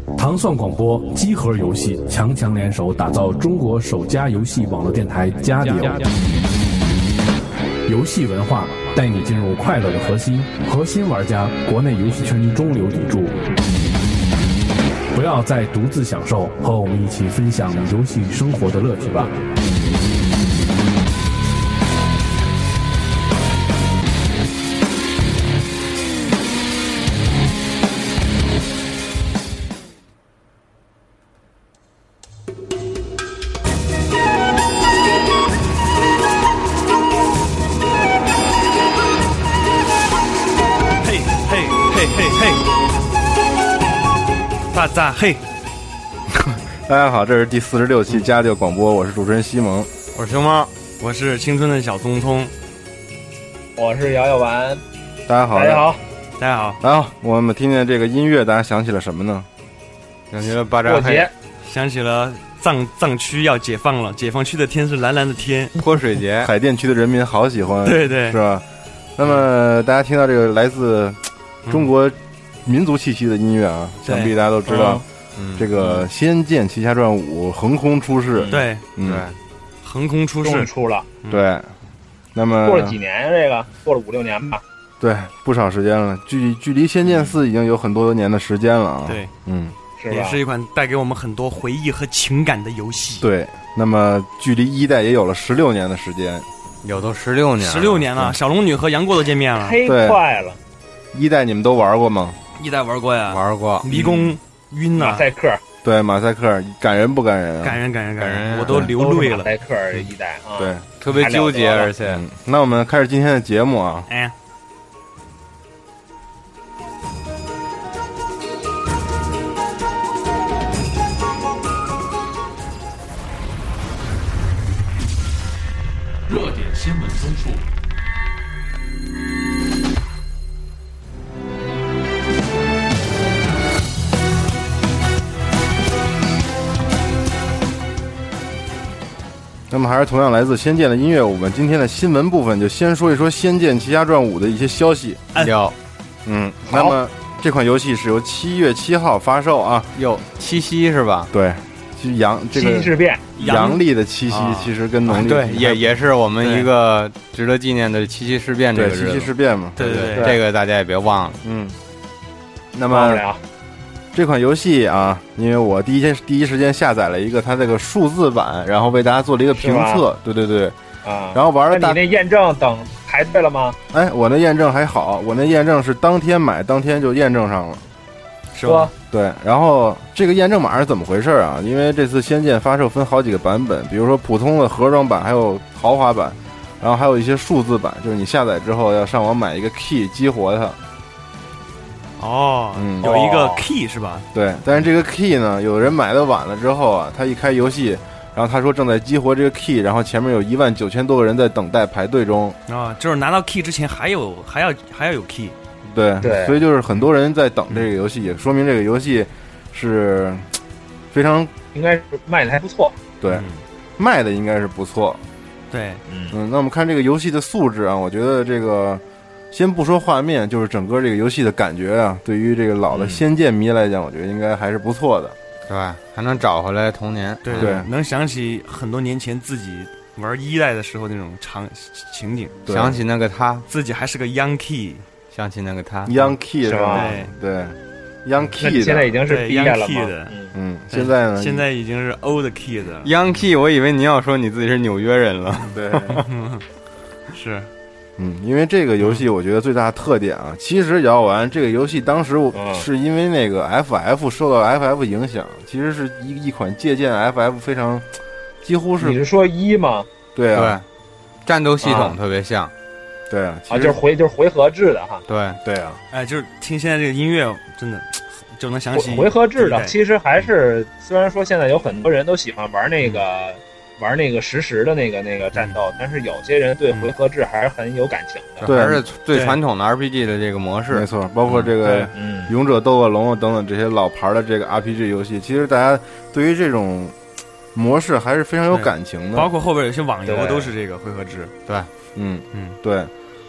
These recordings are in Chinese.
糖蒜广播机核游戏强联手，打造中国首家游戏网络电台加迪欧。游戏文化带你进入快乐的核心玩家，国内游戏圈中流砥柱。不要再独自享受，和我们一起分享游戏生活的乐趣吧。 嘿， 大家好，这是第46期加六广播，我是主持人西蒙， 我是熊猫， 我是青春的小聪聪， 我是摇摇丸。 大家好， 大家好， 大家好。 好，我们听见这个音乐，大家想起了什么呢？ 想起了巴扎黑， 想起了藏区要解放了，解放区的天是蓝蓝的天， 泼水节， 海淀区的人民好喜欢， 对对， 是吧？那么大家听到这个来自中国民族气息的音乐啊，想必大家都知道，这个《仙剑奇侠传5》横空出世， 对， 对， 横空出世， 终于出了， 对。那么过了几年呀？这个过了5-6年吧？ 对，不少时间了，距离《仙剑4》已经有很多年的时间了啊。 对， 是吧？ 也是一款带给我们很多回忆和情感的游戏。 对，那么距离一代也有了16年的时间， 有都16年 ，16年了，小龙女和杨过都见面了， 忒快了。 一代你们都玩过吗？ 一代玩过呀， 玩过， 迷宫晕了， 马赛克， 对，马赛克感人不感人啊？ 感人，我都流泪了。 马赛克一代啊， 对， 特别纠结，而且， 那我们开始今天的节目啊。 哎。 热点新闻综述。 那么还是同样来自《仙剑》的音乐，我们今天的新闻部分就先说一说《仙剑奇侠传5》的一些消息。那么这款游戏是由7月7号发售啊。 七夕是吧？ 对，其实这个七夕事变， 阳历的七夕其实跟农历对也是我们一个值得纪念的七夕事变这个日子。 对，七夕事变嘛。 对， 这个大家也别忘了。 那么这款游戏啊，因为我第一时间下载了一个它这个数字版，然后为大家做了一个评测。对啊， 然后玩了。 那你那验证等排队了吗？ 哎，我那验证还好，我那验证是当天买当天就验证上了， 是吧？ 对，然后这个验证码是怎么回事啊？因为这次《仙剑》发售分好几个版本，比如说普通的盒装版，还有豪华版，然后还有一些数字版，就是你下载之后要上网买一个 key 激活它。 有一个 key 是吧？ 对，但是这个 key 呢，有人买的晚了之后啊，他一开游戏，然后他说正在激活这个 key， 然后前面有19000多个人在等待排队中啊，就是拿到 key 之前还要有 key。 对，所以就是很多人在等这个游戏，也说明这个游戏是非常应该是卖的还不错。 对，卖的应该是不错。 对， 那我们看这个游戏的素质啊，我觉得这个先不说画面，就是整个这个游戏的感觉啊，对于这个老的仙剑迷来讲，我觉得应该还是不错的， 对吧？还能找回来童年， 对，能想起很多年前自己玩1代的时候那种情景， 想起那个他， 自己还是个 young key， 想起那个他 young key 是吧？ 对 young key 现在已经是毕业了嘛？ 现在呢？ 现在已经是 old key 的 young key， 我以为你要说你自己是纽约人了， 对， 是。 因为这个游戏我觉得最大的特点啊，其实摇完这个游戏当时是因为那个 FF 受到 FF 影响，其实是一款借鉴 FF 非常几乎是。 你是说1吗？ 对啊， 对，战斗系统特别像。 对啊， 就是回合制的哈。 对啊， 哎，就是听现在这个音乐，真的就能想起回合制的。其实还是虽然说现在有很多人都喜欢玩那个实时的那个战斗，但是有些人对回合制还是很有感情的。 对， 还是最传统的 RPG 的这个模式。 没错，包括这个勇者斗恶龙等等这些老牌的这个 RPG 游戏，其实大家对于这种模式还是非常有感情的。 包括后边有些网游都是这个回合制。 对，对。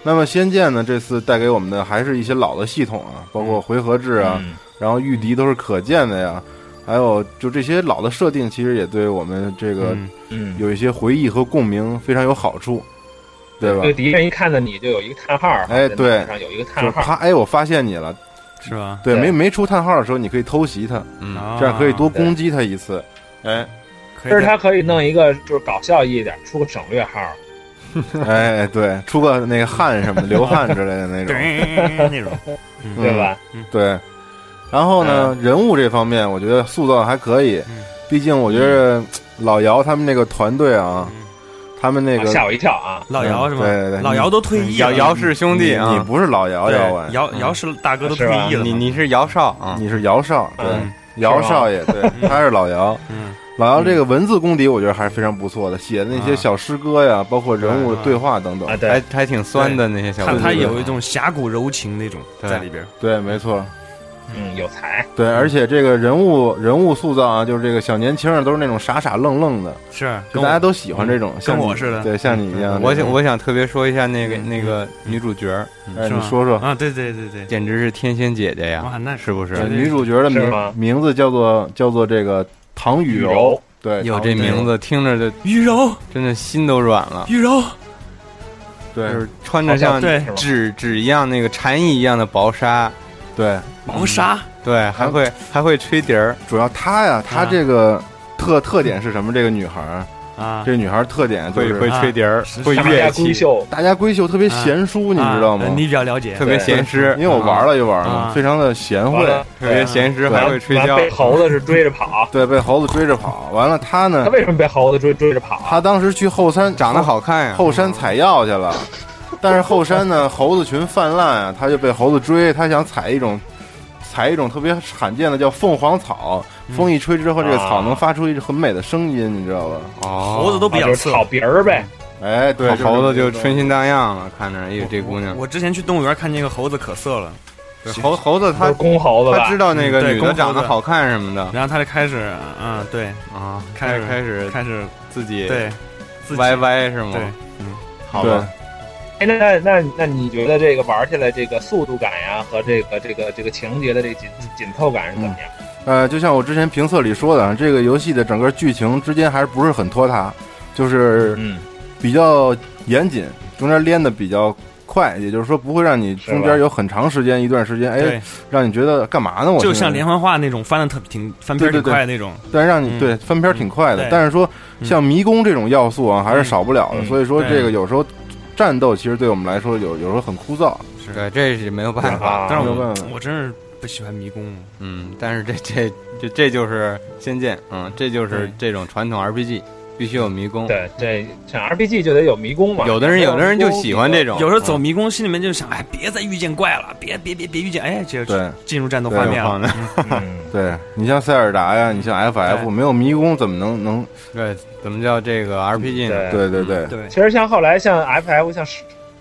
那么《仙剑》呢，这次带给我们的还是一些老的系统啊，包括回合制啊，然后御敌都是可见的呀，还有就这些老的设定，其实也对我们这个有一些回忆和共鸣，非常有好处，对吧？ 这个敌人一看到你就有一个叹号， 哎，对， 上有一个叹号， 他我发现你了， 是吧？ 对，没出叹号的时候，你可以偷袭他，这样可以多攻击他一次，哎。 但是他可以弄一个就是搞笑一点，出个省略号， 哎，对，出个那个汉什么流汗之类的那种， 那种， 对吧？ 对。然后呢，人物这方面，我觉得塑造还可以，毕竟我觉得老姚他们那个团队啊，他们那个吓我一跳啊， 老姚是吗？ 对， 老姚都退役了， 姚氏兄弟啊， 你不是老姚啊， 姚氏大哥都退役了， 你是姚少啊， 你是姚少，对，姚少爷，对，他是老姚，老姚这个文字功底，我觉得还是非常不错的，写的那些小诗歌呀，包括人物的对话等等， 还挺酸的那些小。 他有一种侠骨柔情那种在里边。 对，没错。 有才。 对，而且这个人物塑造啊，就是这个小年轻人都是那种傻傻愣愣的， 是， 就大家都喜欢这种， 跟我似的， 对，像你一样。 我想特别说一下那个女主角， 你说说啊，对， 简直是天仙姐姐呀， 哇，那是不是？ 女主角的名字叫做这个唐雨柔。对， 有这名字听着就雨柔， 真的心都软了。 雨柔， 对， 就是穿着像纸一样那个蝉翼一样的薄纱， 对， 薄纱， 对，还会吹笛儿。 主要她呀，她这个特点是什么？这个女孩啊，这女孩特点就是会吹笛儿，会乐器， 大家闺秀特别贤淑，你知道吗？ 你比较了解， 特别贤诗， 因为我玩了一玩嘛，非常的贤惠， 特别贤诗，还会吹箫。 被猴子是追着跑， 对，被猴子追着跑。完了，他呢？ 他为什么被猴子追着跑？ 他当时去后山， 长得好看呀， 后山采药去了。但是后山呢，猴子群泛滥啊，他就被猴子追，他想采一种特别罕见的叫凤凰草。风一吹之后，这个草能发出一很美的声音，你知道吧？ 猴子都比较色， 草鼻儿呗。 哎，对， 猴子就春心荡漾了，看着这姑娘。 我之前去动物园看见个猴子可色了， 猴子他公猴子， 他知道那个女的长得好看什么的， 然后他就开始，对啊， 开始自己对歪是吗？ 对， 好吧。 哎，那你觉得这个玩起来这个速度感呀和这个情节的这个紧凑感是怎么样？ 就像我之前评测里说的，这个游戏的整个剧情之间还是不是很拖沓，就是比较严谨，中间连的比较快，也就是说不会让你中间有很长时间一段时间，哎，让你觉得干嘛呢？我就像连环画那种翻篇挺快那种， 但让你对翻篇挺快的，但是说像迷宫这种要素啊还是少不了的，所以说这个有时候战斗其实对我们来说有时候很枯燥， 对，这是没有办法， 但是我真是不喜欢迷宫， 但是这就是仙剑，这就是这种传统 RPG 必须有迷宫。 对，这像 RPG 就得有迷宫嘛。 有的人就喜欢这种， 有时候走迷宫心里面就想，哎，别再遇见怪了，别遇见，哎，就进入战斗画面了。 对，你像塞尔达呀，你像 FF， 没有迷宫怎么能对？怎么叫这个 RPG 呢？ 对。 其实像后来像 FF 像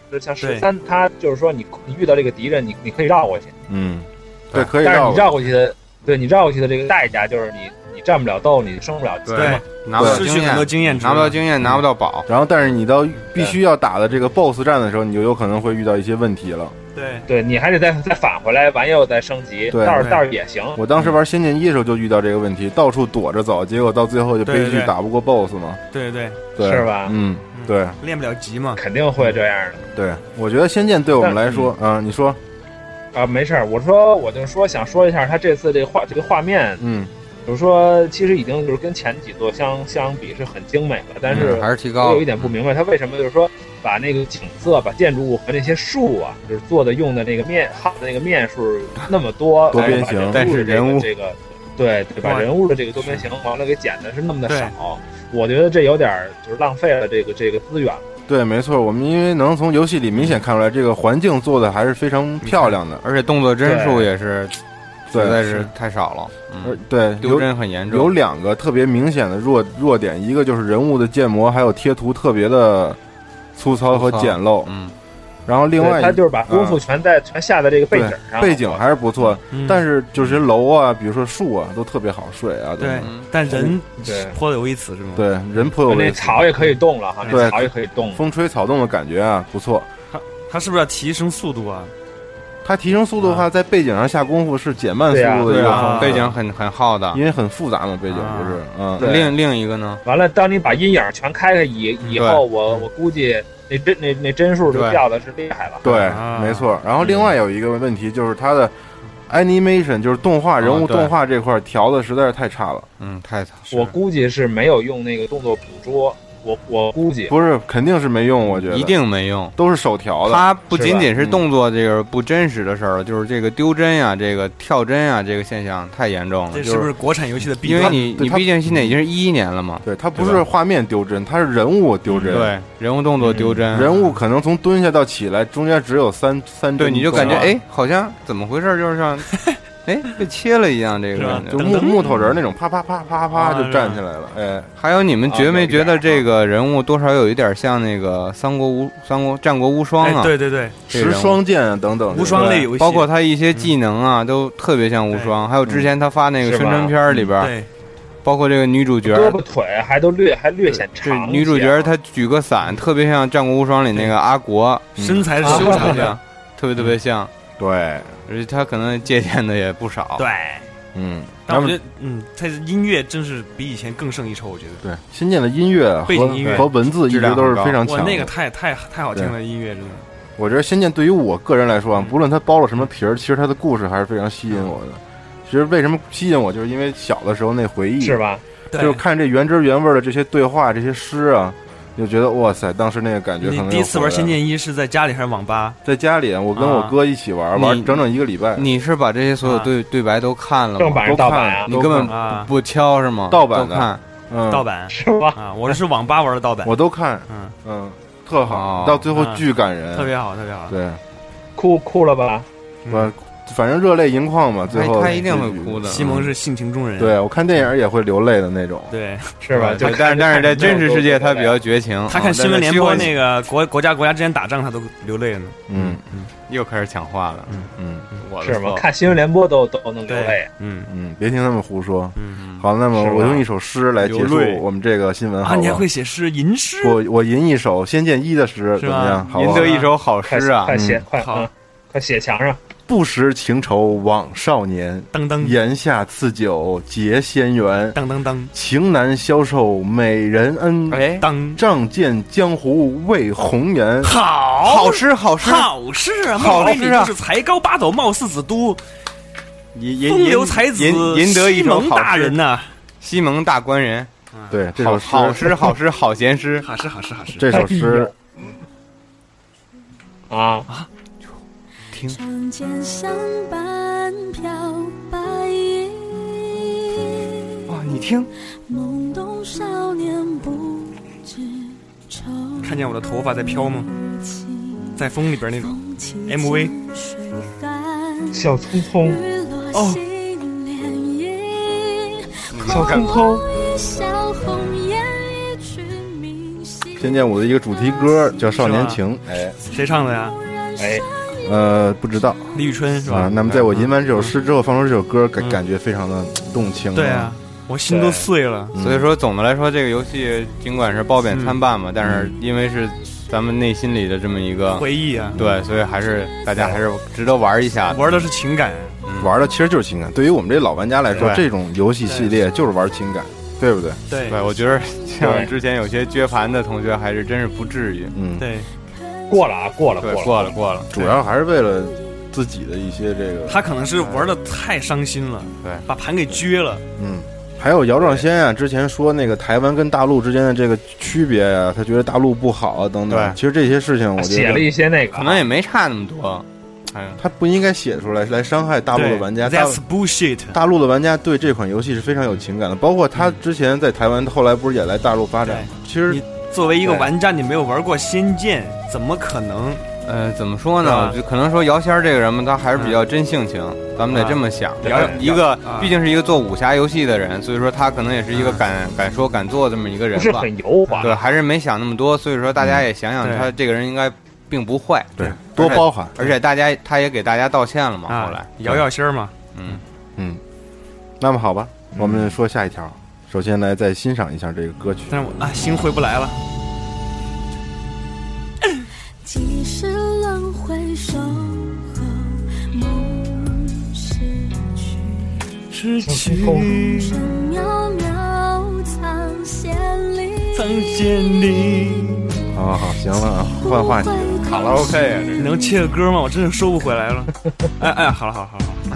13，它就是说你遇到这个敌人，你可以绕过去。 对，可以绕。但是你绕过去的，对你绕过去的这个代价就是你战不了斗，你升不了级嘛。 拿不到失去很多经验， 拿不到经验，拿不到宝。 然后，但是你到必须要打的这个 BOSS 战的时候，你就有可能会遇到一些问题了。 对，你还得再返回来，完又再升级，倒是也行。 我当时玩《仙剑1》的时候就遇到这个问题，到处躲着走，结果到最后就悲剧打不过 BOSS 嘛。 对， 是吧？ 对， 练不了级嘛， 肯定会这样的。 对，我觉得《仙剑》对我们来说，你说没事儿，我就说想说一下，他这次这个画面，就是说其实已经就是跟前几座相比是很精美了，但是还是提高。 我有一点不明白，他为什么就是说把那个景色、把建筑物和那些树啊，就是做的用的那个耗的那个面数那么多， 多边形， 但是人物这个对，把人物的这个多边形完了给剪的是那么的少，我觉得这有点就是浪费了这个资源。 对，没错，我们因为能从游戏里明显看出来，这个环境做的还是非常漂亮的， 而且动作帧数也是实在是太少了。 对， 丢帧很严重。 有两个特别明显的弱点，一个就是人物的建模还有贴图特别的粗糙和简陋。然后另外他就是把功夫全下在这个背景上， 背景还是不错，但是就是楼啊，比如说树啊，都特别好睡啊。 对，但人颇有微词是吗？ 对，人颇有微词。 那草也可以动了哈，那草也可以动， 风吹草动的感觉啊，不错。 他是不是要提升速度啊？ 它提升速度的话，在背景上下功夫是减慢速度的一个方法。 背景很耗的， 因为很复杂嘛，背景不是。 另一个呢？ 完了，当你把阴影全开开以后，我估计那帧数就掉的是厉害了。 对，没错。然后另外有一个问题就是它的 animation， 就是动画人物动画这块调的实在是太差了。 太差。 我估计是没有用那个动作捕捉。我估计不是，肯定是没用，我觉得一定没用， 都是手调的。 它不仅仅是动作这个不真实的事儿，就是这个丢帧呀、这个跳帧呀，这个现象太严重了。 这是不是国产游戏的弊端？因为你毕竟现在已经是11年了嘛。 对，它不是画面丢帧，它是人物丢帧。 对，人物动作丢帧， 人物可能从蹲下到起来中间只有三帧。 对，你就感觉好像怎么回事，就是像。被切了一样，这个就木头人那种，啪啪啪啪啪就站起来了。 还有你们觉没觉得这个人物多少有一点像那个战国无双啊？ 对对对， 十双剑啊等等， 无双类游戏， 包括他一些技能啊，都特别像无双。还有之前他发那个宣传片里边， 对， 包括这个女主角胳膊腿还略显长。 女主角她举个伞，特别像战国无双里那个阿国， 身材是修长的， 特别像。 对， 而且他可能借鉴的也不少。 对，但我觉得，他的音乐真是比以前更胜一筹。我觉得， 对，仙剑的音乐背景音乐和文字一直都是非常强的。 那个太好听了，音乐真的。 我觉得仙剑对于我个人来说啊，不论它包了什么皮儿，其实它的故事还是非常吸引我的。其实为什么吸引我，就是因为小的时候那回忆， 是吧？ 就是看这原汁原味的这些对话、这些诗啊。就觉得哇塞，当时那个感觉。 你第一次玩《仙剑1》是在家里还是网吧？ 在家里，我跟我哥一起玩整整1个礼拜。 你是把这些所有对白都看了吗？ 正版盗版啊？ 你根本不挑是吗？ 盗版的， 看， 盗版是吗？ 我是网吧玩的盗版， 我都看，特好，到最后巨感人， 特别好，特别好。 对， 哭了吧？ 反正热泪盈眶嘛，最后他一定会哭的。 西蒙是性情中人， 对我看电影也会流泪的那种， 对， 是吧？ 但是在真实世界他比较绝情， 他看新闻联播那个国家之间打仗他都流泪了呢。 又开始抢话了， 我是吗？看新闻联播都能流泪， 别听他们胡说。好，那么我用一首诗来结束我们这个新闻。 你还会写诗，吟诗？ 我吟一首《仙剑1》的诗，怎么样？好， 吟得一首好诗啊！ 快写，快写墙上。 不识情愁枉少年， 噔噔； 檐下赐酒结仙缘， 噔噔噔； 情难消受美人恩， 当仗剑江湖为红颜。 好诗啊！ 好诗啊！就是才高八斗，貌似子都，风流才子， 吟得一首大人呐， 西蒙大官人。 对，这首好诗，好闲诗， 好诗。 这首诗长剑相伴飘白衣， 你听， 懵懂少年不知愁。 看见我的头发在飘吗？在风里边那种 MV。 小匆匆小匆匆。仙剑5的一个主题歌叫《少年情》， 谁唱的呀？ 不知道， 李宇春是吧？ 那么在我吟完这首诗之后，放出这首歌，感觉非常的动情。 对啊，我心都碎了。 所以说，总的来说，这个游戏尽管是褒贬参半嘛，但是因为是咱们内心里的这么一个回忆啊， 对，所以大家还是值得玩一下。 玩的是情感， 玩的其实就是情感。对于我们这老玩家来说，这种游戏系列就是玩情感，对不对？ 对， 我觉得像之前有些撅盘的同学，还是真是不至于。 对。 过了， 主要还是为了自己的一些这个。 他可能是玩的太伤心了， 对， 把盘给撅了。 还有姚壮先啊，之前说那个台湾跟大陆之间的这个区别啊，他觉得大陆不好啊等等。其实这些事情我觉得写了一些那个， 可能也没差那么多。 他不应该写出来伤害大陆的玩家。 That's bullshit。 大陆的玩家对这款游戏是非常有情感的，包括他之前在台湾，后来不是也来大陆发展？其实作为一个玩家，你没有玩过《仙剑》，怎么可能？ 怎么说呢？就可能说姚仙这个人嘛，他还是比较真性情，咱们得这么想。毕竟是一个做武侠游戏的人，所以说他可能也是一个敢说敢做这么一个人吧。 不是很油滑。 对，还是没想那么多。所以说大家也想想，他这个人应该并不坏。 对，多包涵。 而且他也给大家道歉了嘛。后来姚仙嘛。 那么好吧，我们说下一条。首先来再欣赏一下这个歌曲。 但是我心回不来了。 即使冷失去红尘渺渺藏线里， 藏线里。 好，行了，换话题了。 卡拉 OK 啊， 你能切个歌吗？我真是收不回来了。哎，好了。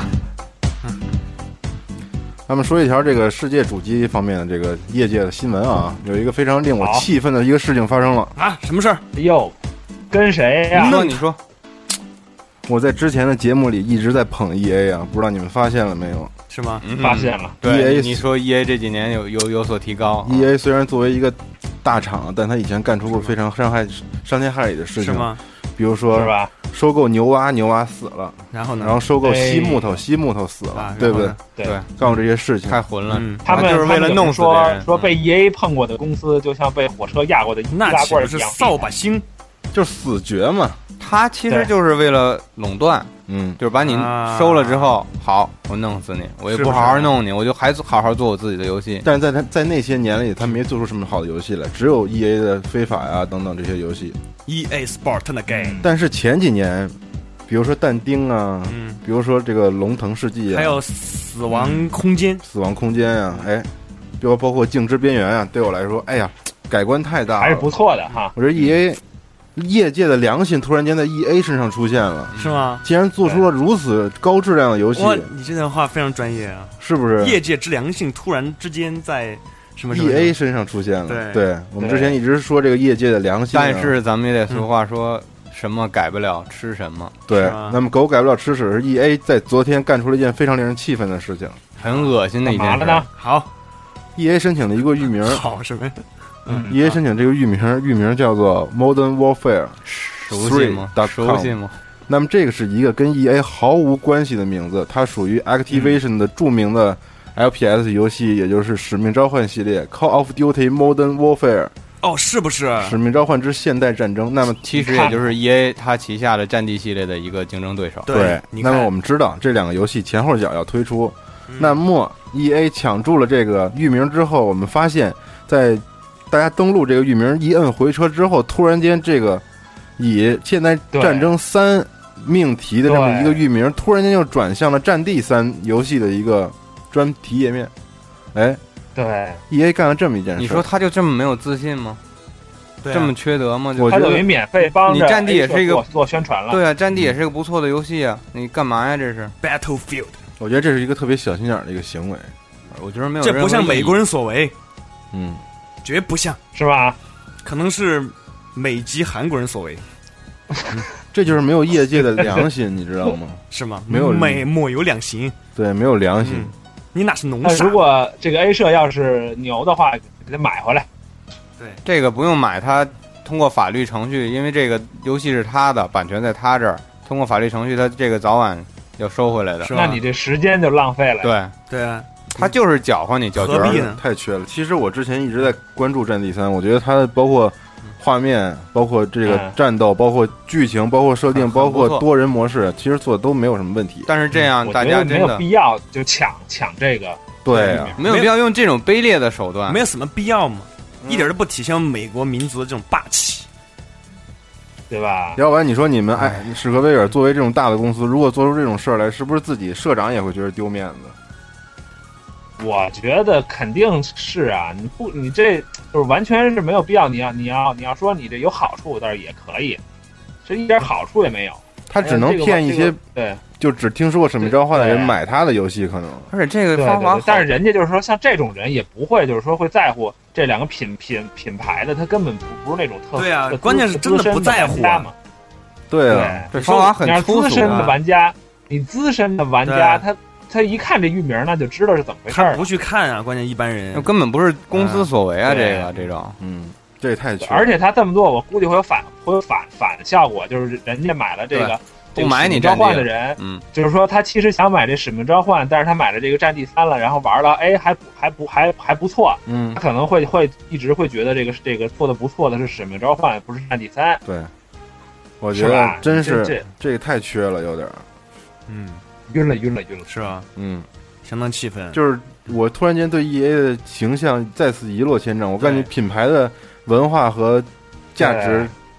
咱们说一条这个世界主机方面的这个业界的新闻啊，有一个非常令我气愤的一个事情发生了啊！什么事儿？ 哟，跟谁呀？ 你说， 我在之前的节目里一直在捧 EA 啊，不知道你们发现了没有？ 是吗？ 发现了。 对，你说 EA 这几年有所提高。 EA 虽然作为一个大厂，但他以前干出过非常伤天害理的事情， 是吗？ 比如说， 是吧？ 收购牛蛙死了， 然后呢？ 然后收购西木头死了，对不对？ 对， 干过这些事情太混了。 他们就是为了弄死说被 EA 碰过的公司，就像被火车压过的易拉罐一样， 那岂不是扫把星？ 就是死绝嘛。 他其实就是为了垄断，就是把你收了之后，好，我弄死你，我也不好好弄你，我就还好好做我自己的游戏。 但是在那些年里，他没做出什么好的游戏来，只有 EA 的非法呀等等这些游戏。 EA Sport 的 game。 但是前几年，比如说但丁啊，比如说这个龙腾世纪啊， 还有死亡空间啊，哎，包括静之边缘啊，对我来说，哎呀，改观太大了， 还是不错的哈。 我觉得 EA 业界的良心突然间在 EA 身上出现了， 是吗？ 竟然做出了如此高质量的游戏， 哇，你这段话非常专业啊， 是不是？ 业界之良心突然之间在什么 EA 身上出现了？对，我们之前一直说这个业界的良心， 但是咱们也得俗话说。什么改不了吃什么？ 对，那么狗改不了吃屎是 EA 在昨天干出了一件非常令人气愤的事情， 很恶心的一件事呢。 好 ，EA 申请的一个域名， 好什么呀 ？EA 申请这个域名叫做 Modern Warfare， 熟悉吗？熟悉吗？ 那么这个是一个跟 EA 毫无关系的名字，它属于 Activision 的著名的 LPS 游戏，也就是《使命召唤》系列 Call of Duty Modern Warfare。 哦，是不是《 使命召唤之现代战争》？那么其实也就是 EA 它旗下的战地系列的一个竞争对手。 对，那么我们知道这两个游戏前后脚要推出，那么 EA 抢注了这个域名之后，我们发现，在大家登录这个域名一摁回车之后，突然间这个以现代战争3命题的这么一个域名，突然间又转向了战地3游戏的一个专题页面，哎。 对 ，EA 干了这么一件事， 你说他就这么没有自信吗？这么缺德吗？ 我他等于免费帮你战地也是一个做宣传了。 对啊，战地也是个不错的游戏啊，你干嘛呀？这是 Battlefield。 我觉得这是一个特别小心眼的一个行为， 我觉得没有， 这不像美国人所为，绝不像， 是吧？ 可能是美籍韩国人所为。 这就是没有业界的良心，你知道吗？ 是吗？ 没有莫有良心。 对，没有良心。 你哪是农傻？ 如果这个 A 社要是牛的话，给他买回来。 对， 这个不用买，他通过法律程序，因为这个游戏是他的，版权在他这儿，通过法律程序，他这个早晚要收回来的。 那你这时间就浪费了。 对啊， 他就是搅和你，搅局呢， 太缺了。其实我之前一直在关注《战地3》，我觉得它包括画面，包括这个战斗，包括剧情，包括设定，包括多人模式，其实做的都没有什么问题。 但是这样大家真的没有必要就抢这个， 对啊， 没有必要用这种卑劣的手段， 没有什么必要嘛，一点都不体现美国民族的这种霸气， 对吧？ 要不然你说你们史克威尔作为这种大的公司，如果做出这种事儿来，是不是自己社长也会觉得丢面子？ 我觉得肯定是啊，你这就是完全是没有必要。你要说你这有好处，但是也可以，这一点好处也没有。 他只能骗一些对， 就只听说过《使命召唤》的人买他的游戏，可能。 而且这个方法， 但是人家就是说，像这种人也不会就是说会在乎这两个品牌的，他根本不是那种特对啊，关键是真的不在乎嘛。 对啊， 这方法很粗俗。 资深的玩家，你资深的玩家，他一看这域名呢，就知道是怎么回事儿。 不去看啊，关键一般人根本不是公司所为啊，这种， 这也太缺了。 而且他这么做，我估计会有反效果，就是人家买了这个不买你召唤的人，就是说他其实想买这使命召唤，但是他买了这个战地3了，然后玩了，哎，还不错，他可能会一直会觉得这个做的不错的是使命召唤，不是战地3。 对，我觉得真是这个太缺了，有点晕了， 是吧？相当气愤。 就是我突然间对 EA 的形象再次一落千丈，我感觉品牌的文化和价值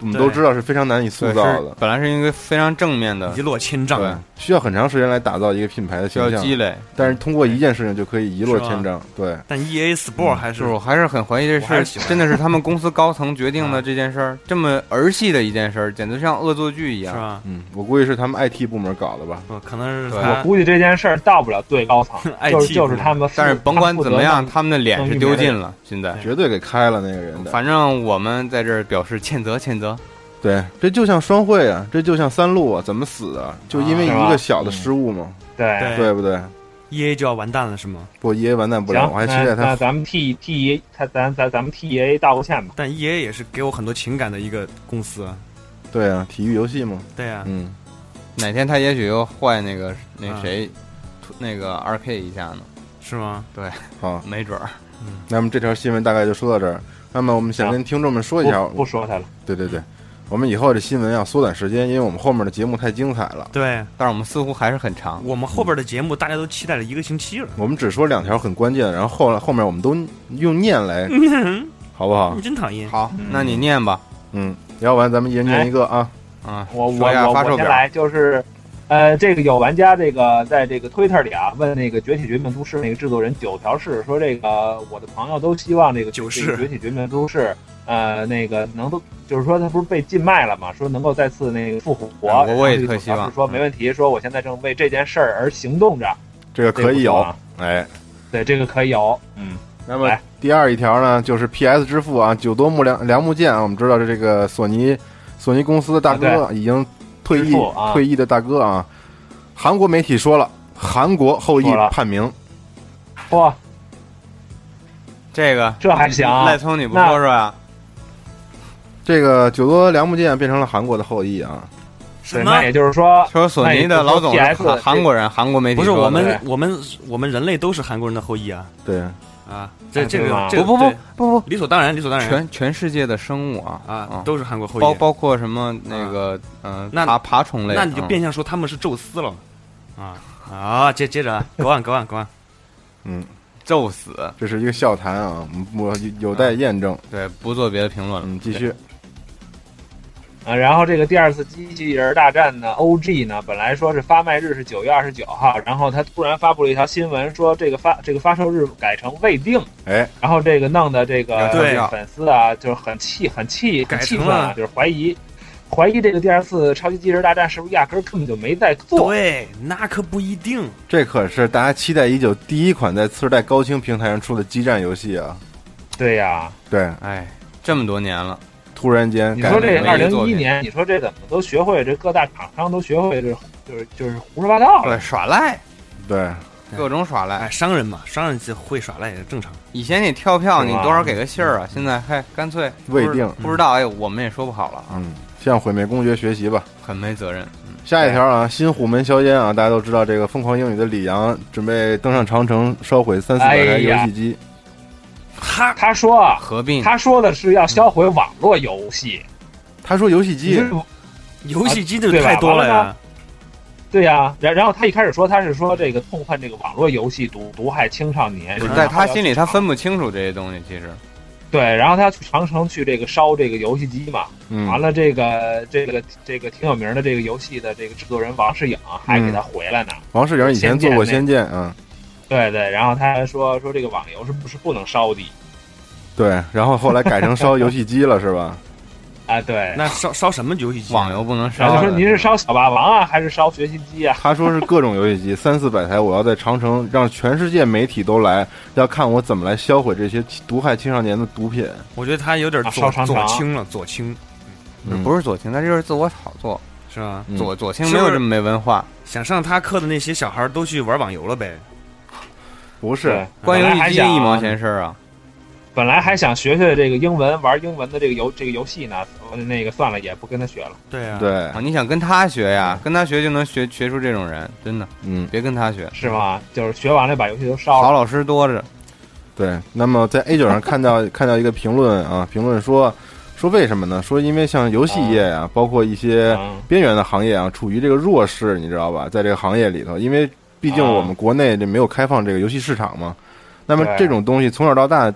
我们都知道是非常难以塑造的， 本来是一个非常正面的， 一落千丈， 对，需要很长时间来打造一个品牌的形象， 需要积累。 但是通过一件事情就可以一落千丈，对。 但 EA Sport 还是我还是很怀疑这事真的是他们公司高层决定的这件事儿，这么儿戏的一件事儿，简直像恶作剧一样， 是吧？ 我估计是他们 IT 部门搞的吧？ 可能是我估计这件事儿到不了最高层，就是他们。 但是甭管怎么样，他们的脸是丢尽了，现在绝对给开了那个人的。 反正我们在这儿表示谴责。 对，这就像双汇啊，这就像三鹿啊，怎么死的？就因为一个小的失误嘛，对不对 ？EA 就要完蛋了是吗？ 不 ，EA 完蛋不了，我还期待他。 那咱们替 EA， 咱们替 EA 道个歉吧。 但 EA 也是给我很多情感的一个公司啊。 对啊，体育游戏嘛。 对啊， 哪天他也许又坏那谁，那个2K 一下呢？ 是吗？ 对， 好， 没准儿。 那么这条新闻大概就说到这儿。那么我们想跟听众们说一下， 不说它了。 对，我们以后这新闻要缩短时间，因为我们后面的节目太精彩了。 对， 但是我们似乎还是很长。 我们后边的节目大家都期待了1个星期了。 我们只说2条很关键的，然后后面我们都用念来，好不好？ 你真讨厌。 好，那你念吧。 要不然咱们一人念一个啊。 我先来，就是。这个有玩家在这个 Twitter 里啊问那个《崛起绝命都市》那个制作人九条氏说，这个我的朋友都希望这个《崛起绝命都市》那个就是说他不是被禁卖了嘛，说能够再次那个复活。 我也特希望。 说没问题，说我现在正为这件事儿而行动着。 这个可以有， 对，这个可以有。 那么第二一条呢，就是 PS 之父啊，久多良木健啊，我们知道这个索尼公司的大哥已经。退役的大哥啊，韩国媒体说了，韩国后裔判明。 哇， 这还行？ 赖聪你不说说呀？ 这个久多良木健变成了韩国的后裔啊。 对，那也就是说索尼的老总是韩国人，韩国媒体不是我们人类都是韩国人的后裔啊。 对。 这个不，理所当然。 全世界的生物都是韩国后裔， 包括什么那个爬虫类， 那你就变相说他们是宙斯了接着go on。 宙斯， 这是一个笑谈啊，我有待验证。 对，不做别的评论了。 继续。 然后这个第二次机器人大战呢 ，OG 呢，本来说是发卖日是9月29号，然后他突然发布了一条新闻，说这个发售日改成未定，然后这个弄的这个粉丝啊，就是很气愤啊，就是怀疑这个第二次超级机器人大战是不是压根根本就没在做？ 对，那可不一定， 这可是大家期待已久第一款在次世代高清平台上出的激战游戏啊！ 对呀， 对， 这么多年了。 突然间， 你说这2011年，你说这怎么都学会，这各大厂商都学会就是胡说八道了， 对，耍赖， 对， 各种耍赖， 商人嘛，商人会耍赖也正常。 以前你跳票你多少给个信儿啊，现在干脆未定， 不知道，我们也说不好了。 向毁灭公爵学习吧， 很没责任。 下一条啊，新虎门硝烟啊，大家都知道这个疯狂英语的李阳准备登上长城，烧毁300-400台游戏机。 他说合并， 他说的是要销毁网络游戏。 他说游戏机这太多了呀。 对呀，然后他一开始说他是说这个痛恨这个网络游戏毒害青少年。 在他心里他分不清楚这些东西，其实。 对，然后他去长城去这个烧这个游戏机嘛，完了这个挺有名的这个游戏的这个制作人王世颖还给他回来呢。 王世颖以前做过《仙剑》啊。 对，然后他还说这个网游是不能烧的。 对，然后后来改成烧游戏机了，是吧？ 对。 那烧什么游戏机？ 网游不能烧。 他说您是烧小霸王啊，还是烧学习机啊？ 他说是各种游戏机，300-400台，我要在长城让全世界媒体都来，要看我怎么来销毁这些毒害青少年的毒品。 我觉得他有点左倾了，左倾。 不是左倾，他就是自我炒作， 是吧？ 左倾没有这么没文化， 想上他课的那些小孩都去玩网游了呗。 不是， 关游戏机1毛钱事儿啊！ 本来还想学这个英文，玩英文的这个游戏呢，那个算了，也不跟他学了。 对啊， 对啊，你想跟他学呀？跟他学就能学出这种人，真的。别跟他学， 是吗？就是学完了把游戏都烧了。 好老师多着。 对，那么在 A9 上看到一个评论啊，评论说为什么呢？说因为像游戏业啊，包括一些边缘的行业啊，处于这个弱势，你知道吧？在这个行业里头，因为毕竟我们国内这没有开放这个游戏市场嘛，那么这种东西从小到大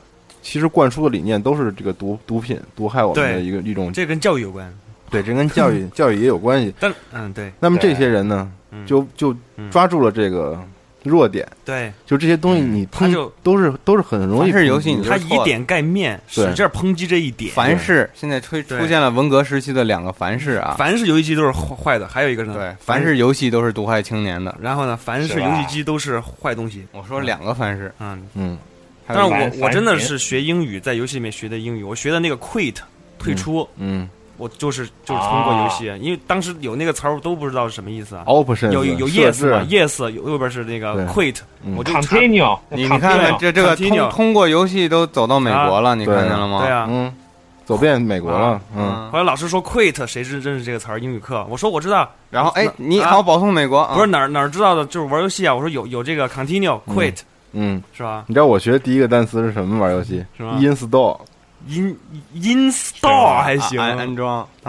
其实灌输的理念都是这个毒品毒害我们的一种， 这跟教育有关。 对，这跟教育也有关系。 但对。 那么这些人呢，就抓住了这个弱点。 对， 就这些东西你他就都是很容易。 凡是游戏他以点盖面，使劲抨击这一点。 凡是现在出现了文革时期的2个凡是啊， 凡是游戏机都是坏的，还有一个呢， 对，凡是游戏都是毒害青年的。 然后呢，凡是游戏机都是坏东西。 我说2个凡是， 但是我真的是学英语，在游戏里面学的英语，我学的那个 quit 退出，我就是通过游戏，因为当时有那个词儿都不知道是什么意思啊。 Option 有 yes 嘛 ，yes 右边是那个 quit，我就 continue。 你看看这个通过游戏都走到美国了，你看见了吗？ 对啊， 走遍美国了。 后来老师说 quit， 谁是认识这个词儿？英语课，我说我知道。 然后你好，保送美国， 不是哪儿知道的？就是玩游戏啊。我说有这个 continue quit，是吧？ 你知道我学第一个单词是什么？玩游戏是吧 install。install 还行， 安装嘛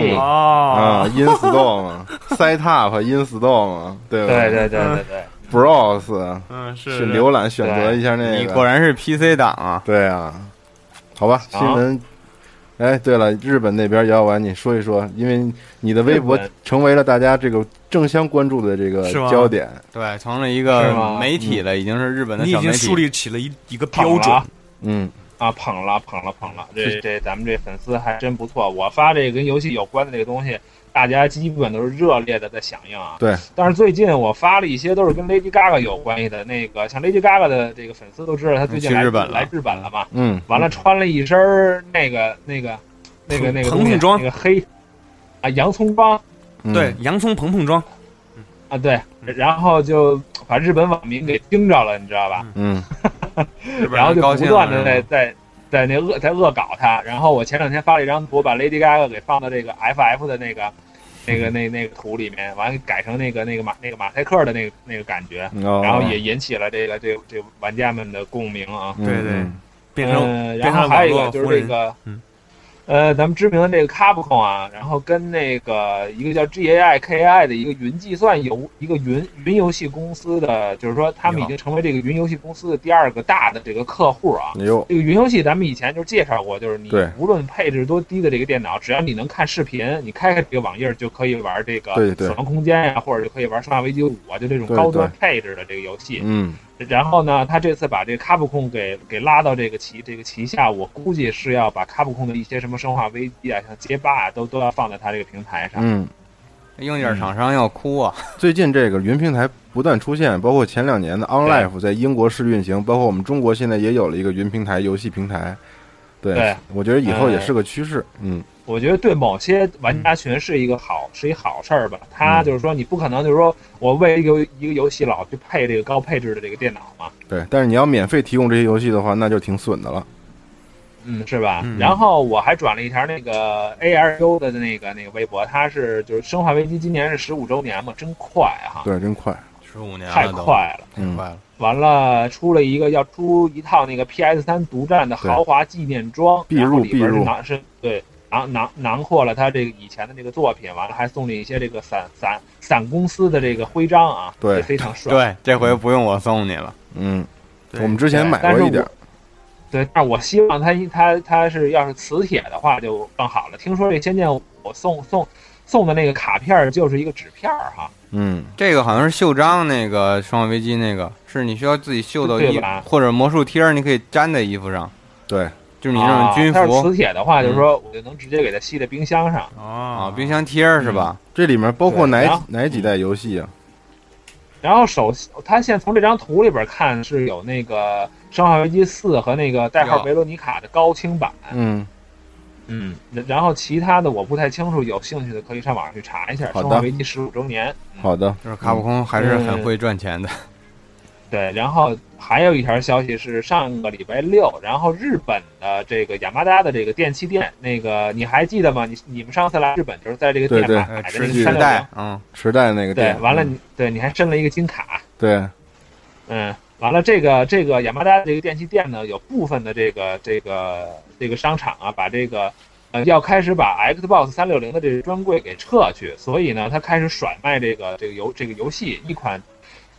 ，install 嘛 ，set up install 嘛，对吧？ 对 ，browse， 是浏览选择一下那个。 你果然是 PC 党啊！ 对啊，好吧，新闻。哎，对了，日本那边姚丸，你说一说，因为你的微博成为了大家这个争相关注的这个焦点， 对，成了一个媒体了，已经是日本的小媒体， 你已经树立起了一个标准， 捧了，这咱们这粉丝还真不错。我发这个跟游戏有关的这个东西，大家基本都是热烈的在响应啊。 对。 但是最近我发了一些都是跟 Lady Gaga 有关系的，那个像 Lady Gaga 的这个粉丝都知道，他最近来日本了嘛。完了穿了一身那个蓬蓬装， 那个黑洋葱装。 对，洋葱蓬蓬装。 对，然后就把日本网民给惊着了，你知道吧？然后就不断的在恶搞他。然后我前2天发了一张图，把 Lady Gaga 给放到这个 FF 的那个图里面，完了改成那个马赛克的那个感觉，然后也引起了这玩家们的共鸣啊。 对， 然后还有一个就是这个。咱们知名的这个 Capcom 啊，然后跟那个一个叫 GAIKI 的一个云计算一个云游戏公司的，就是说他们已经成为这个云游戏公司的第2个大的这个客户啊。这个云游戏咱们以前就介绍过，就是你无论配置多低的这个电脑，只要你能看视频，你开这个网页就可以玩这个死亡空间呀，或者就可以玩生化危机5啊，就这种高端配置的这个游戏。然后呢，他这次把这个卡普空给拉到这个旗下，我估计是要把卡普空的一些什么生化危机啊，像街霸啊，都要放在他这个平台上。 硬件厂商要哭啊！ 最近这个云平台不断出现，包括前2年的 OnLive 在英国试运行，包括我们中国现在也有了一个云平台游戏平台。对，我觉得以后也是个趋势。 我觉得对某些玩家群是一好事儿吧。他就是说，你不可能就是说我为一个游戏老去配这个高配置的这个电脑嘛。 对，但是你要免费提供这些游戏的话，那就挺损的了。 是吧？然后我还转了一条那个 ARU 的那个微博，他是就是《生化危机》今年是15周年嘛，真快哈！ 对，真快 ，15年了， 太快了， 太快了。 完了，要出一套那个 PS3 独占的豪华纪念装，然后里边囊括了他这个以前的这个作品，完了还送了一些这个伞公司的这个徽章啊， 对， 非常帅。 对，这回不用我送你了。 我们之前买过一点。 对，但是我希望他是要是磁铁的话就更好了。听说这《仙剑》我送的那个卡片就是一个纸片哈。 这个好像是袖章，那个《生化危机》那个是你需要自己绣到衣服，或者魔术贴你可以粘在衣服上。对，就是你这种军服。 它是磁铁的话，就是说我就能直接给它吸在冰箱上。 冰箱贴是吧？ 这里面包括哪几代游戏啊？ 然后他现在从这张图里边看是有那个《生化危机4》和那个代号维罗妮卡的高清版。然后其他的我不太清楚，有兴趣的可以上网上去查一下。生化危机15周年。 好的， 就是卡普空还是很会赚钱的。 对，然后还有一条消息是上个礼拜6，然后日本的这个雅马达的这个电器店，那个你还记得吗？你们上次来日本就是在这个店买的那个时代，时代那个店。 对，完了，你还申了一个金卡。 对， 完了，这个雅马达这个电器店呢，有部分的这个商场啊，把这个要开始把 Xbox 360的这个专柜给撤去，所以呢，他开始甩卖这个游戏，一款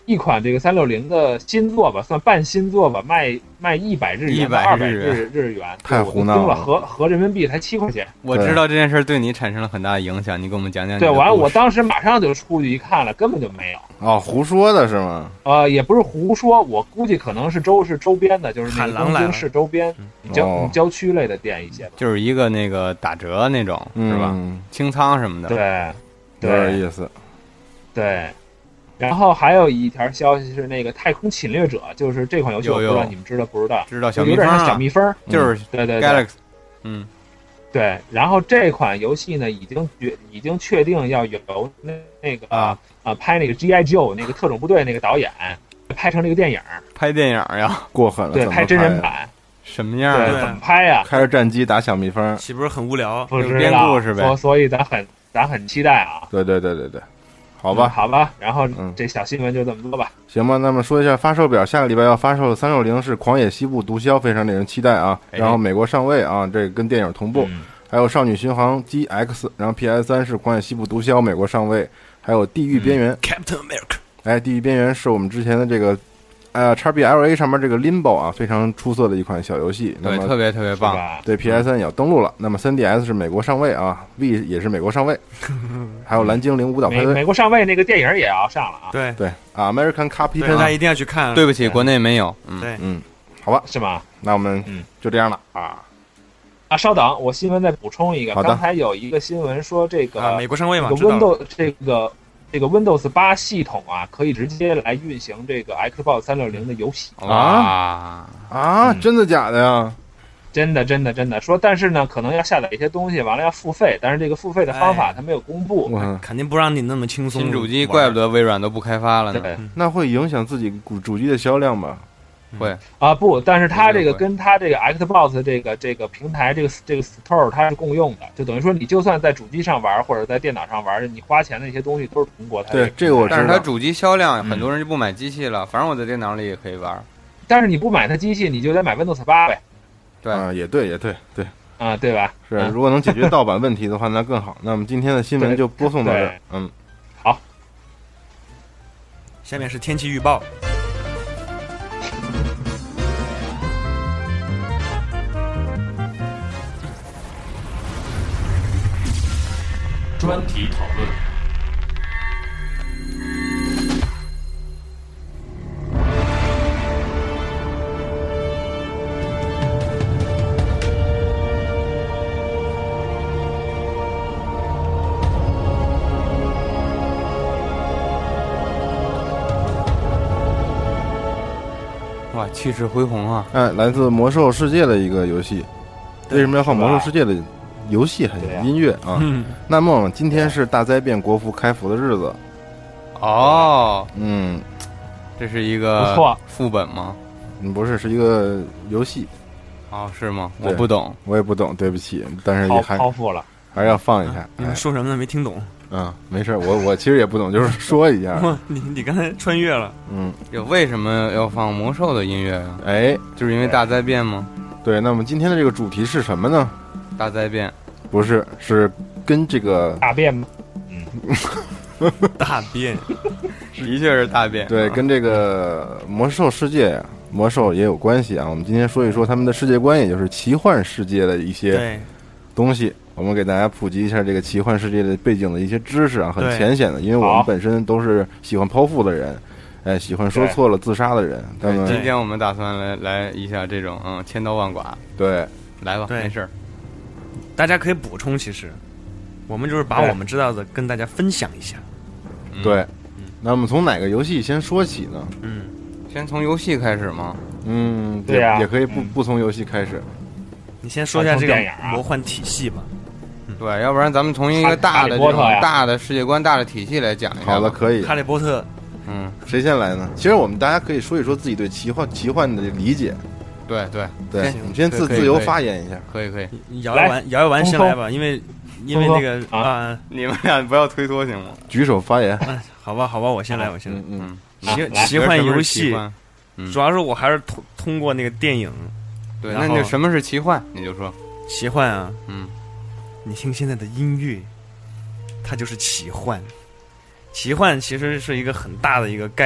一款这个360的新作吧，算半新作吧，卖100日元，200日元， 太胡闹了， 合人民币才7块钱。 我知道这件事对你产生了很大的影响，你给我们讲讲。 对，完了，我当时马上就出去一看了，根本就没有。 哦，胡说的是吗？ 也不是胡说，我估计可能是周边的，就是那个东京市周边郊区类的店一些， 就是一个那个打折那种，是吧？清仓什么的。 对， 有点意思。 对。然后还有一条消息是那个《太空侵略者》，就是这款游戏，我不知道你们知道不知道？ 知道， 有点像小蜜蜂， 就是对 Galaxy， 对。然后这款游戏呢，已经确定要由那个拍那个 G.I. Joe 那个特种部队那个导演拍成这个电影。 拍电影呀， 过狠了。 对，拍真人版， 什么样？ 对，怎么拍呀？ 开着战机打小蜜蜂， 岂不是很无聊？ 不知道， 编故事呗。 所以咱很期待啊。 对。好吧， 然后这小新闻就这么多吧。 行吧，那么说一下发售表，下个礼拜要发售的360是《狂野西部毒枭》，非常令人期待啊。然后美国上尉啊，这个跟电影同步，还有《少女巡航机 X》，然后 PS3是《狂野西部毒枭》，美国上尉，还有《地狱边缘》 Captain America。 《地狱边缘》是我们之前的这个XBLA 上面这个 Limbo 啊，非常出色的一款小游戏， 对，特别棒。 对 PS3 也要登陆了。那么 3DS 是美国上尉啊 ，V 也是美国上尉，还有蓝精灵舞蹈派对。 美国上尉那个电影也要上了啊。 对 American Captain， 大家一定要去看。 对不起，国内没有。 好吧， 是吗？ 那我们就这样了稍等，我新闻再补充一个。刚才有一个新闻说这个美国上尉嘛 ，Windows 这个 Windows 8系统啊，可以直接来运行这个 Xbox 360的游戏真的假的呀？ 真的说，但是呢，可能要下载一些东西，完了要付费，但是这个付费的方法它没有公布， 肯定不让你那么轻松。 新主机怪不得微软都不开发了呢。 对， 那会影响自己主机的销量吧？ 会不，但是它这个跟它这个 Xbox 这个平台这个 Store 它是共用的，就等于说你就算在主机上玩或者在电脑上玩，你花钱的一些东西都是通过它。 对，这个我知道。 但是它主机销量，很多人就不买机器了，反正我在电脑里也可以玩。 但是你不买它机器，你就得买 Windows 8呗。 对也对。 对吧？ 是，如果能解决盗版问题的话，那更好。那我们今天的新闻就播送到这儿。 好。 下面是天气预报。 专题讨论。 哇，气势恢宏啊！ 来自魔兽世界的一个游戏。为什么要放魔兽世界的游戏还有音乐啊？那么今天是大灾变国服开服的日子。 这是一个不错副本吗？ 不是，是一个游戏。 是吗？我不懂， 我也不懂，对不起。但是还超富了， 还是要放一下。 你们说什么呢？没听懂。 没事，我其实也不懂，就是说一下。 你刚才穿越了。 为什么要放魔兽的音乐啊？就是因为大灾变吗？ 对。那么今天的这个主题是什么呢？ 大灾变。 不是，是跟这个大变吗？ 大变， 的确是大变。 对，跟这个魔兽世界魔兽也有关系啊。我们今天说一说他们的世界观，也就是奇幻世界的一些东西。我们给大家普及一下这个奇幻世界的背景的一些知识啊，很浅显的，因为我们本身都是喜欢剖腹的人，喜欢说错了自杀的人。 今天我们打算来一下这种千刀万剐。 对， 来吧，没事。 大家可以补充，其实我们就是把我们知道的跟大家分享一下。 对，那我们从哪个游戏先说起呢？ 先从游戏开始吗？ 对呀， 也可以不从游戏开始。 你先说一下这个魔幻体系吧。 对，要不然咱们从一个大的这种大的世界观、大的体系来讲一下。 好了，可以。 哈利波特， 谁先来呢？其实我们大家可以说一说自己对奇幻的理解。 对， 你先自由发言一下。 可以。 姚一丸先来吧，因为那个你们俩不要推脱行吗？ 举手发言。 好吧，我先来。奇幻游戏，主要是我还是通过那个电影。 对，那你什么是奇幻？你就说奇幻啊。你听现在的音乐，它就是奇幻。奇幻其实是一个很大的一个概念，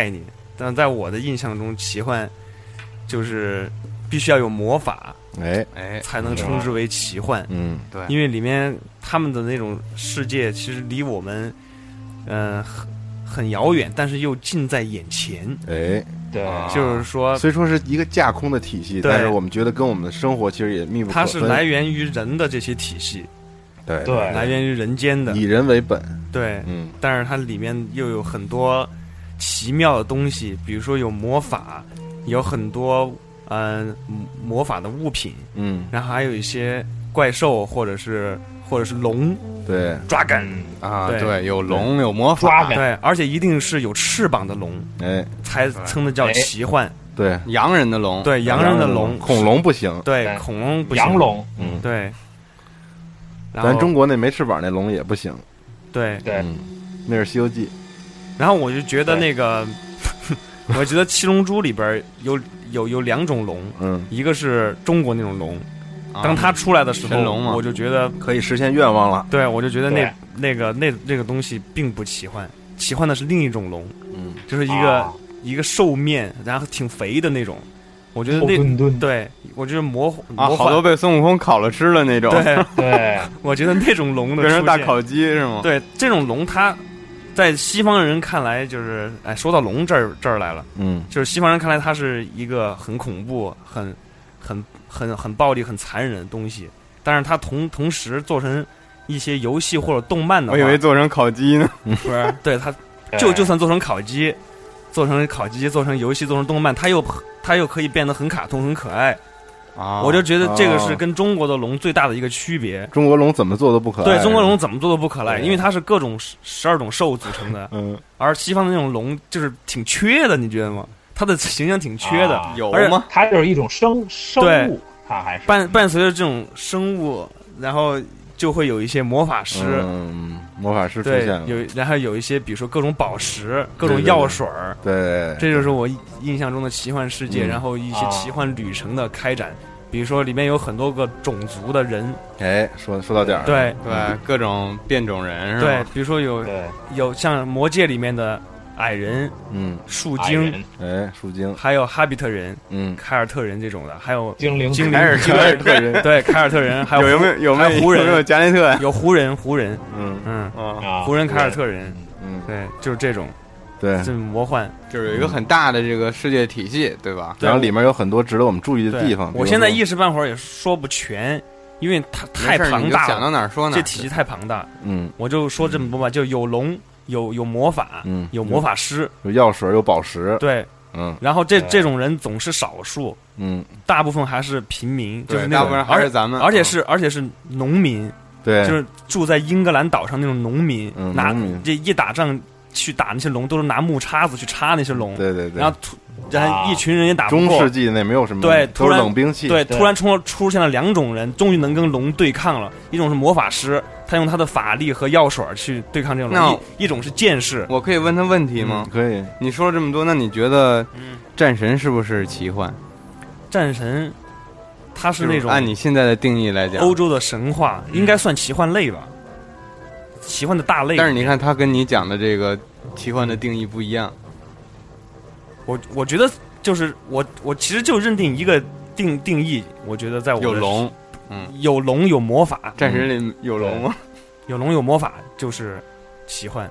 但在我的印象中，奇幻就是必须要有魔法，才能称之为奇幻。 对， 因为里面他们的那种世界其实离我们，很遥远，但是又近在眼前。 对， 就是说， 虽说是一个架空的体系，但是我们觉得跟我们的生活其实也密不可分。 它是来源于人的这些体系， 对， 来源于人间的， 以人为本。 对，但是它里面又有很多奇妙的东西，比如说有魔法，有很多魔法的物品，然后还有一些怪兽或者是龙， 对 ，dragon 啊，对，有龙有魔法， 对，而且一定是有翅膀的龙，才称的叫奇幻。 对， 洋人的龙， 对，洋人的龙， 恐龙不行， 对，恐龙不行， 洋龙， 对。 咱中国那没翅膀那龙也不行， 对， 那是《西游记》。 然后我就觉得那个，我觉得《七龙珠》里边有两种龙，一个是中国那种龙，当它出来的时候，我就觉得可以实现愿望了。 对，我就觉得那个东西并不奇幻，奇幻的是另一种龙，就是一个兽面，然后挺肥的那种。我觉得对，我觉得魔幻好多被孙悟空烤了吃了那种。 对， 我觉得那种龙的变成大烤鸡是吗？ 对，这种龙它在西方人看来就是，说到龙这儿来了，就是西方人看来它是一个很恐怖、很暴力、很残忍的东西，但是它同时做成一些游戏或者动漫的话， 我以为做成烤鸡呢， 不是？对，它就算做成烤鸡。做成游戏，做成动漫，它又可以变得很卡通、很可爱啊！我就觉得这个是跟中国的龙最大的一个区别。 中国龙怎么做都不可爱。 对，中国龙怎么做都不可爱，因为它是各种12种兽组成的。而西方的那种龙就是挺缺的，你觉得吗？它的形象挺缺的， 有吗？ 它就是一种生物，它还是伴随着这种生物，然后就会有一些魔法师。 魔法师出现了， 然后有一些，比如说各种宝石、各种药水儿， 对， 这就是我印象中的奇幻世界。然后一些奇幻旅程的开展，比如说里面有很多个种族的人， 说到点儿， 对， 各种变种人，是吧？ 对，比如说有像魔界里面的矮人，树精， 树精， 还有哈比特人，凯尔特人这种的，还有精灵凯尔特人，对，凯尔特人，还有有没有湖人？有没有加内特？ 有湖人，湖人凯尔特人，对，就是这种， 对， 这魔幻， 就是有一个很大的这个世界体系，对吧？ 然后里面有很多值得我们注意的地方。 我现在一时半会儿也说不全，因为它太庞大了， 讲到哪儿说哪儿， 这体系太庞大。我就说这么多吧，就有龙。有魔法，有魔法师， 有药水，有宝石， 对，然后这种人总是少数，大部分还是平民，就是那种， 还是咱们， 而且是农民， 对， 就是住在英格兰岛上那种农民，拿这一打仗去打那些龙，都是拿木叉子去插那些龙， 对， 然后一群人也打不过。 中世纪那没有什么， 对， 都是冷兵器， 对，突然出现了两种人，终于能跟龙对抗了，一种是魔法师。他用他的法力和药水去对抗这种龙，一种是剑士。 我可以问他问题吗？ 可以。 你说了这么多，那你觉得战神是不是奇幻？ 战神，他是那种按你现在的定义来讲， 欧洲的神话应该算奇幻类吧？奇幻的大类。 但是你看，他跟你讲的这个奇幻的定义不一样。 我觉得就是我其实就认定一个定义，我觉得在我有龙。 有龙有魔法， 战神里有龙吗？ 有龙有魔法就是奇幻。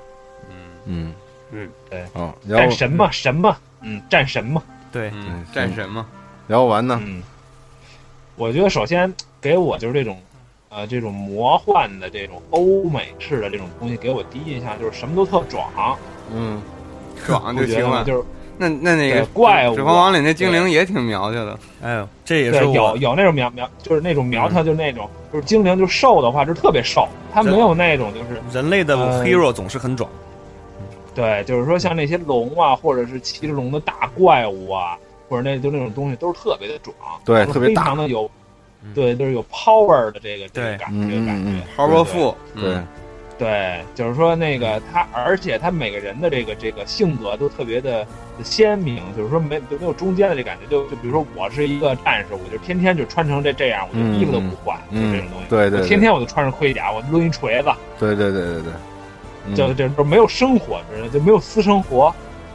对。战神嘛，战神嘛， 对， 战神嘛。 聊完呢？ 我觉得首先给我就是这种，这种魔幻的这种欧美式的这种东西，给我第一印象就是什么都特壮。 壮就奇幻， 就是。 那个怪物， 指环王里那精灵也挺苗条的。 哎呦，这也是有那种苗，就是那种苗条，就是那种就是精灵，就是瘦的话就是特别瘦，它没有那种就是人类的 hero 总是很壮。 对，就是说像那些龙啊，或者是骑着龙的大怪物啊，或者那种东西都是特别的壮， 对，特别大， 非常的有，对，就是有 power 的这个感觉 ，powerful， 对，就是说那个他，而且他每个人的这个性格都特别的鲜明，就是说没有中间的这感觉，就比如说我是一个战士，我就天天就穿成这样，我就衣服都不换，就这种东西。 对， 我天天我就穿着盔甲，我抡一锤子。 对， 就没有生活，就没有私生活，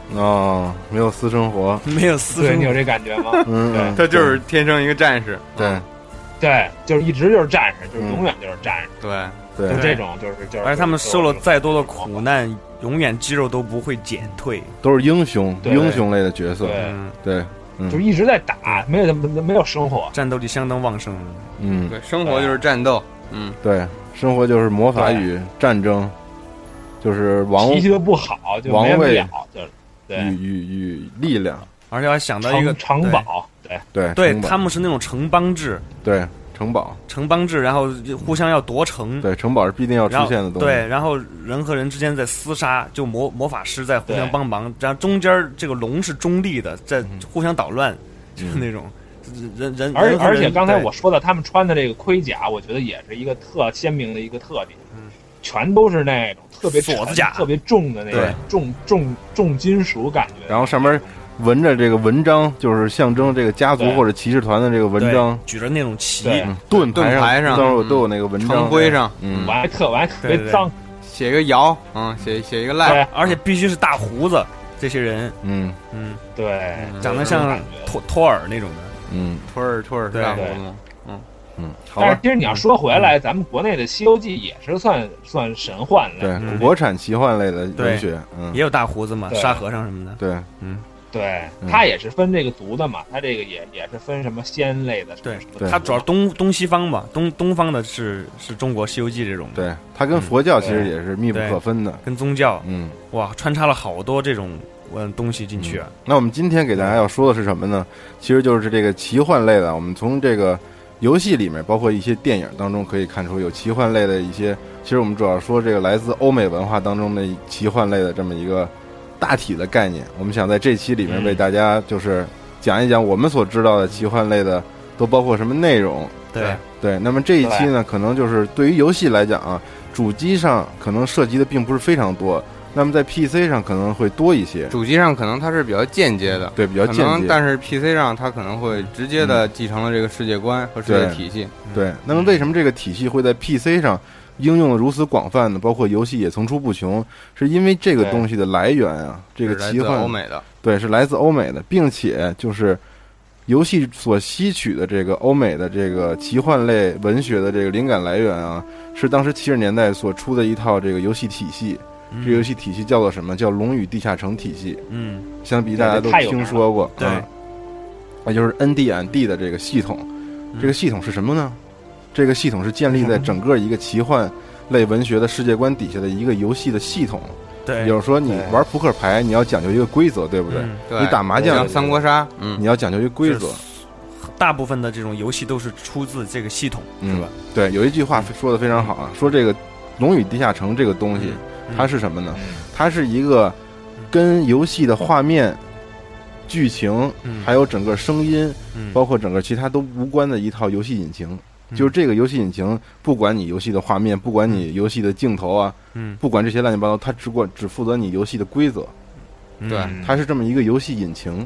哦，没有私生活， 没有私对， 生活。 你有这感觉吗？ 嗯， 他就是天生一个战士。 对对，就是一直就是战士，就是永远就是战士， 对对就这种就是。 而且他们受了再多的苦难，永远肌肉都不会减退。 都是英雄对英雄类的角色， 对， 对， 就是一直在打，没有生活。 战斗力相当旺盛。 嗯， 对，生活就是战斗。 对，生活就是魔法与战争，就是脾气的不好就没人了，就是对与力量， 而且还想到一个城堡， 对， 他们是那种城邦制， 对，城邦制，然后互相要夺城， 对，城堡是必定要出现的东西， 对，然后人和人之间在厮杀，就魔法师在互相帮忙，然后中间这个龙是中立的，在互相捣乱，就是那种人， 而且刚才我说的他们穿的这个盔甲，我觉得也是一个特鲜明的一个特点，全都是那种特别锁子甲、 特别重的那个重金属感觉， 然后上面纹着这个纹章，就是象征这个家族或者骑士团的这个盾章， 举着那种旗， 盾牌上都有那个纹章， 城徽上， 我还特别脏， 写个摇，写一个赖， 而且必须是大胡子，这些人， 对， 长得像托尔那种的， 托尔是大胡子吗？ 但是其实你要说回来，咱们国内的《西游记》也是算神幻类， 对，国产奇幻类的文学， 也有大胡子嘛，沙和尚什么的， 对， 对，它也是分这个族的嘛，它这个也是分什么仙类的， 对，它主要东西方嘛，东方的是中国《西游记》这种， 对，它跟佛教其实也是密不可分的， 跟宗教，哇，穿插了好多这种东西进去啊。 那我们今天给大家要说的是什么呢？其实就是这个奇幻类的，我们从这个游戏里面，包括一些电影当中可以看出有奇幻类的一些。其实我们主要说这个来自欧美文化当中的奇幻类的这么一个大体的概念。我们想在这期里面为大家就是讲一讲我们所知道的奇幻类的都包括什么内容。对，那么这一期呢，可能就是对于游戏来讲啊，主机上可能涉及的并不是非常多。那么在 PC 上可能会多一些， 主机上可能它是比较间接的， 对，比较间接， 但是 PC 上它可能会直接的继承了这个世界观和世界体系。 对，那么为什么这个体系会在 PC 上应用的如此广泛呢？包括游戏也层出不穷，是因为这个东西的来源啊，这个奇幻欧美的， 对，是来自欧美的，并且就是游戏所吸取的这个欧美的这个奇幻类文学的这个灵感来源啊，是当时70年代所出的一套这个游戏体系。这个游戏体系叫做什么？叫《龙与地下城》体系。相比大家都听说过， 对， 那就是 ND&D 的这个系统。这个系统是什么呢？这个系统是建立在整个一个奇幻类文学的世界观底下的一个游戏的系统。 对， 比如说你玩扑克牌，你要讲究一个规则，对不对？ 对， 你打麻将、 三国杀， 你要讲究一个规则。 大部分的这种游戏都是出自这个系统，是吧？ 对，有一句话说的非常好啊，说这个《龙与地下城》这个东西。它是什么呢？它是一个跟游戏的画面、剧情，还有整个声音，包括整个其他都无关的一套游戏引擎。就是这个游戏引擎，不管你游戏的画面，不管你游戏的镜头啊，不管这些乱七八糟，它只负责你游戏的规则。 对， 它是这么一个游戏引擎。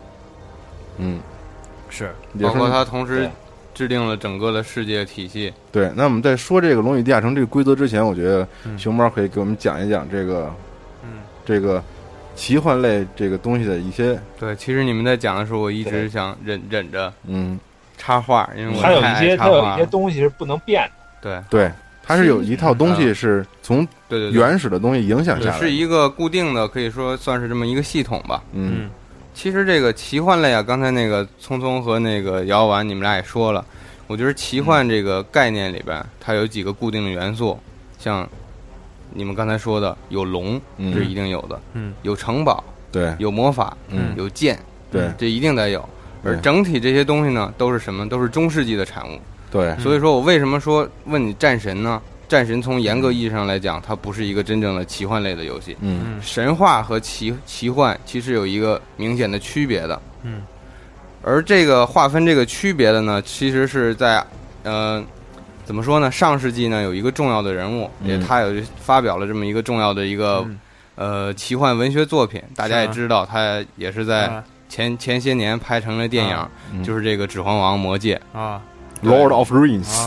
是， 包括它同时制定了整个的世界体系。 对，那我们在说这个《龙与地下城》这个规则之前，我觉得熊猫可以给我们讲一讲这个，这个奇幻类这个东西的一些。 对，其实你们在讲的时候，我一直想忍着，插话，因为我它有一些东西是不能变的。 对，它是有一套东西是从原始的东西影响下来， 是一个固定的，可以说算是这么一个系统吧。其实这个奇幻类啊，刚才那个聪聪和那个姚丸你们俩也说了，我觉得奇幻这个概念里边，它有几个固定的元素，像你们刚才说的有龙，这是一定有的，有城堡， 对， 有魔法，有剑， 对， 这一定得有。而整体这些东西呢，都是什么？都是中世纪的产物。 对， 所以说我为什么说问你战神呢？战神从严格意义上来讲，它不是一个真正的奇幻类的游戏。神话和奇幻其实有一个明显的区别的。而这个划分这个区别的呢，其实是在怎么说呢？上世纪呢有一个重要的人物，他有发表了这么一个重要的一个奇幻文学作品，大家也知道，他也是在前些年拍成了电影，就是这个《指环王》《魔戒》 啊，《Lord of the Rings》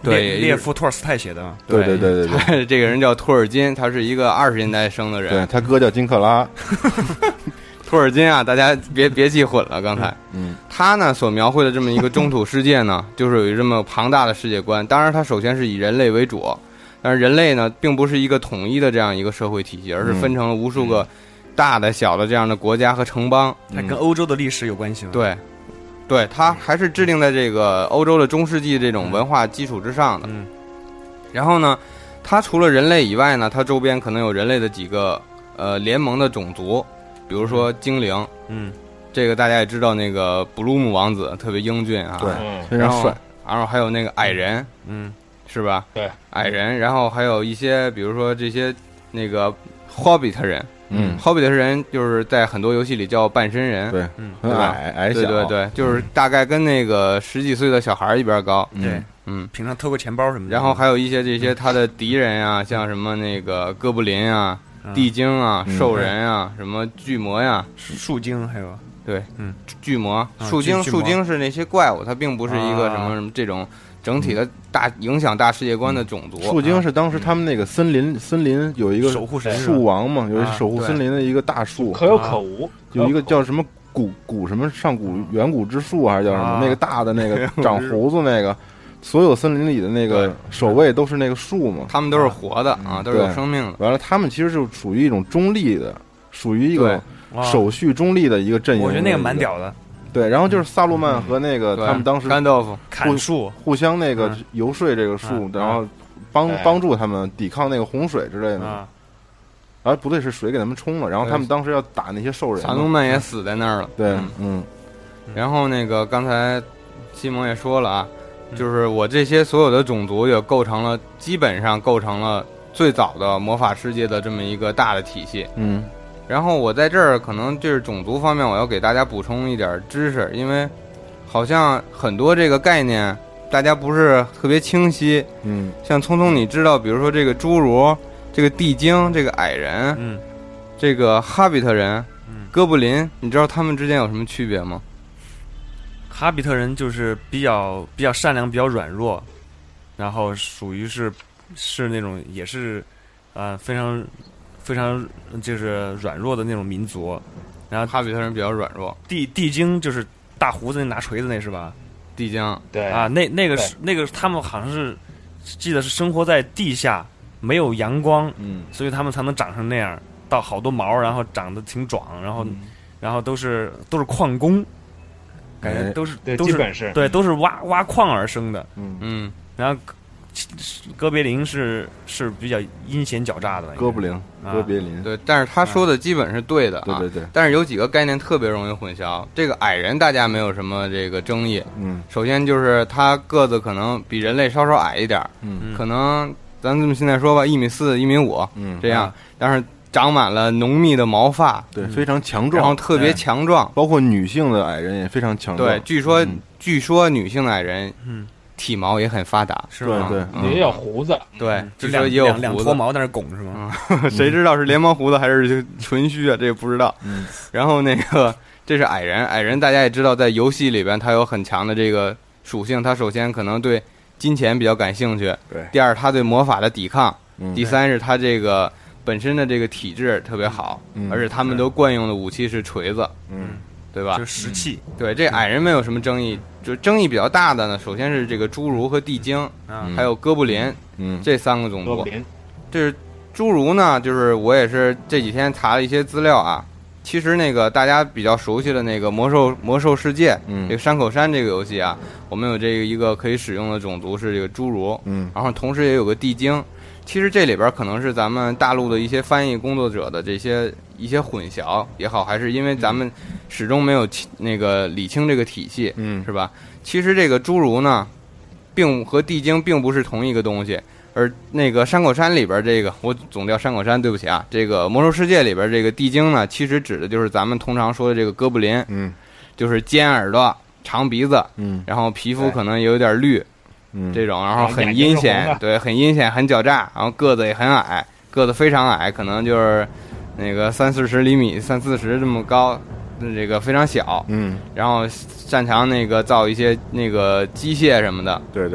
对， 列夫·托尔斯泰写的。 对， 这个人叫托尔金，他是一个20年代生的人。 对，他哥叫金克拉。 托尔金啊，大家别记混了。刚才，他呢所描绘的这么一个中土世界呢，就是有这么庞大的世界观。当然，他首先是以人类为主，但是人类呢，并不是一个统一的这样一个社会体系，而是分成了无数个大的、小的这样的国家和城邦。 它跟欧洲的历史有关系吗？ 对，它还是制定在这个欧洲的中世纪这种文化基础之上的。然后呢，它除了人类以外呢，它周边可能有人类的几个联盟的种族。比如说精灵，这个大家也知道，那个布鲁姆王子特别英俊啊， 对，非常帅。 然后还有那个矮人，是吧？ 对， 矮人。然后还有一些，比如说这些那个 Hobbit 人，Hobbit 人就是在很多游戏里叫半身人， 对，很矮小， 对，就是大概跟那个10几岁的小孩一边高， 对，平常偷个钱包什么的。 然后还有一些这些他的敌人啊，像什么那个哥布林啊。地精啊，兽人啊，什么巨魔呀， 树精还有对，巨魔、树精是那些怪物，它并不是一个什么这种整体的大影响大世界观的种族。 树精是当时他们那个森林有一个守护神树王嘛，有一守护森林的一个大树， 可有可无。 有一个叫什么古什么上古远古之树还是叫什么？那个大的那个长胡子那个。所有森林里的那个守卫都是那个树嘛， 他们都是活的啊，都是有生命的。 完了，他们其实就属于一种中立的，属于一个手续中立的一个阵营。 我觉得那个蛮屌的。 对，然后就是萨洛曼和那个他们当时甘道夫砍树， 互相那个游说这个树，然后帮助他们抵抗那个洪水之类的。啊，不对，是水给他们冲了，然后他们当时要打那些兽人。 萨洛曼也死在那儿了。 对， 然后那个刚才西蒙也说了啊。就是我这些所有的种族也基本上构成了最早的魔法世界的这么一个大的体系。然后我在这儿可能就是种族方面，我要给大家补充一点知识，因为好像很多这个概念大家不是特别清晰。像聪聪你知道，比如说这个侏儒、这个地精、这个矮人、这个哈比特人、哥布林，你知道他们之间有什么区别吗？ 哈比特人就是比较善良，比较软弱，然后属于是那种也是非常就是软弱的那种民族。然后哈比特人比较软弱。 地精就是大胡子拿锤子那是吧？ 地精对啊，那个他们好像是记得是生活在地下，没有阳光，所以他们才能长成那样，到好多毛，然后长得挺壮，然后都是矿工。感觉都是基本是对，都是挖矿而生的。然后哥别林是比较阴险狡诈的。 哥别林对，但是他说的基本是对的啊。对。 但是有几个概念特别容易混淆。这个矮人大家没有什么这个争议。首先就是他个子可能比人类稍稍矮一点。可能咱这么现在说吧，1.4米、1.5米，这样。但是长满了浓密的毛发， 对，非常强壮， 然后特别强壮， 包括女性的矮人也非常强壮。 对，据说女性的矮人，体毛也很发达， 是吧？ 对， 也有胡子， 对， 就说也有两坨毛在那拱是吗？ 谁知道是连毛胡子还是纯须啊？这个不知道。然后那个这是矮人大家也知道，在游戏里边它有很强的这个属性，它首先可能对金钱比较感兴趣， 对。 第二，它对魔法的抵抗，第三是它这个。本身的这个体质特别好，而且他们都惯用的武器是锤子，对吧？ 就石器。 对，这矮人没有什么争议，就争议比较大的呢，首先是这个侏儒和地精，还有哥布林，这3个种族。这是侏儒呢，就是我也是这几天查了一些资料啊。其实那个大家比较熟悉的那个魔兽世界，这个山口山这个游戏啊，我们有这个一个可以使用的种族是这个侏儒，然后同时也有个地精。其实这里边可能是咱们大陆的一些翻译工作者的一些混淆也好，还是因为咱们始终没有那个理清这个体系，是吧？其实这个侏儒呢，和地精并不是同一个东西，而那个山口山里边这个，我总叫山口山，对不起啊。这个魔兽世界里边这个地精呢，其实指的就是咱们通常说的这个哥布林，就是尖耳朵、长鼻子，然后皮肤可能也有点绿。这种，然后很阴险，对，很阴险，很狡诈，然后个子也很矮，个子非常矮，可能就是那个30-40厘米，30-40这么高，这个非常小，然后擅长那个造一些那个机械什么的， 对，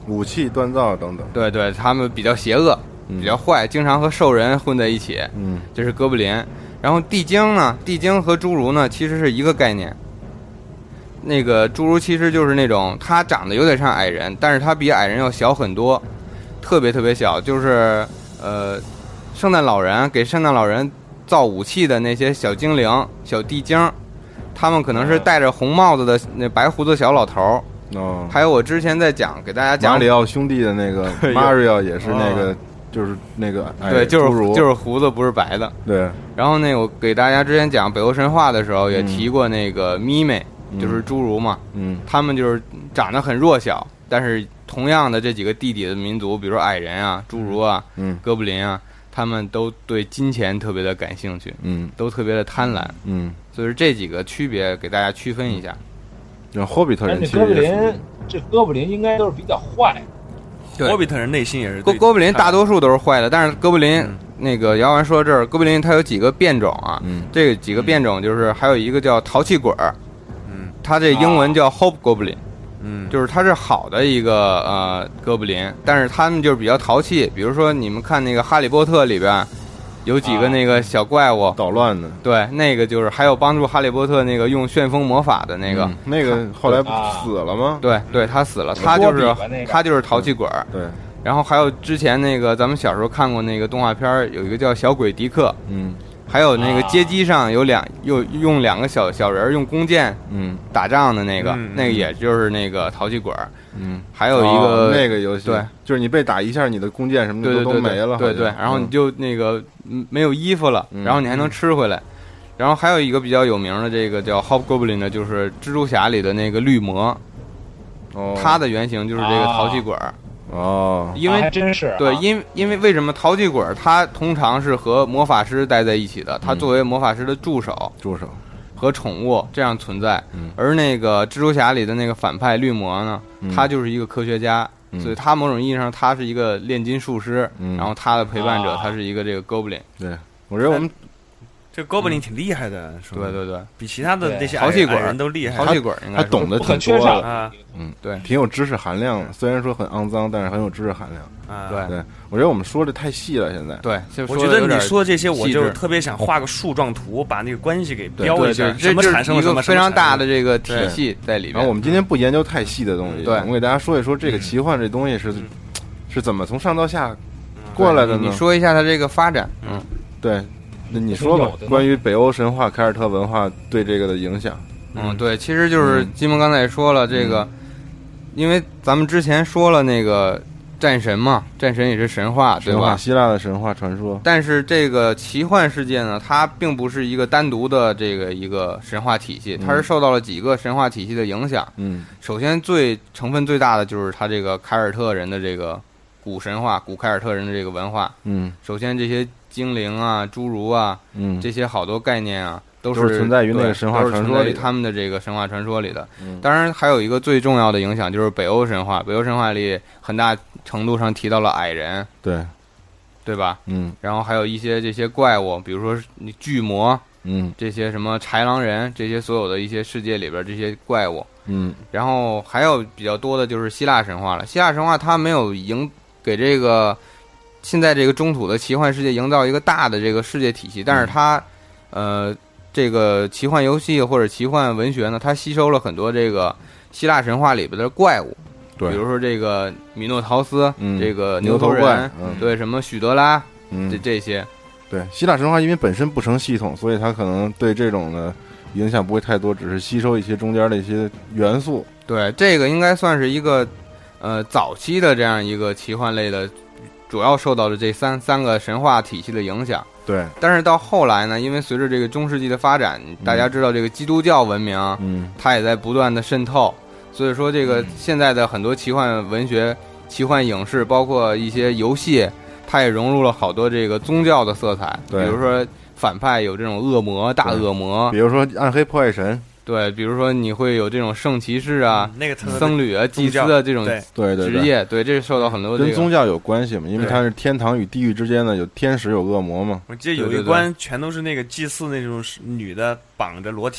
武器锻造等等。 对对，他们比较邪恶，比较坏，经常和兽人混在一起。这是哥布林。然后地精呢？地精和侏儒呢，其实是一个概念。那个侏儒其实就是那种，他长得有点像矮人，但是他比矮人要小很多，特别特别小。就是圣诞老人给圣诞老人造武器的那些小精灵、小地精，他们可能是戴着红帽子的那白胡子小老头。还有我之前在给大家讲马里奥兄弟的那个Mario 也是那个。就是那个对，就是胡子不是白的。 对， 然后我给大家之前讲北欧神话的时候也提过那个咪妹，就是侏儒嘛。他们就是长得很弱小，但是同样的这几个地底的民族，比如说矮人啊、侏儒啊、哥布林啊，他们都对金钱特别的感兴趣，都特别的贪婪，所以这几个区别给大家区分一下。 像霍比特人， 这哥布林应该都是比较坏。 霍比特人内心也是哥布林大多数都是坏的，但是哥布林那个姚完说这儿，哥布林它有几个变种啊，这几个变种就是还有一个叫淘气鬼儿，它这英文叫 Hope Goblin，就是它是好的一个哥布林，但是他们就是比较淘气，比如说你们看那个哈利波特里边有几个那个小怪物捣乱的， 对，那个就是还有帮助哈利波特那个用旋风魔法的那个， 那个后来不死了吗？ 对对，他死了，他就是淘气鬼。 对， 然后还有之前那个咱们小时候看过那个动画片，有一个叫小鬼迪克，还有那个街机上有又用两个小人用弓箭打仗的那个，那个也就是那个淘气鬼。还有一个那个游戏，对，就是你被打一下，你的弓箭什么的都没了， 对对，然后你就那个没有衣服了，然后你还能吃回来。然后还有一个比较有名的这个叫 Hobgoblin 的，就是蜘蛛侠里的那个绿魔，它的原型就是这个淘气鬼。因为还真是对，因为为什么淘气鬼它通常是和魔法师待在一起的，它作为魔法师的助手和宠物这样存在，而那个蜘蛛侠里的那个反派绿魔呢，他就是一个科学家，所以他某种意义上他是一个炼金术师，然后他的陪伴者他是一个这个 Goblin。 对，我觉得我们这个 Goblin 挺厉害的， 对对对， 比其他的那些淘气鬼人都厉害。 淘气鬼应该他懂得挺多的， 对， 挺有知识含量的。虽然说很肮脏，但是很有知识含量。对，我觉得我们说的太细了，现在。 对， 我觉得你说这些，我就特别想画个树状图，把那个关系给标一下，什么产生了什么， 非常大的这个体系在里面。 然后我们今天不研究太细的东西， 对， 我给大家说一说这个奇幻这东西是怎么从上到下过来的呢？ 你说一下它这个发展， 对。那你说吧，关于北欧神话、凯尔特文化对这个的影响。 对，其实就是金蒙刚才也说了，这个，因为咱们之前说了那个战神嘛，战神也是神话，对吧？ 希腊的神话传说。 但是这个奇幻世界呢，它并不是一个单独的这个一个神话体系，它是受到了几个神话体系的影响。首先成分最大的就是它这个凯尔特人的这个古神话、古凯尔特人的这个文化。首先这些精灵啊、侏儒啊，这些好多概念啊，都是存在于那个神话传说里， 他们的这个神话传说里的。当然，还有一个最重要的影响就是北欧神话。北欧神话里很大程度上提到了矮人，对吧？然后还有一些这些怪物，比如说巨魔，这些什么豺狼人，这些所有的一些世界里边这些怪物，然后还有比较多的就是希腊神话了。希腊神话它没有给这个现在这个中土的奇幻世界营造一个大的这个世界体系，但是它这个奇幻游戏或者奇幻文学呢，它吸收了很多这个希腊神话里边的怪物，比如说这个米诺陶斯，这个牛头人，对，什么许德拉，这些。 对，希腊神话因为本身不成系统，所以它可能对这种的影响不会太多，只是吸收一些中间的一些元素。 对，这个应该算是一个早期的这样一个奇幻类的，主要受到了这三个神话体系的影响。 对， 但是到后来呢，因为随着这个中世纪的发展，大家知道这个基督教文明，它也在不断的渗透，所以说这个现在的很多奇幻文学、奇幻影视，包括一些游戏，它也融入了好多这个宗教的色彩。比如说反派有这种恶魔、大恶魔， 比如说暗黑破坏神。 对，比如说你会有这种圣骑士啊、 那个僧侣啊、祭司的这种职业，对，这是受到很多跟宗教有关系嘛，因为它是天堂与地狱之间的，有天使有恶魔嘛。 我记得有一关全都是那个祭祀那种女的绑着裸体，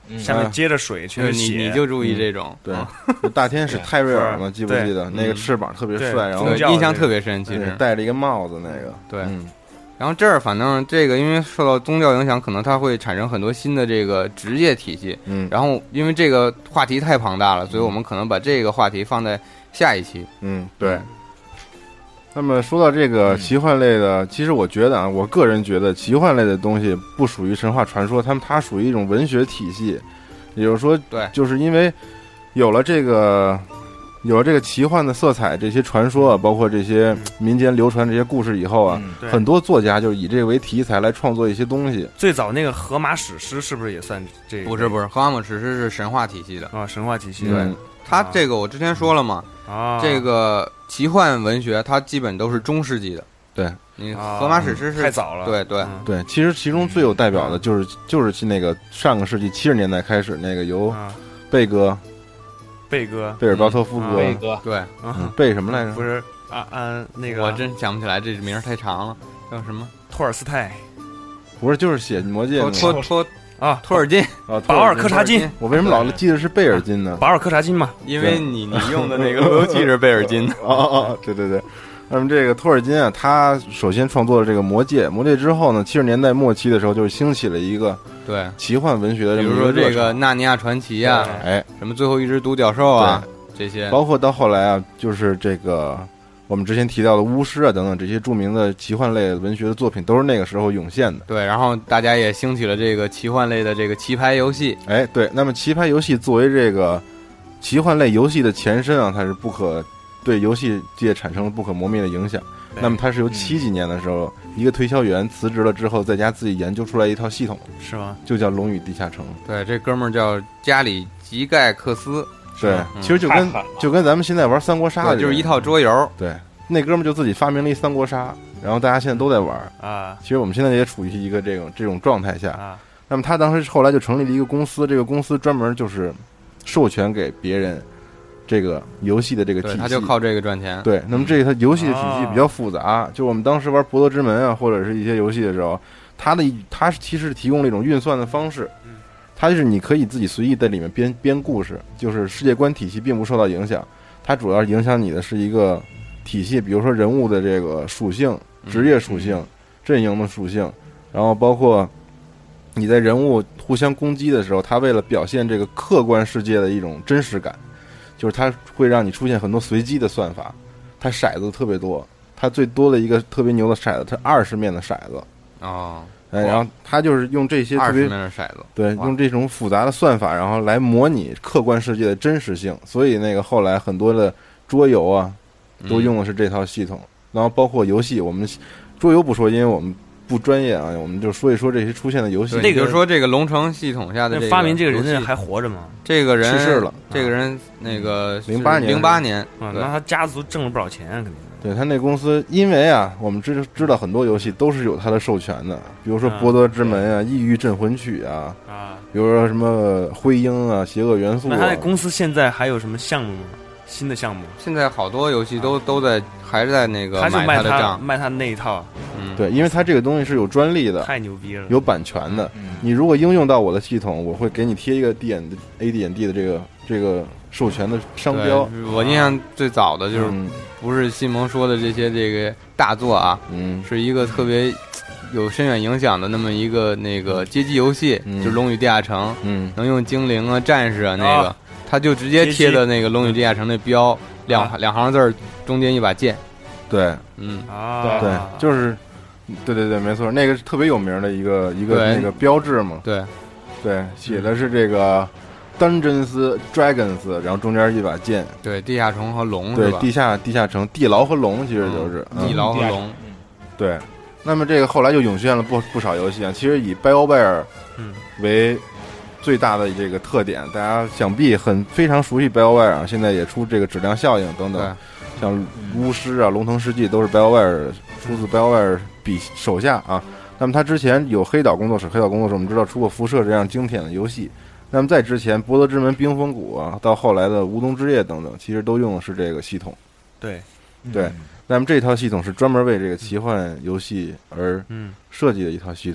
下面接着水全是血， 你就注意这种。 对，大天使泰瑞尔嘛，记不记得那个翅膀特别帅，然后印象特别深，其实戴着一个帽子那个。 对，然后这儿反正这个因为受到宗教影响，可能它会产生很多新的这个职业体系。然后因为这个话题太庞大了，所以我们可能把这个话题放在下一期。 对。那么说到这个奇幻类的，其实我觉得啊，我个人觉得奇幻类的东西不属于神话传说，它属于一种文学体系。也就是说， 对， 就是因为有了这个奇幻的色彩，这些传说啊，包括这些民间流传这些故事以后啊，很多作家就以这个为题材来创作一些东西。 最早那个荷马史诗是不是也算这个？ 不是，荷马史诗是神话体系的啊，神话体系。 对，它这个我之前说了嘛，这个奇幻文学它基本都是中世纪的。 对， 你荷马史诗是太早了。 对，其实其中最有代表的就是那个上个世纪70年代开始那个由贝尔巴托夫哥， 对， 贝什么来着？ 不是那个我真想不起来，这名太长了，叫什么？ 托尔斯泰？ 不是，就是写《魔戒》 托尔金啊， 保尔柯察金。 我为什么老记得是贝尔金呢？ 保尔柯察金嘛， 因为你用的那个路由器是贝尔金。 对。那么这个托尔金啊，他首先创作了这个《魔戒》，之后呢，70年代末期的时候，就是兴起了一个对奇幻文学的， 比如说这个《纳尼亚传奇》啊，什么最后一只独角兽啊，这些， 包括到后来啊，就是这个我们之前提到的巫师啊等等这些著名的奇幻类文学的作品，都是那个时候涌现的。 对，然后大家也兴起了这个奇幻类的这个棋牌游戏。 对，那么棋牌游戏作为这个奇幻类游戏的前身啊，它是对游戏界产生了不可磨灭的影响。那么它是由70几年的时候，一个推销员辞职了之后，在家自己研究出来一套系统， 是吗？ 就叫《龙与地下城》。 对，这哥们儿叫加里吉盖克斯。 对，其实就跟咱们现在玩三国杀的， 就是一套桌游。 对，那哥们儿就自己发明了一三国杀，然后大家现在都在玩啊。其实我们现在也处于一个这种状态下啊。那么他当时后来就成立了一个公司，这个公司专门就是授权给别人这个游戏的这个体系， 他就靠这个赚钱。 对，那么这个它游戏的体系比较复杂，就我们当时玩《博德之门》啊，或者是一些游戏的时候，它其实提供了一种运算的方式，它就是你可以自己随意在里面编故事，就是世界观体系并不受到影响，它主要影响你的是一个体系，比如说人物的这个属性、职业属性、阵营的属性，然后包括你在人物互相攻击的时候，它为了表现这个客观世界的一种真实感。就是它会让你出现很多随机的算法，它骰子特别多，它最多的一个特别牛的骰子，它20面的骰子然后它就是用这些特别 20面的骰子， 对，用这种复杂的算法，然后来模拟客观世界的真实性。所以那个后来很多的桌游啊，都用的是这套系统。然后包括游戏，我们桌游不说，因为我们不专业啊，我们就说一说这些出现的游戏。 那个说这个龙城系统下的这个发明这个人还活着吗？ 这个人去世了。 这个人那个 08 年， 那他家族挣了不少钱啊，肯定。 对，他那公司，因为啊，我们知道很多游戏都是有他的授权的，比如说《博德之门》啊，《异域镇魂曲》啊，比如说什么《灰鹰》啊，《邪恶元素》啊。 那他那公司现在还有什么项目吗？新的项目？ 现在好多游戏都在还是在那个买他的账， 卖他那一套。 对，因为它这个东西是有专利的， 太牛逼了， 有版权的。你如果应用到我的系统，我会给你贴一个 AD&D 的这个授权的商标。 我印象最早的就是不是西蒙说的这些这个大作啊，是一个特别有深远影响的那么一个那个街机游戏，就是《龙与地下城》，能用精灵啊、战士啊那个，他就直接贴的那个《龙与地下城》那标，两行字中间一把剑。 对，对，就是。对，没错，那个是特别有名的一个那个标志嘛。 对， 写的是这个 Dungeons Dragons， 然后中间一把剑。 对，地下城和龙。 对，地下城，地牢和龙其实就是地牢和龙。 对，那么这个后来就涌现了不少游戏啊。其实以 BioWare 为最大的这个特点，大家想必非常熟悉 BioWare 啊。现在也出这个质量效应等等，像巫师啊、龙腾世纪都是 BioWare 出自 BioWare手下啊。那么他之前有黑岛工作室我们知道出过辐射这样经典的游戏。那么在之前博德之门、冰封谷啊，到后来的无冬之夜等等，其实都用的是这个系统。 对， 那么这套系统是专门为这个奇幻游戏而设计的一套系统。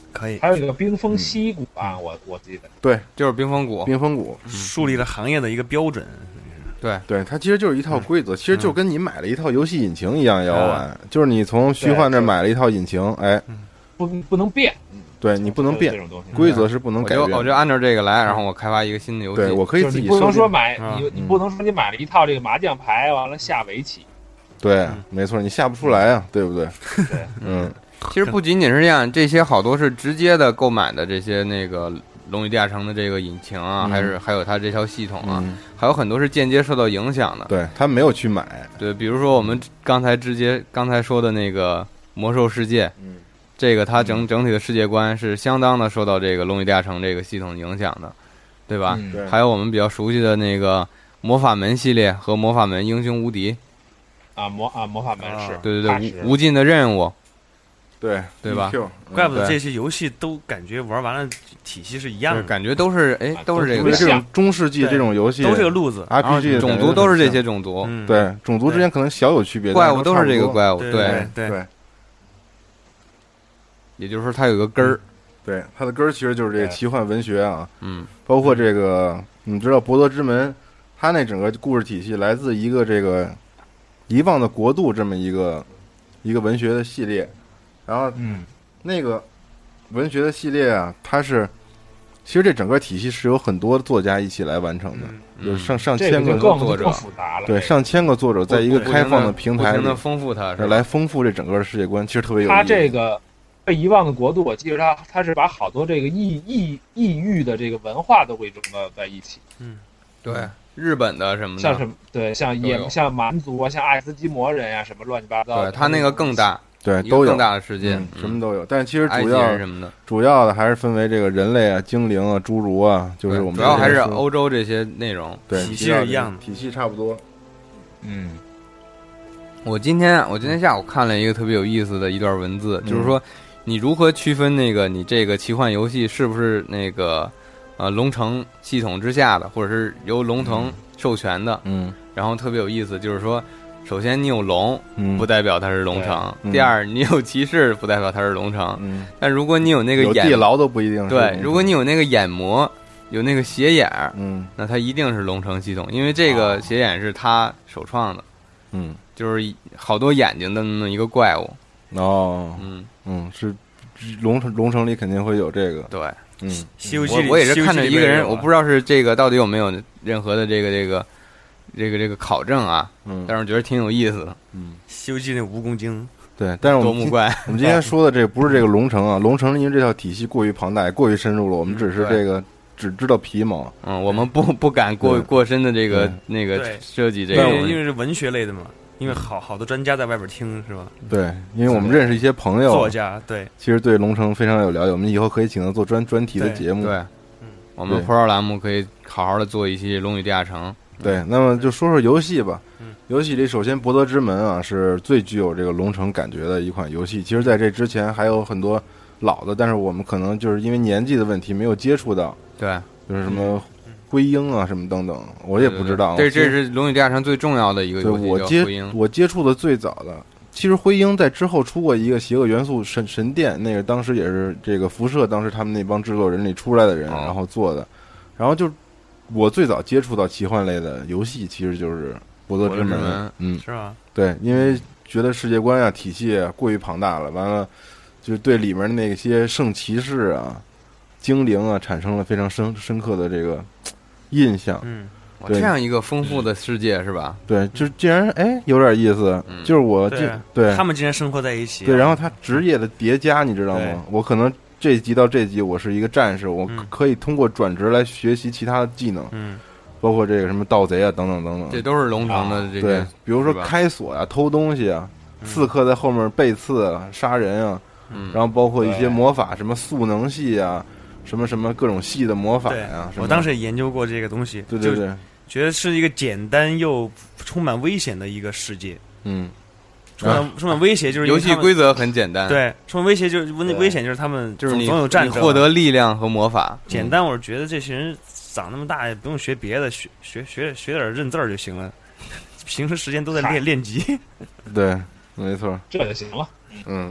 可以。 还有一个冰封溪谷啊，我记得对， 就是冰封谷， 冰封谷树立了行业的一个标准。 对，它其实就是一套规则，其实就跟你买了一套游戏引擎一样要玩，就是你从虚幻这买了一套引擎，哎， 不能变， 对你不能变，规则是不能改变。 我就按照这个来，然后我开发一个新的游戏。 对，我可以自己。 你不能说你不能说你买了一套这个麻将牌，完了下围棋。 对，没错，你下不出来啊，对不对？ 对， 其实不仅仅是这样，这些好多是直接的购买的这些那个龙与地下城的这个引擎啊，还有它这套系统啊，还有很多是间接受到影响的。 对，他没有去买。 对，比如说我们刚才说的那个魔兽世界，这个它整体的世界观是相当的受到这个龙与地下城这个系统影响的，对吧？ 对。 还有我们比较熟悉的那个魔法门系列和魔法门英雄无敌。 魔法门是。 对，无尽的任务。对吧？ 怪不得这些游戏都感觉玩完了体系是一样的， 感觉都是都是这个这种中世纪这种游戏都这个路子 ，RPG 种族都是这些种族， 对，种族之间可能小有区别， 怪物都是这个怪物， 对， 也就是说它有个根儿， 对，它的根儿其实就是这个奇幻文学啊，包括这个你知道博德之门，它那整个故事体系来自一个这个遗忘的国度这么一个文学的系列。然后，那个文学的系列啊，它是其实这整个体系是有很多作家一起来完成的，有上千个作者， 对，上千个作者在一个开放的平台里丰富它， 来丰富这整个的世界观，其实特别有意思。 它这个被遗忘的国度，我记得它是把好多这个异域的这个文化都汇总到在一起。 对，日本的什么的， 像什么对，像蛮族啊，像爱斯基摩人呀，什么乱七八糟的。 对，它那个更大。 对，都有更大的世界， 什么都有。但其实主要的还是分为这个人类啊、精灵啊、侏儒啊，就是我们主要还是欧洲这些内容， 对， 体系是一样的， 体系差不多。 我今天下午看了一个特别有意思的一段文字，就是说你如何区分那个你这个奇幻游戏是不是那个龙城系统之下的，或者是由龙城授权的？然后特别有意思，就是说。首先，你有龙，不代表它是龙城。第二，你有骑士，不代表它是龙城。但如果你有那个眼地牢都不一定是。 对，如果你有那个眼膜，有那个斜眼，那它一定是龙城系统，因为这个斜眼是它首创的。就是好多眼睛的那么一个怪物。 是龙城里肯定会有这个。 对， 西游记我也是看着一个人，我不知道是这个到底有没有任何的这个考证啊，但是我觉得挺有意思的。 西游记那蜈蚣精， 对，但是我们今天说的这不是这个龙城啊，龙城因为这套体系过于庞大，也过于深入了，我们只是只知道皮毛。 我们不敢过深的那个设计这个， 因为是文学类的嘛，因为好多专家在外边听是吧？ 对，因为我们认识一些朋友作家，对， 其实对龙城非常有了解，我们以后可以请他做专题的节目。 对，我们 Pro 栏目可以好好的做一期龙与地下城。 对，那么就说说游戏吧。游戏里首先《博德之门》啊是最具有这个龙城感觉的一款游戏。其实在这之前还有很多老的，但是我们可能就是因为年纪的问题没有接触到。 对， 就是什么灰鹰啊什么等等，我也不知道。 这是龙与地下城最重要的一个游戏。 我接触的最早的，其实灰鹰在之后出过一个邪恶元素神殿，那个当时也是这个辐射当时他们那帮制作人里出来的人然后做的，然后就。我最早接触到奇幻类的游戏，其实就是《博德之门》。 是吧？ 对，因为觉得世界观啊、体系啊过于庞大了，完了，就是对里面的那些圣骑士啊、精灵啊产生了非常深刻的这个印象。 这样一个丰富的世界是吧？ 对，就竟然有点意思，就是我对他们竟然生活在一起。 对，然后他职业的叠加，你知道吗？我可能。这集到这集，我是一个战士，我可以通过转职来学习其他的技能，包括这个什么盗贼啊，等等等等， 这都是龙城的这个。 对，比如说开锁啊、偷东西啊、刺客在后面背刺啊、杀人啊，然后包括一些魔法，什么速能系啊，什么各种系的魔法呀。 我当时也研究过这个东西， 对， 觉得是一个简单又充满危险的一个世界。充满威胁，就是游戏规则很简单。 对，充满威胁就是危险，就是他们就是你总有战争， 获得力量和魔法。 简单，我是觉得这些人长那么大也不用学别的，学点认字儿就行了。平时时间都在练级。 对，没错， 这就行了。 对。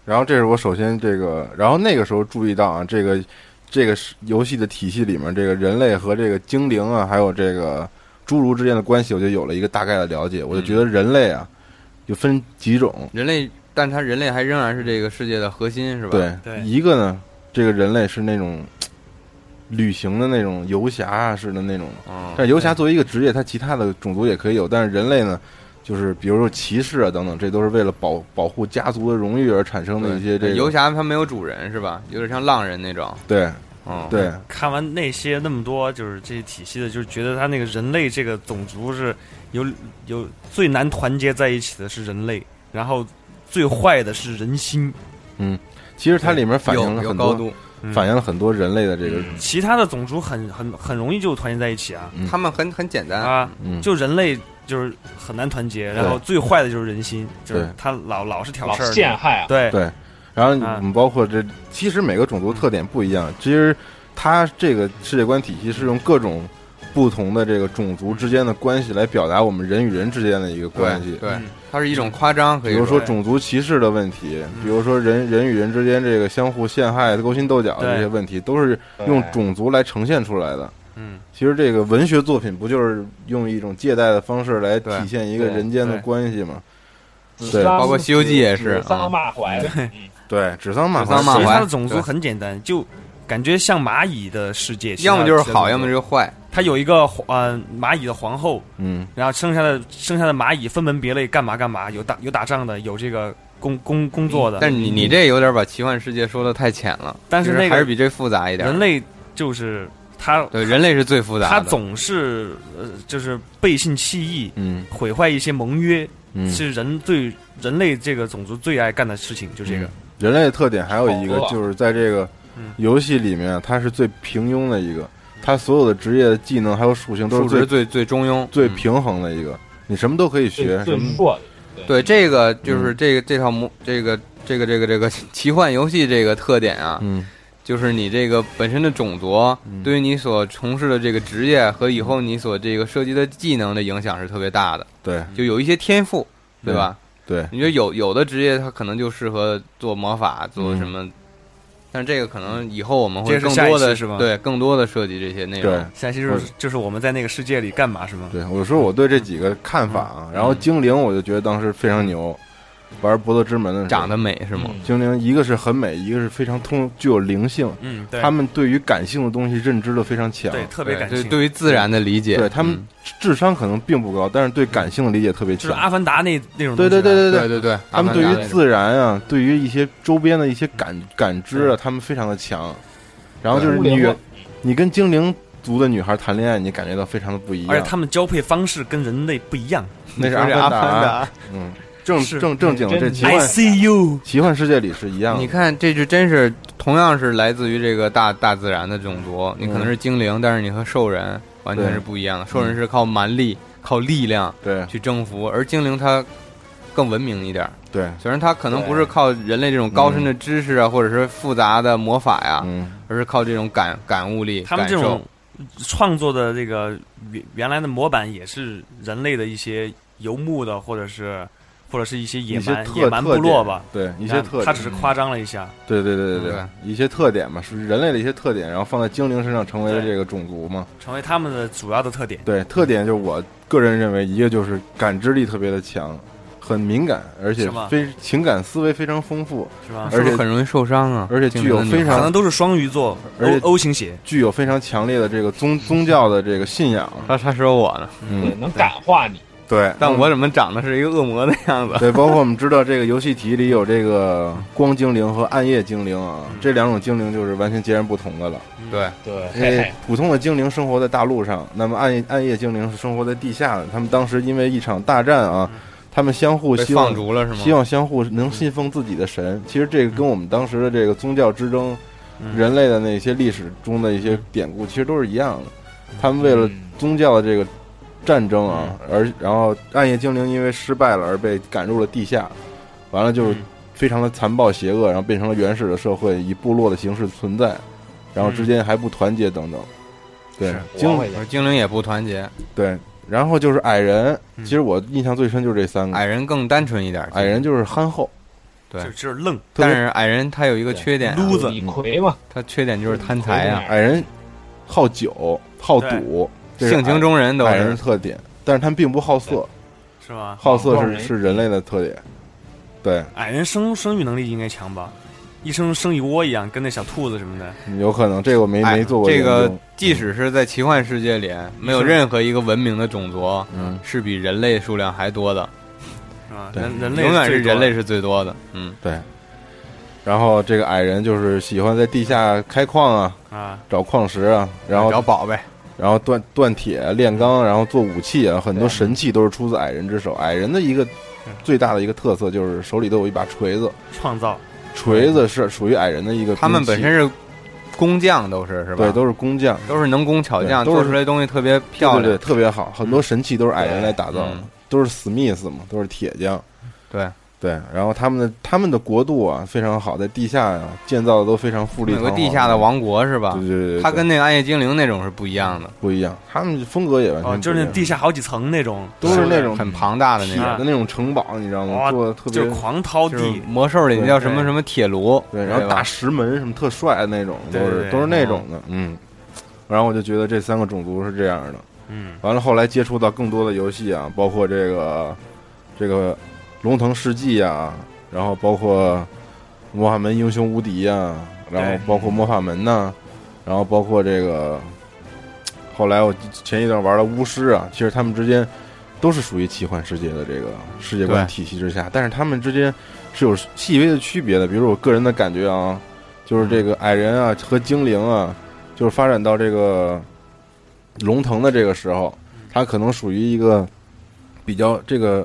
然后这是我首先这个，然后那个时候注意到啊，这个游戏的体系里面，这个人类和这个精灵啊，还有这个侏儒之间的关系，我就有了一个大概的了解。我就觉得人类啊，就分几种， 人类，但他人类还仍然是这个世界的核心，是吧？ 对， 一个呢，这个人类是那种旅行的那种游侠啊似的那种，但游侠作为一个职业，它其他的种族也可以有，但是人类呢，就是比如说骑士啊等等，这都是为了保护家族的荣誉而产生的一些这个游侠，他没有主人是吧？有点像浪人那种。 对，对。 看完那些那么多就是这些体系的，就是觉得他那个人类这个种族是有最难团结在一起的是人类，然后最坏的是人心。 其实它里面反映了很多高度。 反映了很多人类的这个， 其他的种族很容易就团结在一起啊， 他们很简单啊，就人类就是很难团结，然后最坏的就是人心，就是他老是挑事儿， 陷害啊， 对。然后我们包括这，其实每个种族特点不一样，其实它这个世界观体系是用各种不同的这个种族之间的关系来表达我们人与人之间的一个关系， 对，它是一种夸张，可以比如说种族歧视的问题，比如说人与人之间这个相互陷害、勾心斗角的这些问题，都是用种族来呈现出来的。其实这个文学作品不就是用一种借贷的方式来体现一个人间的关系吗？对， 包括《西游记》也是指桑骂槐， 对，指桑骂槐。 其他的种族很简单，就感觉像蚂蚁的世界， 要么就是好，要么就是坏。 他有一个蚂蚁的皇后，然后剩下的蚂蚁分门别类，干嘛，有打仗的，有这个工作的。 但是你这有点把奇幻世界说的太浅了， 但是那个还是比这复杂一点。 人类就是他， 对，人类是最复杂的， 他总是就是背信弃义，毁坏一些盟约，是人类这个种族最爱干的事情，就这个。 人类的特点还有一个就是在这个游戏里面，它是最平庸的一个。他所有的职业的技能还有属性都是最中庸、 最平衡的一个，你什么都可以学。 最弱的， 对这个就是这套这个奇幻游戏这个特点啊，就是你这个本身的种族对于你所从事的这个职业和以后你所这个涉及的技能的影响是特别大的。 对， 就有一些天赋，对吧？ 对， 你觉得有的职业它可能就适合做魔法，做什么？但是这个可能以后我们会更多的是吧？ 对，更多的设计这些内容。 对， 下期就是我们在那个世界里干嘛是吗？ 对，我说我对这几个看法啊，然后精灵我就觉得当时非常牛，玩博德之门的时候长得美是吗？ 精灵一个是很美，一个是非常具有灵性。 对， 他们对于感性的东西认知的非常强， 对，特别感性。 对于自然的理解， 对他们智商可能并不高，但是对感性的理解特别强。 就是阿凡达那种东西。 对， 他们对于自然啊，对于一些周边的一些感知啊，他们非常的强。然后就是你跟精灵族的女孩谈恋爱，你感觉到非常的不一样。 而且他们交配方式跟人类不一样。 那是阿凡达。正经的这奇幻世界里是一样的。 你看，这就真是同样是来自于这个大自然的种族，你可能是精灵，但是你和兽人完全是不一样的。兽人是靠蛮力、靠力量去征服，而精灵它更文明一点。 对， 虽然它可能不是靠人类这种高深的知识啊，或者是复杂的魔法呀，而是靠这种感悟力。 他们这种创作的这个原来的模板也是人类的一些游牧的，或者是一些野蛮部落吧， 对一些特点， 他只是夸张了一下， 对，一些特点嘛，是人类的一些特点，然后放在精灵身上成为了这个种族嘛， 成为他们的主要的特点。 对，特点就是我个人认为，一个就是感知力特别的强，很敏感，而且情感思维非常丰富， 是吧？ 而且很容易受伤啊， 而且具有非常可能都是双鱼座， 而且 O 型血， 具有非常强烈的这个宗教的这个信仰。 他说我呢， 能感化你。 对， 但我怎么长得是一个恶魔的样子？ 对，包括我们知道这个游戏体里有这个光精灵和暗夜精灵啊，这两种精灵就是完全截然不同的了。 对， 因为普通的精灵生活在大陆上，那么暗夜精灵是生活在地下的。他们当时因为一场大战啊，他们相互希望放逐了是吗？ 希望相互能信奉自己的神。其实这个跟我们当时的这个宗教之争，人类的那些历史中的一些典故，其实都是一样的。他们为了宗教的这个战争啊，然后暗夜精灵因为失败了而被赶入了地下，完了就是非常的残暴邪恶，然后变成了原始的社会，以部落的形式存在，然后之间还不团结等等。对， 精灵也不团结。 对，然后就是矮人，其实我印象最深就是这三个。 矮人更单纯一点， 矮人就是憨厚， 对， 就是愣。 但是矮人他有一个缺点， 撸子李逵嘛， 他缺点就是贪财啊。 矮人好酒好赌， 性情中人都是矮人的特点，但是他们并不好色， 是吧？ 好色是人类的特点。对， 矮人生育能力应该强吧？一生一窝一样，跟那小兔子什么的， 有可能。这个我没做过研究。 这个即使是在奇幻世界里，没有任何一个文明的种族，是比人类数量还多的， 是吧？人类永远是人类是最多的。 对。然后这个矮人就是喜欢在地下开矿啊，找矿石啊，然后找宝贝， 然后锻铁、炼钢，然后做武器啊，很多神器都是出自矮人之手。矮人的一个最大的一个特色就是手里都有一把锤子， 创造。 锤子是属于矮人的一个， 他们本身是工匠，是吧？ 对，都是工匠， 都是能工巧匠，做出来东西特别漂亮， 对，特别好。很多神器都是矮人来打造的，都是史密斯嘛，都是铁匠。对，然后他们的国度啊非常好，在地下建造的都非常富丽堂皇， 有个地下的王国是吧？ 对， 它跟那个暗夜精灵那种是不一样的， 不一样。他们风格也完全不一样， 就是那地下好几层那种， 都是那种很庞大的铁的那种城堡，你知道吗？做的特别就狂掏地。 魔兽里叫什么什么铁炉， 对，然后大石门什么特帅的那种，都是那种的，然后我就觉得这3个种族是这样的，完了后来接触到更多的游戏啊，包括这个龙腾世纪啊。然后包括魔法门英雄无敌啊，然后包括魔法门呐，然后包括这个后来我前一段玩了巫师啊，其实他们之间都是属于奇幻世界的这个世界观体系之下，但是他们之间是有细微的区别的。比如我个人的感觉啊，就是这个矮人啊和精灵啊，就是发展到这个龙腾的这个时候，它可能属于一个比较这个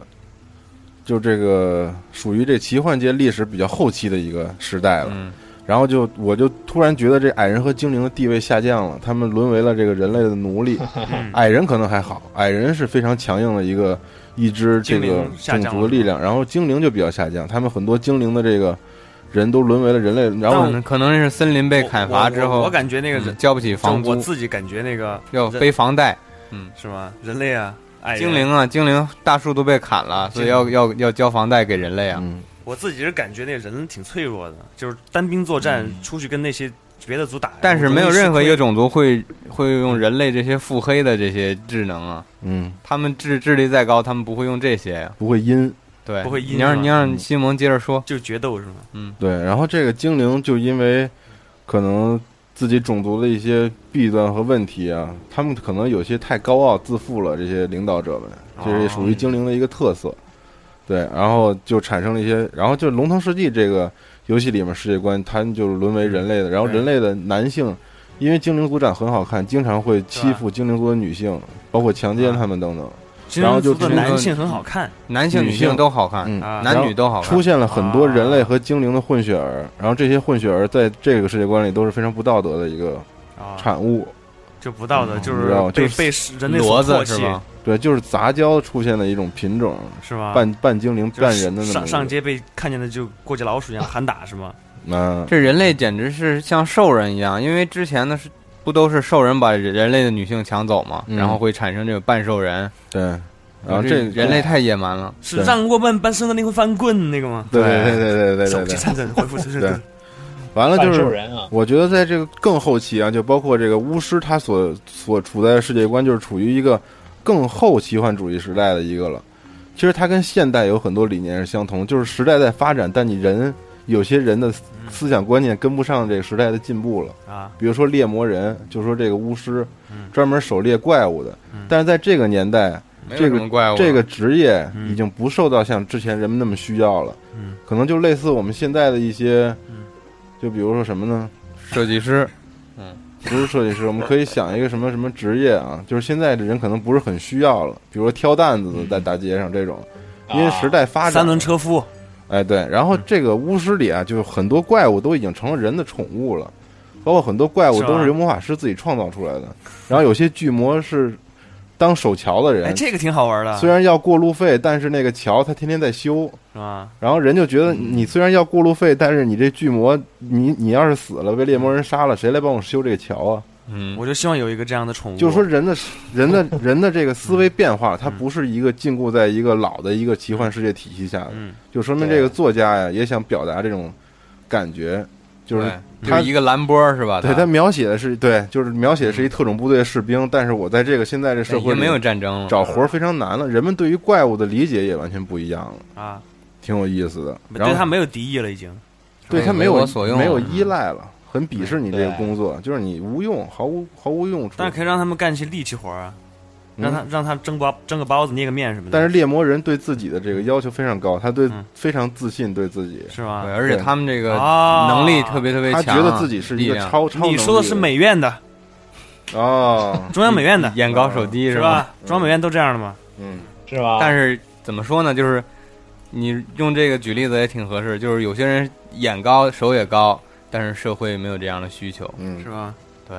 属于这奇幻界历史比较后期的一个时代了，然后我就突然觉得这矮人和精灵的地位下降了，他们沦为了这个人类的奴隶。矮人可能还好，矮人是非常强硬的一支这个种族的力量，然后精灵就比较下降，他们很多精灵的这个人都沦为了人类，然后可能是森林被砍伐之后， 我感觉那个交不起房租， 我自己感觉那个要背房贷， 是吗？人类啊。 精灵大树都被砍了，所以要交房贷给人类啊。 我自己是感觉那人挺脆弱的，就是单兵作战出去跟那些别的族打， 但是没有任何一个种族会用人类这些腹黑的这些智能啊。他们智力再高，他们不会用这些呀， 不会阴， 对， 不会阴。 你让西蒙接着说， 就决斗是吗？ 对。然后这个精灵就因为可能自己种族的一些弊端和问题啊，他们可能有些太高傲自负了，这些领导者们，这是属于精灵的一个特色。对，然后就产生了一些，然后就龙腾世纪这个游戏里面世界观，他们就沦为人类的，然后人类的男性，因为精灵族长很好看，经常会欺负精灵族的女性，包括强奸他们等等。然后就男性很好看， 男性女性都好看，男女都好看。 出现了很多人类和精灵的混血儿，然后这些混血儿在这个世界观里都是非常不道德的一个产物， 就不道德，就是被人类所唾弃， 对，就是杂交出现的一种品种， 是吧？ 半精灵半人的那种， 上街被看见的就过街老鼠一样喊打，是吗？ 这人类简直是像兽人一样，因为之前的不都是兽人把人类的女性抢走嘛，然后会产生这个半兽人。 对，然后这人类太野蛮了， 是让我们半生的灵魂翻滚那个吗？ 对， 手机产生恢复对。 完了就是，我觉得在这个更后期啊，就包括这个巫师，他所处在的世界观就是处于一个更后奇幻主义时代的一个了。其实它跟现代有很多理念是相同，就是时代在发展，但你有些人的思想观念跟不上这个时代的进步了啊。比如说猎魔人，就说这个巫师专门狩猎怪物的，但是在这个年代，这个职业已经不受到像之前人们那么需要了，可能就类似我们现在的一些。就比如说什么呢？ 设计师， 不是设计师，我们可以想一个什么职业啊？就是现在的人可能不是很需要了，比如说挑担子的在大街上这种，因为时代发展， 三轮车夫， 哎对，然后这个巫师里啊，就很多怪物都已经成了人的宠物了，包括很多怪物都是由魔法师自己创造出来的，然后有些巨魔是。当守桥的人， 这个挺好玩的。 虽然要过路费，但是那个桥他天天在修， 是吧？ 然后人就觉得你虽然要过路费，但是你这巨魔，你要是死了被猎魔人杀了，谁来帮我修这个桥啊？ 我就希望有一个这样的宠物。 就是说人的这个思维变化，它不是一个禁锢在一个老的一个奇幻世界体系下的，就说明这个作家呀也想表达这种感觉，就是他一个蓝波是吧？ 对，他描写的是对，就是描写的是一特种部队的士兵，但是我在这个现在这社会里没有战争了， 找活非常难了，人们对于怪物的理解也完全不一样了啊， 挺有意思的。 对他没有敌意了，已经对他没有所用， 没有依赖了。很鄙视你这个工作，就是你无用，毫无用处。 但是可以让他们干些力气活啊，让他蒸个包子、捏个面什么的。 但是猎魔人对自己的这个要求非常高，他非常自信，对自己是吧？ 对，而且他们这个能力特别特别强， 他觉得自己是一个超能力。 你说的是美院的哦， 中央美院的眼高手低是吧？中央美院都这样的吗？ 是吧？ 但是怎么说呢？就是你用这个举例子也挺合适，就是有些人眼高手也高。但是社会没有这样的需求， 是吧？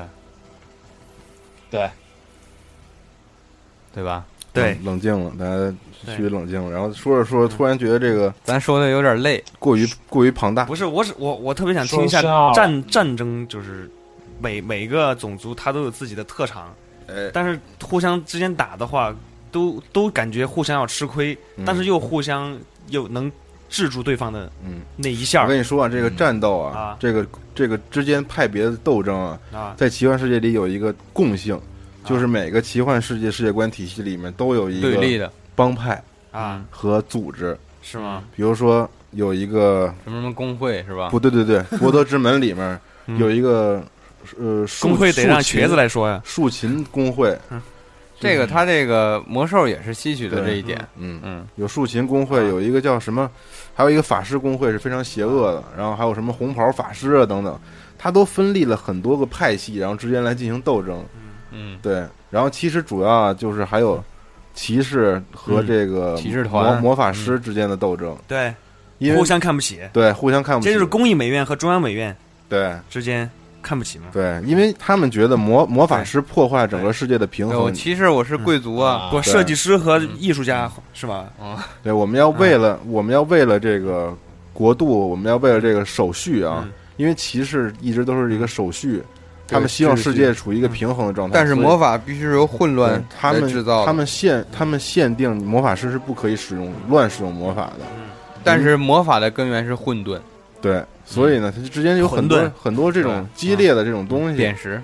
对吧？ 对， 冷静了，大家须冷静了。然后说着说着，突然觉得这个咱说的有点累， 过于庞大。 不是，我特别想听一下战争，就是每个种族他都有自己的特长，但是互相之间打的话，都感觉互相要吃亏，但是又互相又能制住对方的那一下。 我跟你说啊，这个战斗啊，这个之间派别的斗争啊，在奇幻世界里有一个共性，就是每个奇幻世界观体系里面都有一个对立的帮派啊和组织， 是吗？ 比如说有一个什么工会是吧？ 不对，博德之门里面有一个工会得让瘸子来说呀， 竖琴工会。 这个他这个魔兽也是吸取的这一点， 有竖琴工会，有一个叫什么，还有一个法师工会是非常邪恶的，然后还有什么红袍法师啊等等，他都分立了很多个派系，然后之间来进行斗争，对，然后其实主要就是还有骑士和这个骑士团魔法师之间的斗争， 对， 因为互相看不起， 对，互相看不起， 这就是工艺美院和中央美院对之间看不起吗？ 对，因为他们觉得魔法师破坏整个世界的平衡。 骑士我是贵族啊， 我设计师和艺术家是吧？ 对，我们要为了这个国度，我们要为了这个手续啊，因为骑士一直都是一个手续，他们希望世界处于一个平衡的状态。 但是魔法必须由混乱来制造， 他们限定魔法师是不可以乱使用魔法的。 但是魔法的根源是混沌。 对，所以呢，它之间有很多这种激烈的这种东西， 点石，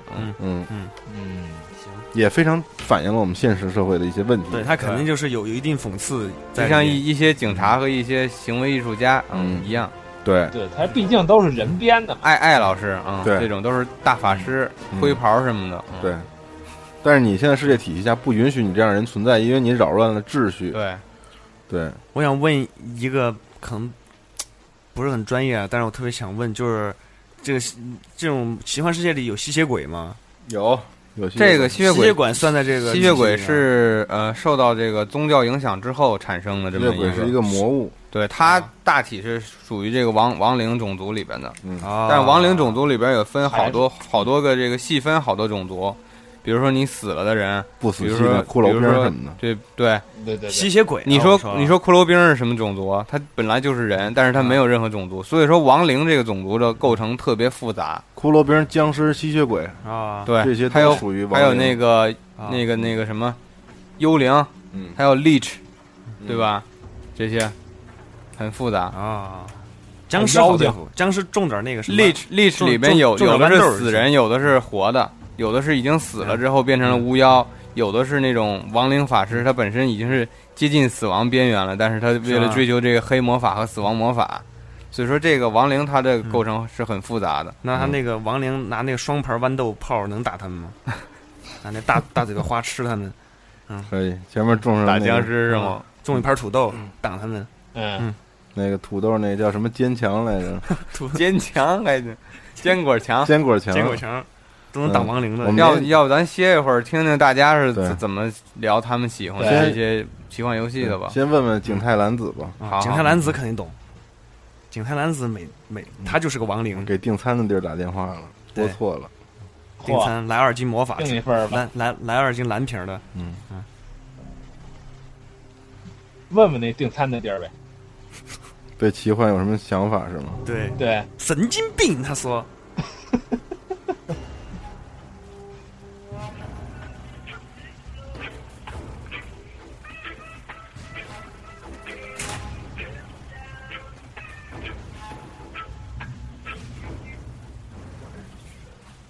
也非常反映了我们现实社会的一些问题。 对，它肯定就是有一定讽刺， 就像一些警察和一些行为艺术家，一样。 对， 他毕竟都是人编的嘛。 艾老师对， 这种都是大法师、灰袍什么的。 对，但是你现在世界体系下不允许你这样人存在，因为你扰乱了秩序。对， 我想问一个可能不是很专业啊，但是我特别想问，就是这种奇幻世界里有吸血鬼吗？ 有这个吸血鬼算在这个吸血鬼是受到这个宗教影响之后产生的这么吸血鬼是一个魔物， 对，它大体是属于这个亡灵种族里边的，但是亡灵种族里边有分好多个这个细分好多种族。比如说你死了的人， 不死系的骷髅兵什么的， 对， 吸血鬼。 你说骷髅兵是什么种族啊？他本来就是人，但是他没有任何种族，所以说亡灵这个种族的构成特别复杂。 骷髅兵、僵尸、吸血鬼啊， 对， 这些都属于亡灵。 还有那个什么幽灵，还有 leech，对吧？这些很复杂啊。僵尸好对付，僵尸种点那个什么 leech 里边有的是死人，有的是活的。有的是已经死了之后变成了巫妖，有的是那种亡灵法师，他本身已经是接近死亡边缘了，但是他为了追求这个黑魔法和死亡魔法，所以说这个亡灵它的构成是很复杂的。 那他那个亡灵拿那个双盘豌豆炮能打他们吗？拿那大嘴巴花吃他们？ 可以，前面种上打僵尸是吗？ 种一盘土豆挡他们。 那个土豆那叫什么坚强来着？ 坚强还是坚果墙？ 坚果墙。 都能挡亡灵的。 要不咱歇一会儿，听听大家是怎么聊他们喜欢的这些奇幻游戏的吧。 先问问景泰蓝子吧。 景泰蓝子肯定懂。景泰蓝子他就是个亡灵。 给订餐的地儿打电话了，拨错了。 订餐来2斤魔法， 订一份吧。 来2斤蓝瓶的。 问问那订餐的地儿呗。 对奇幻有什么想法是吗？ 对， 神经病，他说。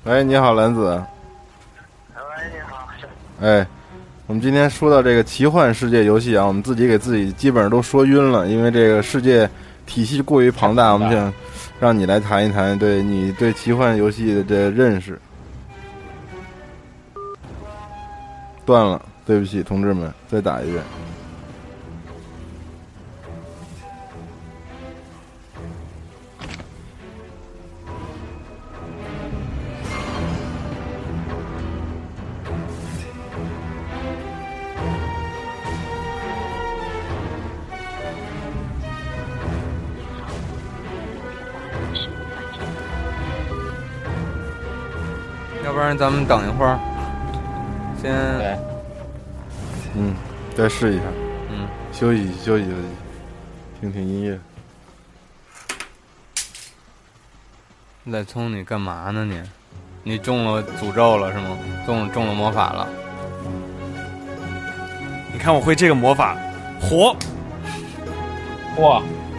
喂，你好，蓝子。 喂，你好。 哎，我们今天说到这个奇幻世界游戏啊，我们自己给自己基本上都说晕了，因为这个世界体系过于庞大，我们想让你来谈一谈对你对奇幻游戏的这认识。断了，对不起，同志们，再打一遍。 要不然咱们等一会儿，先， 再试一下，休息，听听音乐。 赖聪，你干嘛呢你？你中了诅咒了是吗？中了魔法了？ 你看我会这个魔法，火！ 哇！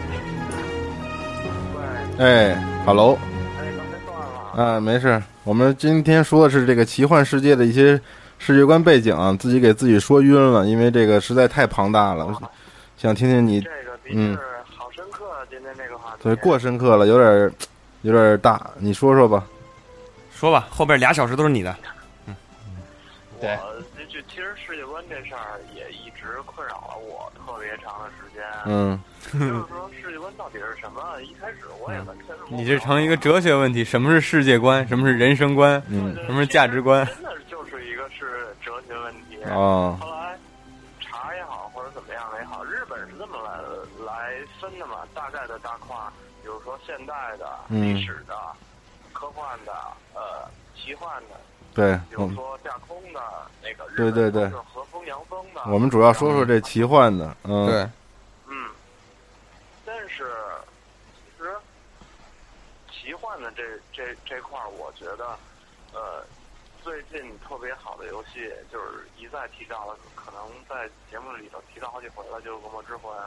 哎 ，Hello。啊，没事。我们今天说的是这个奇幻世界的一些世界观背景啊，自己给自己说晕了，因为这个实在太庞大了。想听听你， 这个的确好深刻，今天这个话题。 对，过深刻了，有点大，你说说吧。 说吧，后边2小时都是你的。 对，就其实世界观这事儿也一直困扰了我特别长的时间。就是说世界观到底是什么？一开始我也完全是你这成一个哲学问题，什么是世界观？什么是人生观？什么是价值观？ 真的就是一个是哲学问题。 后来查也好，或者怎么样也好，日本是这么来分的嘛，大概的大块，比如说现代的、历史的、科幻的、奇幻的。 对， 比如说架空的那个， 对， 和风洋风的。 我们主要说说这奇幻的， 对， 但是其实奇幻的这块儿，我觉得，最近特别好的游戏就是一再提到了，可能在节目里头提到好几回了，就是《恶魔之魂》。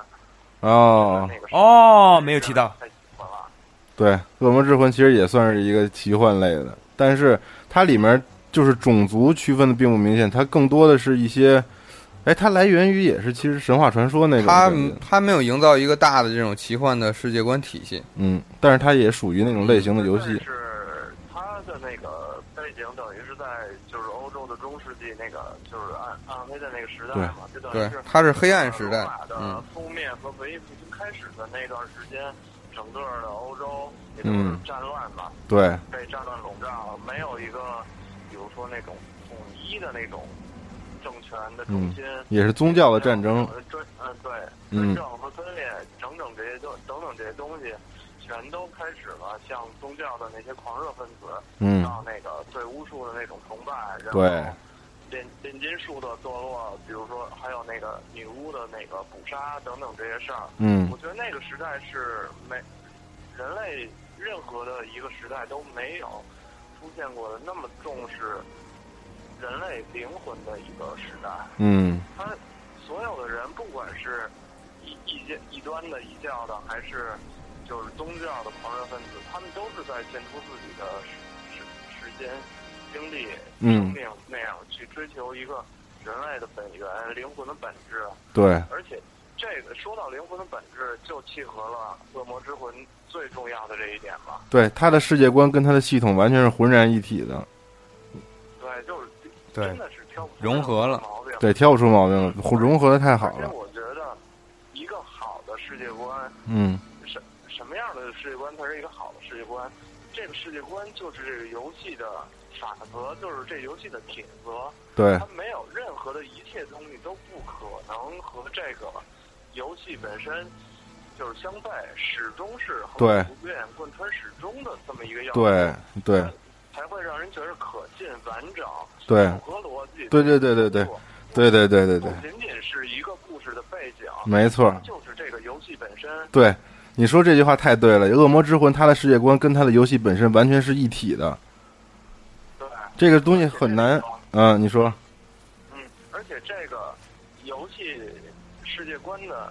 没有提到。 太喜欢了。 对，《恶魔之魂》其实也算是一个奇幻类的，但是它里面就是种族区分的并不明显，它更多的是一些，它来源于也是其实神话传说那种。 它没有营造一个大的这种奇幻的世界观体系。 但是它也属于那种类型的游戏。 是它的那个背景等于是在就是欧洲的中世纪那个就是暗黑的那个时代嘛，就等于是它是黑暗时代。 的覆灭和文艺复兴开始的那段时间，整个的欧洲也都是战乱嘛， 对， 被战乱笼罩，没有一个比如说那种统一的那种政权的中心， 也是宗教的战争， 对，尊正和分裂，等等这些东西，全都开始了向宗教的那些狂热分子，到那个对巫术的那种崇拜，然后炼金术的堕落，比如说还有那个女巫的那个捕杀等等这些事儿。我觉得那个时代是人类任何的一个时代都没有出现过的那么重视人类灵魂的一个时代。他所有的人，不管是异端的、异教的，还是就是宗教的狂热分子，他们都是在献出自己的时间、精力、生命那样去追求一个人类的本源、灵魂的本质。 对， 而且这个说到灵魂的本质，就契合了《恶魔之魂》最重要的这一点嘛。 对，他的世界观跟他的系统完全是浑然一体的。 对，就是真的是融合了。 对，挑不出毛病了，融合的太好了。 我觉得一个好的世界观，什么样的世界观才是一个好的世界观？这个世界观就是这个游戏的法则，就是这游戏的铁则。 对， 它没有任何的一切东西都不可能和这个游戏本身就是相悖，始终是恒久不变、贯穿始终的这么一个要素。 对， 才会让人觉得可信、完整、 对， 符合逻辑。 对， 不仅仅是一个故事的背景， 没错， 就是这个游戏本身。 对，你说这句话太对了。《恶魔之魂》它的世界观跟它的游戏本身完全是一体的。 对， 这个东西很难。你说。 而且这个游戏世界观的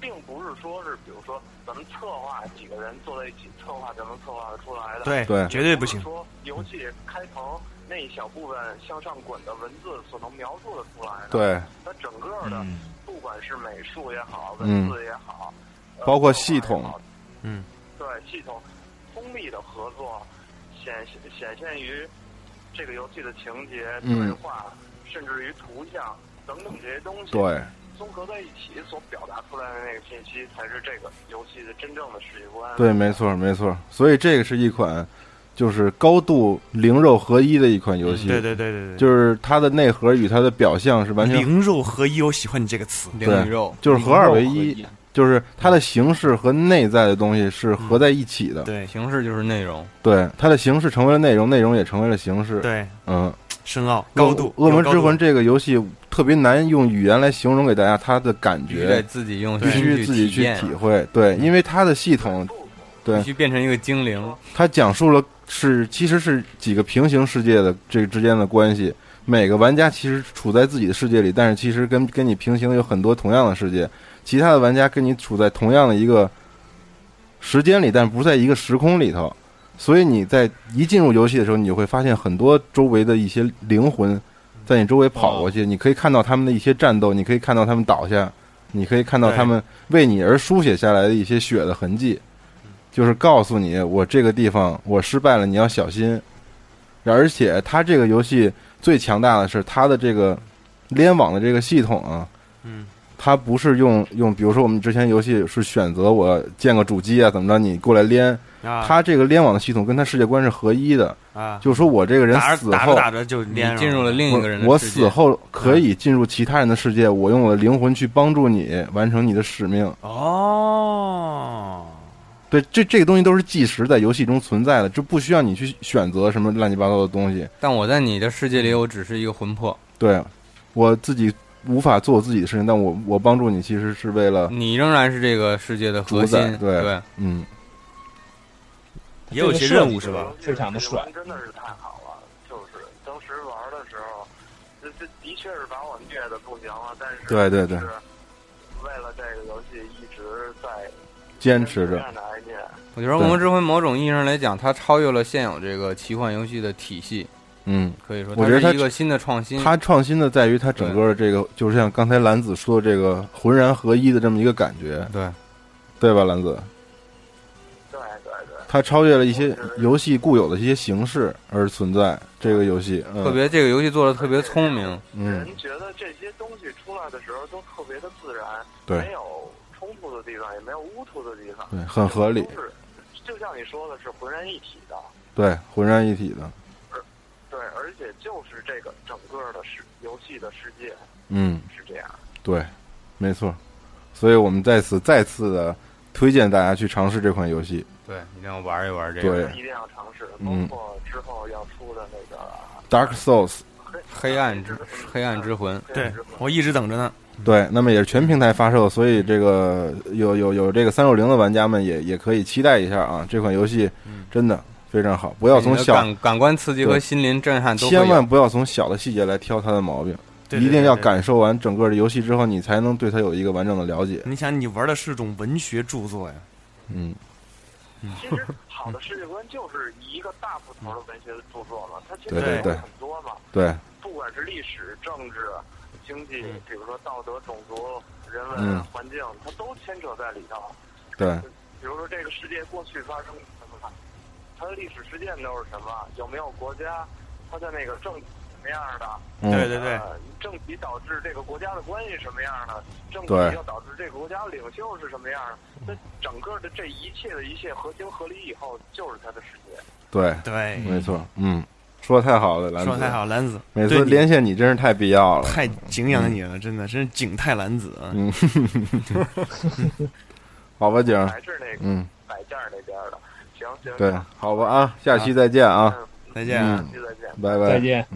并不是说是比如说咱们策划几个人坐在一起策划就能策划得出来的。 对对， 绝对不行。 说游戏开头那一小部分向上滚的文字所能描述的出来的。 对， 它整个的不管是美术也好，文字也好， 包括系统， 对系统通力的合作，显现于这个游戏的情节、对话，甚至于图像等等这些东西， 对， 综合在一起所表达出来的那个信息，才是这个游戏的真正的世界观。 对，没错没错。所以这个是一款就是高度灵肉合一的一款游戏。 对对对对对， 就是它的内核与它的表象是完全灵肉合一。我喜欢你这个词， 灵与肉就是合二为一。就是它的形式和内在的东西是合在一起的。 对， 形式就是内容。 对，它的形式成为了内容，内容也成为了形式。 对，深奥高度。 恶魔之魂这个游戏特别难用语言来形容给大家，它的感觉自己用， 必须自己去体会。对，因为它的系统，对， 必须变成一个精灵。 它讲述了其实是几个平行世界的这个之间的关系。每个玩家其实处在自己的世界里，但是其实跟你平行的有很多同样的世界。其他的玩家跟你处在同样的一个时间里，但不是在一个时空里头，所以你在一进入游戏的时候，你会发现很多周围的一些灵魂在你周围跑过去，你可以看到他们的一些战斗，你可以看到他们倒下，你可以看到他们为你而书写下来的一些血的痕迹，就是告诉你我这个地方我失败了，你要小心。而且它这个游戏最强大的是它的这个联网的这个系统啊，它不是用，比如说我们之前游戏是选择我建个主机啊，怎么着你过来连，它这个联网的系统跟它世界观是合一的啊，就是说我这个人死后打着就连进入了另一个人的世界， 我死后可以进入其他人的世界，我用我的灵魂去帮助你完成你的使命。 哦， 对，这个东西都是即时在游戏中存在的，这不需要你去选择什么乱七八糟的东西。 但我在你的世界里，我只是一个魂魄。 对，我自己无法做我自己的事情，但我帮助你，其实是为了你仍然是这个世界的核心。 对， 也有一些任务是吧？ 非常的帅， 真的是太好了。就是当时玩的时候，这的确是把我虐的不行了，但是对， 为了这个游戏一直在坚持着。 我觉得《恶魔之魂》某种意义上来讲，它超越了现有这个奇幻游戏的体系。可以说， 我觉得它是一个新的创新。 它创新的在于它整个的这个，就是像刚才兰子说的这个浑然合一的这么一个感觉。对吧，兰子？ 对。 它超越了一些游戏固有的一些形式而存在。这个游戏特别，这个游戏做的特别聪明。 人觉得这些东西出来的时候都特别的自然， 对， 没有冲突的地方，也没有乌突的地方， 对，很合理。 就像你说的是浑然一体的。 对，浑然一体的。 对，而且就是这个整个的游戏的世界，是这样。对， 没错。所以我们再次的推荐大家去尝试这款游戏。 对，一定要玩一玩这个。 对， 一定要尝试。包括之后要出的那个 Dark Souls， 黑暗之魂。 对，我一直等着呢。 对，那么也是全平台发售，所以这个有这个360的玩家们也可以期待一下啊！这款游戏真的非常好，不要从感官刺激和心灵震撼都千万不要从小的细节来挑它的毛病，一定要感受完整个的游戏之后，你才能对它有一个完整的了解。 你想，你玩的是种文学著作呀。 其实好的世界观就是一个大部头的文学著作嘛，它其实有很多嘛。 对， 不管是历史、政治、经济，比如说道德、种族、人文、环境，它都牵扯在里头。 对， 比如说这个世界过去发生什么，它的历史事件都是什么，有没有国家，它的那个政体什么样的？ 对， 政体导致这个国家的关系什么样的？政体又导致这个国家领袖是什么样的？那整个的这一切的一切合情合理以后，就是它的世界。 对，没错，说的太好了，兰子。 说的太好，兰子。 每次连线你真是太必要了， 太敬仰你了，真的是景泰兰子。 好吧，景。 还是那个摆件那边的。行。 对，好吧啊，下期再见啊！ 再见， 下期再见， 拜拜， 再见。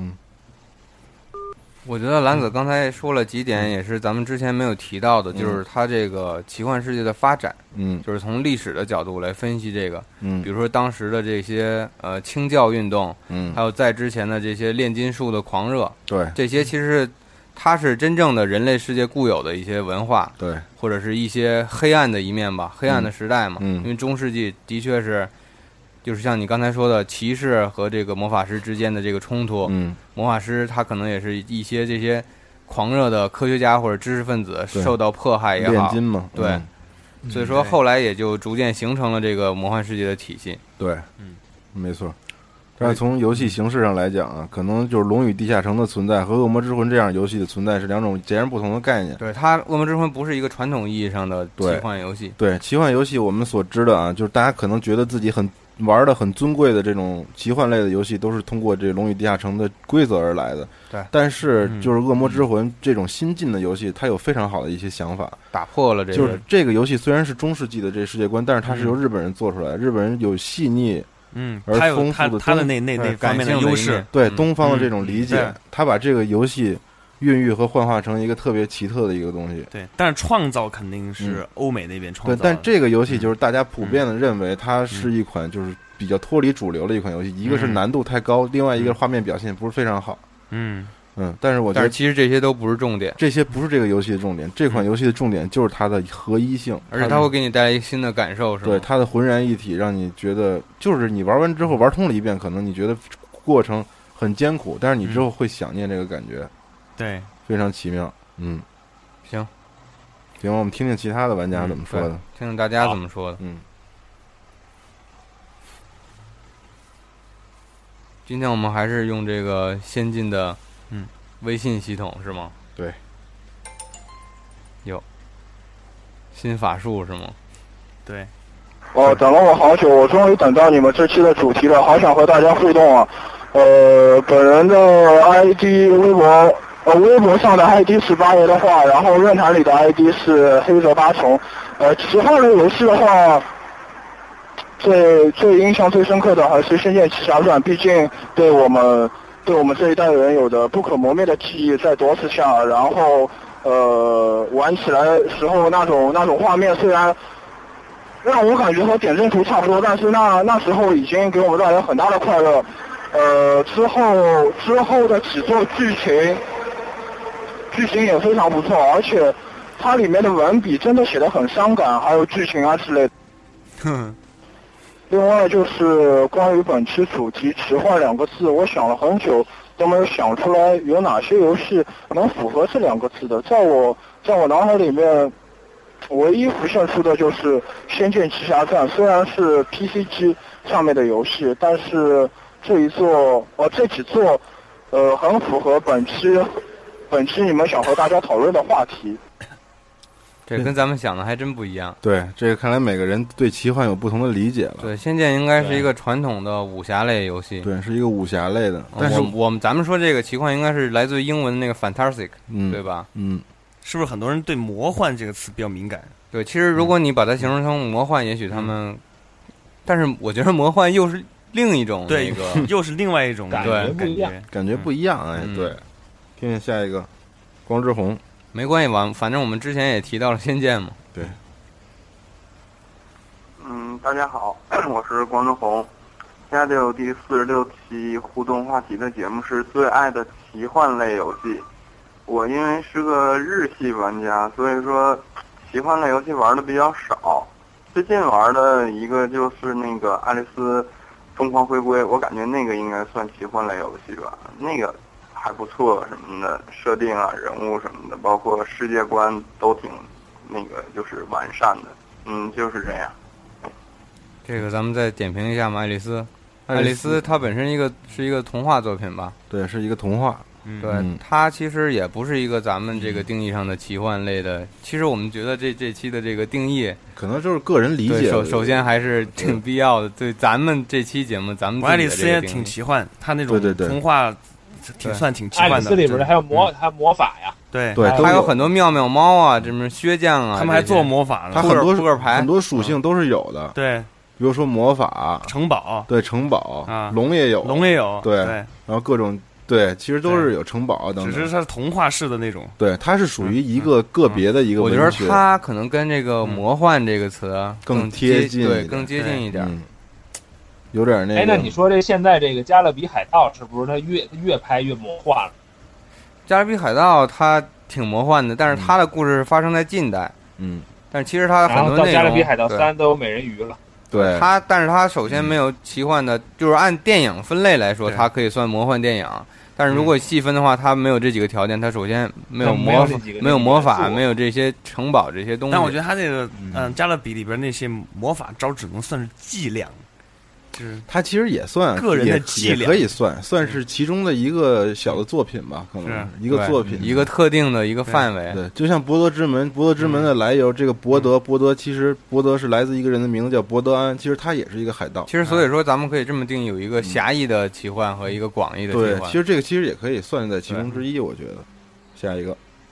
我觉得兰子刚才说了几点，也是咱们之前没有提到的，就是它这个奇幻世界的发展，就是从历史的角度来分析这个，比如说当时的这些清教运动，还有在之前的这些炼金术的狂热， 对， 这些其实它是真正的人类世界固有的一些文化， 对， 或者是一些黑暗的一面吧，黑暗的时代嘛。因为中世纪的确是，就是像你刚才说的，骑士和这个魔法师之间的这个冲突。魔法师他可能也是一些这些狂热的科学家或者知识分子受到迫害也好， 炼金嘛， 对。所以说后来也就逐渐形成了这个魔幻世界的体系。 对，没错。但是从游戏形式上来讲啊，可能就是《龙与地下城》的存在和《恶魔之魂》这样游戏的存在是两种截然不同的概念。 对，它《恶魔之魂》不是一个传统意义上的奇幻游戏。 对，奇幻游戏我们所知的啊，就是大家可能觉得自己玩的很尊贵的这种奇幻类的游戏，都是通过这《龙与地下城》的规则而来的。 对， 但是就是《恶魔之魂》这种新进的游戏，它有非常好的一些想法， 打破了这个。 就是这个游戏虽然是中世纪的这世界观，但是它是由日本人做出来的，日本人有细腻。而丰富的他的那方面的优势， 对东方的这种理解，他把这个游戏孕育和幻化成一个特别奇特的一个东西。 对，但是创造肯定是欧美那边创造的。 对，但这个游戏就是大家普遍的认为它是一款就是比较脱离主流的一款游戏，一个是难度太高，另外一个画面表现不是非常好。但是我觉得， 其实这些都不是重点， 这些不是这个游戏的重点。这款游戏的重点就是它的合一性， 而且它会给你带来一个新的感受，是吧？ 对，它的浑然一体，让你觉得就是你玩完之后玩通了一遍，可能你觉得过程很艰苦，但是你之后会想念这个感觉， 对， 非常奇妙。行，我们听听其他的玩家怎么说的， 听听大家怎么说的。今天我们还是用这个先进的微信系统是吗？ 对， 有新法术是吗？ 对。 等了我好久，我终于等到你们这期的主题了，好想和大家互动啊！本人的 ID 微博上的 ID 是八爷的话，然后论坛里的 ID 是黑泽八重。奇幻类游戏的话，最印象最深刻的还是《仙剑奇侠传》，毕竟对我们这一代人有着不可磨灭的记忆在脖子下，然后玩起来时候那种画面虽然让我感觉和点阵图差不多，但是那时候已经给我们带来很大的快乐。之后的几座剧情也非常不错，而且它里面的文笔真的写得很伤感，还有剧情啊之类的。另外就是关于本期主题奇幻2个字，我想了很久都没有想出来有哪些游戏能符合这2个字的。在我脑海里面唯一浮现出的就是《仙剑奇侠传》，虽然是 PC 机上面的游戏，但是这几座很符合本期你们想和大家讨论的话题。 这跟咱们想的还真不一样。 对，这个看来每个人对奇幻有不同的理解了。 对，仙剑应该是一个传统的武侠类游戏。 对，是一个武侠类的。 但是咱们说这个奇幻应该是来自于英文的那个 fantastic，对吧？ 是不是很多人对魔幻这个词比较敏感？ 对，其实如果你把它形容成魔幻，也许他们，但是我觉得魔幻又是另一种那个， 又是另外一种感觉不一样， 感觉不一样。哎，对，听听下一个，光之红。 没关系，反正我们之前也提到了仙剑嘛。 对。 大家好，我是光之红。现在这有第46期互动话题的节目是最爱的奇幻类游戏。我因为是个日系玩家，所以说奇幻类游戏玩的比较少。最近玩的一个就是那个《爱丽丝疯狂回归》，我感觉那个应该算奇幻类游戏吧。那个还不错，什么的设定啊、人物什么的，包括世界观都挺那个就是完善的。就是这样。 这个咱们再点评一下嘛，爱丽丝。爱丽丝它本身是一个童话作品吧？ 对，是一个童话。 对，它其实也不是一个咱们这个定义上的奇幻类的。其实我们觉得这期的这个定义， 可能就是个人理解。 首先还是挺必要的。对，咱们这期节目，咱们爱丽丝也挺奇幻，它那种童话挺奇幻的。 爱丽丝里边还有魔法呀。 对， 还有很多妙妙猫啊，什么薛匠啊， 他们还做魔法呢。 它很多属性都是有的。 对。 比如说魔法、 城堡， 对，城堡啊， 龙也有，对， 然后各种对，其实都是有城堡等等， 只是它是童话式的那种， 对，它是属于一个个别的一个文学， 我觉得它可能跟这个魔幻这个词更贴近， 对，更接近一点， 有点那个。 那你说这现在这个加勒比海盗是不是它越拍越魔幻了？ 加勒比海盗它挺魔幻的，但是它的故事是发生在近代，但是其实它很多内容， 然后到加勒比海盗3都有美人鱼了。 对， 但是它首先没有奇幻的，就是按电影分类来说，它可以算魔幻电影。但是如果细分的话，它没有这几个条件，它首先没有魔法，没有这些城堡这些东西。 但我觉得它这个加勒比里边那些魔法招只能算是伎俩。就是它其实也算个人的伎俩， 也可以算是其中的一个小的作品吧，可能一个作品， 一个特定的一个范围。 对，就像博德之门的来由，这个博德其实博德是来自一个人的名字叫博德安，其实他也是一个海盗。 其实所以说咱们可以这么定义，有一个狭义的奇幻和一个广义的奇幻。 对，其实这个其实也可以算在其中之一，我觉得。下一个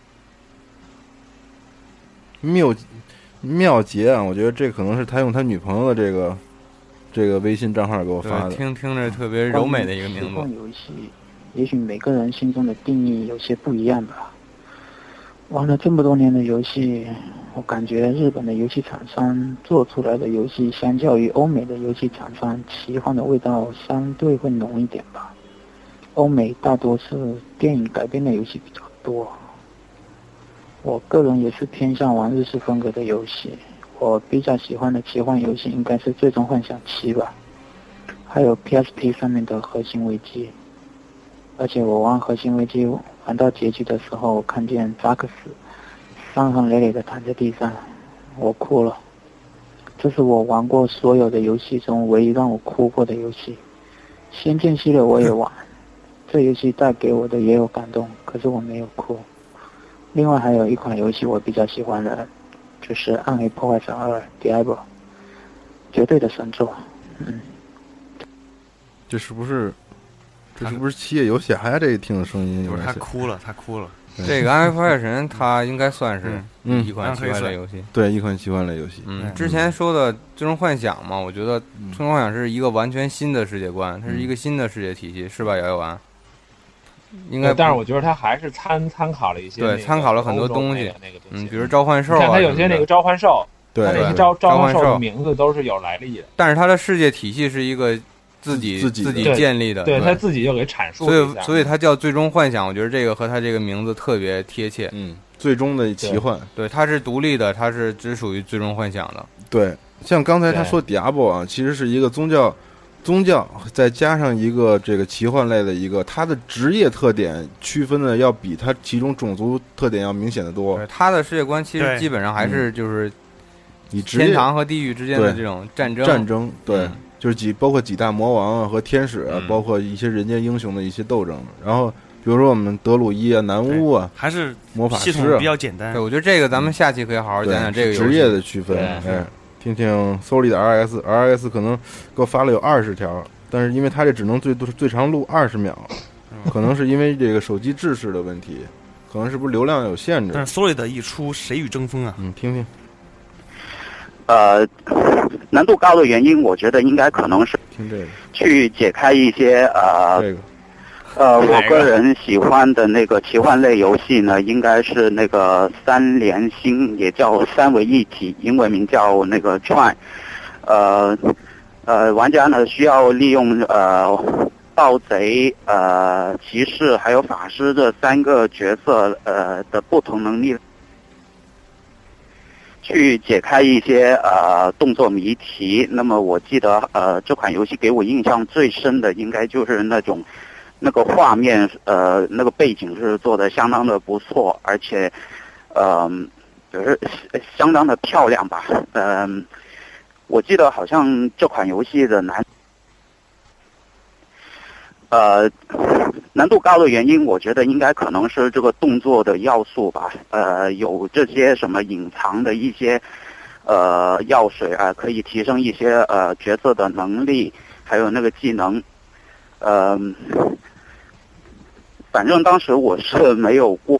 妙杰啊，我觉得这可能是他用他女朋友的这个微信账号给我发的， 听着特别柔美的一个名字。 游戏，也许每个人心中的定义有些不一样吧。玩了这么多年的游戏，我感觉日本的游戏厂商做出来的游戏，相较于欧美的游戏厂商，奇幻的味道相对会浓一点吧。欧美大多是电影改编的游戏比较多，我个人也是偏向玩日式风格的游戏。我比较喜欢的奇幻游戏应该是《最终幻想7》吧，还有 PSP 上面的《核心危机》。而且我玩《核心危机》玩到结局的时候，我看见扎克斯伤痕累累的躺在地上，我哭了。这是我玩过所有的游戏中唯一让我哭过的游戏。《仙剑》系列我也玩，这游戏带给我的也有感动，可是我没有哭。另外还有一款游戏我比较喜欢的，就是《暗黑破坏神2》Diablo， 绝对的神作。 这是不是七夜游侠呀？这听的声音， 不是他哭了。 这个《暗黑破坏神》它应该算是一款奇幻类游戏， 对，一款奇幻类游戏。 之前说的《最终幻想》嘛，我觉得《最终幻想》是一个完全新的世界观，它是一个新的世界体系，是吧，姚丸？应该， 但是我觉得他还是参考了一些， 对，参考了很多东西，比如召唤兽啊， 他有些那个召唤兽， 对， 那些召唤兽的名字都是有来历的。 但是他的世界体系是一个自己建立的， 对他自己就给阐述了一下， 所以他叫最终幻想。我觉得这个和他这个名字特别贴切。 最终的奇幻， 对，它是独立的，它是只属于最终幻想的。 对，像刚才他说 Diablo 啊，其实是一个宗教再加上一个这个奇幻类的一个，它的职业特点区分的要比它其中种族特点要明显的多。 它的世界观其实基本上还是就是以天堂和地狱之间的这种战争， 对，就是包括几大魔王啊和天使啊，包括一些人间英雄的一些斗争。然后比如说我们德鲁伊啊、南巫啊， 还是魔法师系统比较简单。 对，我觉得这个咱们下期可以好好讲讲这个职业的区分。听听 Solid 的 RS 可能给我发了有20条，但是因为他这只能最长录20秒，可能是因为这个手机制式的问题，可能是不是流量有限制？ 但是 Solid 一出，谁与争锋啊？ 听听。 难度高的原因，我觉得应该可能是听这个去解开一些这个。 我个人喜欢的那个奇幻类游戏呢，应该是那个3连星，也叫三维一体，英文名叫那个 Trine。玩家呢需要利用盗贼、骑士还有法师这3个角色的不同能力，去解开一些动作谜题。那么我记得这款游戏给我印象最深的，应该就是那个画面，那个背景是做的相当的不错，而且，就是相当的漂亮吧。我记得好像这款游戏的难度高的原因，我觉得应该可能是这个动作的要素吧。有这些什么隐藏的一些药水啊，可以提升一些角色的能力，还有那个技能。反正当时我是没有过，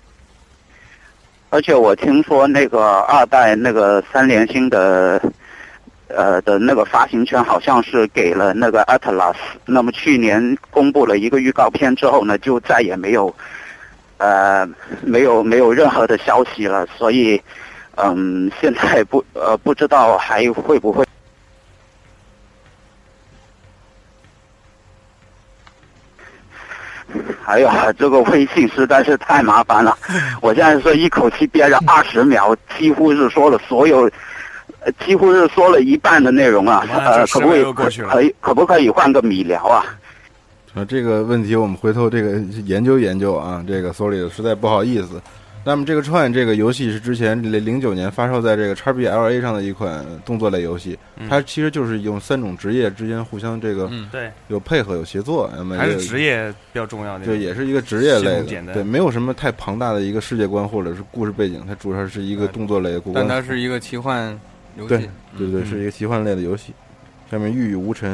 而且我听说那个2代那个3连星的那个发行权好像是给了那个 Atlas， 那么去年公布了一个预告片之后呢，就再也没有任何的消息了，所以现在不知道还会不会。 还有这个微信实在是太麻烦了。我现在是一口气憋着20秒，几乎是说了一半的内容啊。可不可以换个米聊啊？ 这个问题我们回头这个研究研究啊。这个所里实在不好意思。那么这个Tron这个游戏是之前09年发售在这个 XBLA 上的一款动作类游戏，它其实就是用3种职业之间互相这个对有配合有协作， 还是职业比较重要的。 对，也是一个职业类的，对，没有什么太庞大的一个世界观或者是故事背景，它主要是一个动作类的过关。 但它是一个奇幻游戏， 对，是一个奇幻类的游戏。下面玉宇无尘。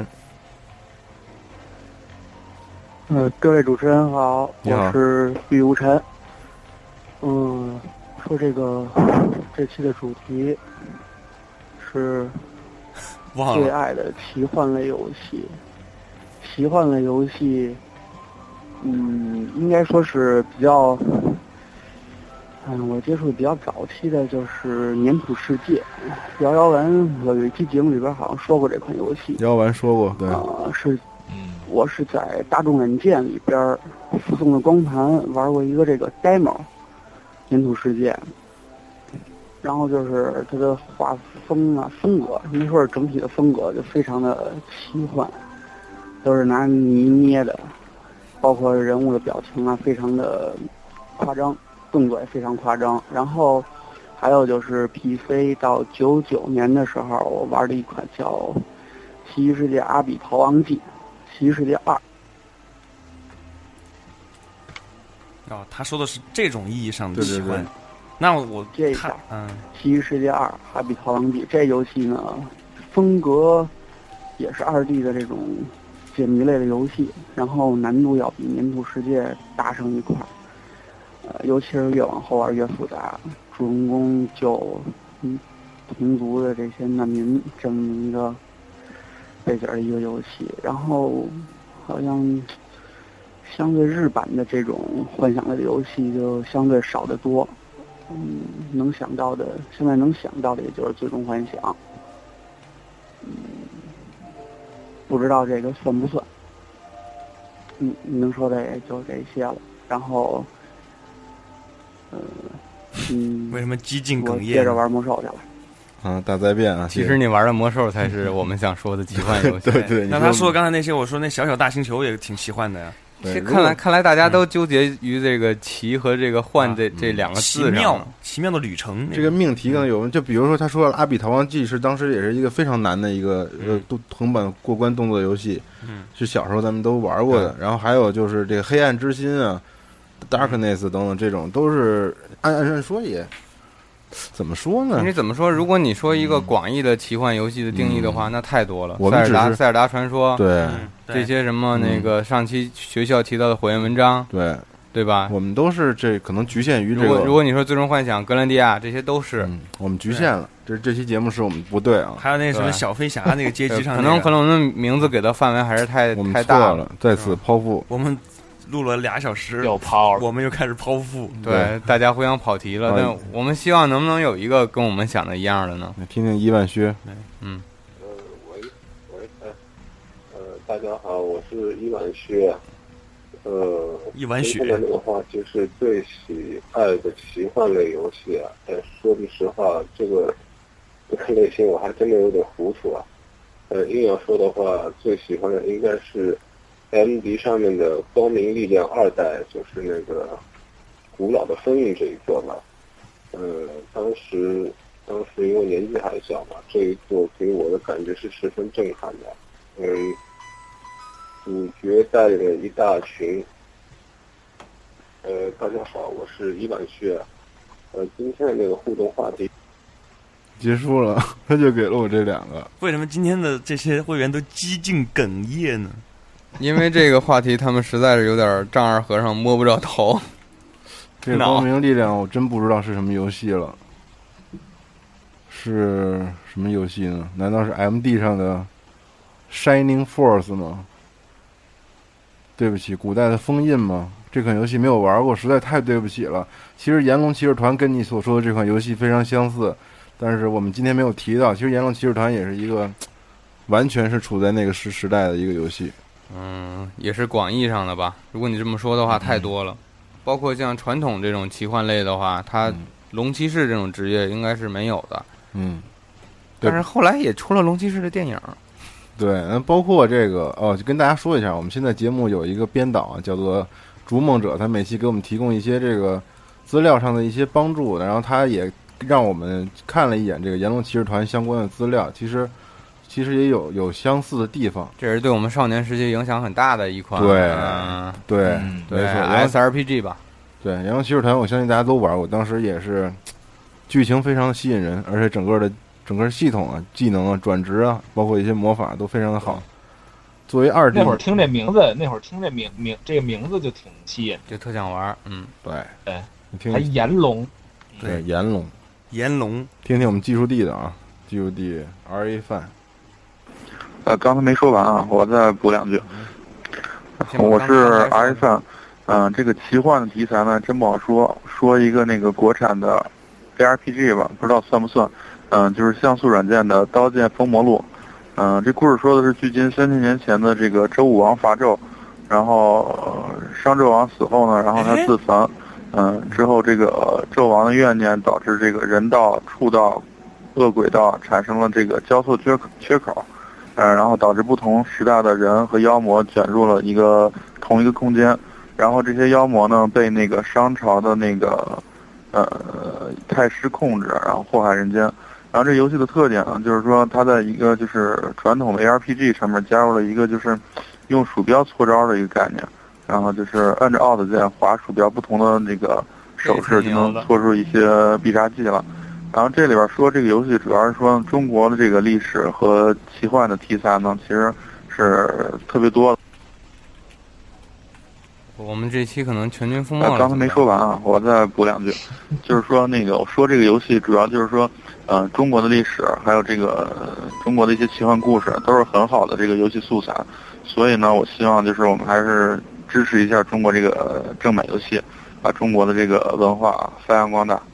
各位主持人好，我是玉宇无尘。说这期的主题是最爱的奇幻类游戏。奇幻类游戏，应该说是比较，我接触比较早期的就是《粘土世界》。姚文有一期节目里边好像说过这款游戏。 姚文说过，对。 我是在大众软件里边附送的光盘玩过一个这个 demo。粘土世界，然后就是它的画风啊、风格，应该说是整体的风格就非常的奇幻，都是拿泥捏的，包括人物的表情啊，非常的夸张，动作也非常夸张。然后还有就是 PC 到99年的时候，我玩了一款叫《奇异世界阿比逃亡记》，《奇异世界2》。 他说的是这种意义上的奇幻。那我这一下，奇异世界2阿比逃亡记这游戏呢，风格也是2D 的这种解谜类的游戏，然后难度要比粘土世界大上一块。尤其是越往后玩越复杂，主人公就同族的这些难民这么一个背景的一个游戏，然后好像相对日版的这种幻想类的游戏就相对少得多。能想到的，现在能想到的也就是最终幻想。不知道这个算不算？你能说的也就这些了。然后， 为什么激进哽咽？ 接着玩魔兽去了。 大灾变啊！ 其实你玩的魔兽才是我们想说的奇幻游戏。 对。 那他说刚才那些，我说那小大星球也挺奇幻的呀。 看来大家都纠结于这个奇和这个幻这两个字上。 奇妙的旅程。 这个命题可能有，就比如说他说阿比逃亡记是当时也是一个非常难的一个横版过关动作游戏，是小时候咱们都玩过的。然后还有就是这个黑暗之心啊、Darkness 等等，这种都是按说也。怎么说呢？ 你怎么说？如果你说一个广义的奇幻游戏的定义的话，那太多了。 我们塞尔达传说， 对这些什么那个上期学校提到的火焰文章，对吧？ 我们都是这可能局限于这个。 如果你说最终幻想、格兰蒂亚，这些都是我们局限了。这期节目是我们不对啊。 还有那什么小飞侠那个街机上， 可能我们名字给的范围还是太大了。在此剖腹。 我们录了2小时， 又抛， 我们又开始剖腹。 对，大家互相跑题了。那我们希望能不能有一个跟我们想的一样的呢？ 听听伊万薛。 大家好，我是伊万薛。 伊万薛的话就是最喜爱的奇幻类游戏啊。但说句实话，这个类型我还真的有点糊涂啊。硬要说的话，最喜欢的应该是。MD 上面的光明力量2代，就是那个古老的封印这一座吧。当时因为年纪还小嘛，这一座给我的感觉是十分震撼的。主角带领了一大群。大家好，我是伊万薛。今天的那个互动话题结束了，他就给了我这2个。 为什么今天的这些会员都激进哽咽呢？ 因为这个话题他们实在是有点丈二和尚摸不着头。 这光明力量我真不知道是什么游戏了。是什么游戏呢？难道是 MD 上的 Shining Force 吗？对不起，古代的封印吗？这款游戏没有玩过，实在太对不起了。其实炎龙骑士团跟你所说的这款游戏非常相似，但是我们今天没有提到。其实炎龙骑士团也是一个完全是处在那个时代的一个游戏。 也是广义上的吧。如果你这么说的话，太多了。包括像传统这种奇幻类的话，它龙骑士这种职业应该是没有的。但是后来也出了龙骑士的电影。 对，包括这个就跟大家说一下，我们现在节目有一个编导叫做逐梦者，他每期给我们提供一些这个资料上的一些帮助，然后他也让我们看了一眼这个炎龙骑士团相关的资料，其实也有相似的地方。 这是对我们少年时期影响很大的一款。 对，没错 ，SRPG 吧。 对，炎龙骑士团，我相信大家都玩过，当时也是剧情非常吸引人，而且整个系统啊、技能啊、转职啊，包括一些魔法都非常的好。作为2D， 那会儿听这名字，这个名字就挺吸引， 就特想玩。 对， 你听还炎龙， 对，炎龙，听听我们技术地的啊，技术地 RA 范。 刚才没说完啊，我再补2句。我是 RA 范，这个奇幻的题材呢，真不好说。说一个那个国产的 ARPG 吧，不知道算不算。就是像素软件的《刀剑封魔录》。这故事说的是距今3000年前的这个周武王伐纣，然后商纣王死后呢，然后他自焚。之后这个纣王的怨念导致这个人道、畜道、恶鬼道产生了这个交错缺口，然后导致不同时代的人和妖魔卷入了同一个空间，然后这些妖魔呢被那个商朝的那个太师控制，然后祸害人间。然后这游戏的特点呢，就是说它在一个就是传统的 ARPG 上面加入了一个就是用鼠标搓招的一个概念，然后就是按着 Alt 键滑鼠标不同的那个手势就能搓出一些必杀技了。然后这里边说这个游戏主要是说中国的这个历史和奇幻的题材呢，其实是特别多的。 我们这期可能全军覆没了。 刚才没说完啊，我再补2句，就是说我说这个游戏主要就是说，中国的历史还有这个中国的一些奇幻故事都是很好的这个游戏素材，所以呢，我希望就是我们还是支持一下中国这个正版游戏，把中国的这个文化发扬光大。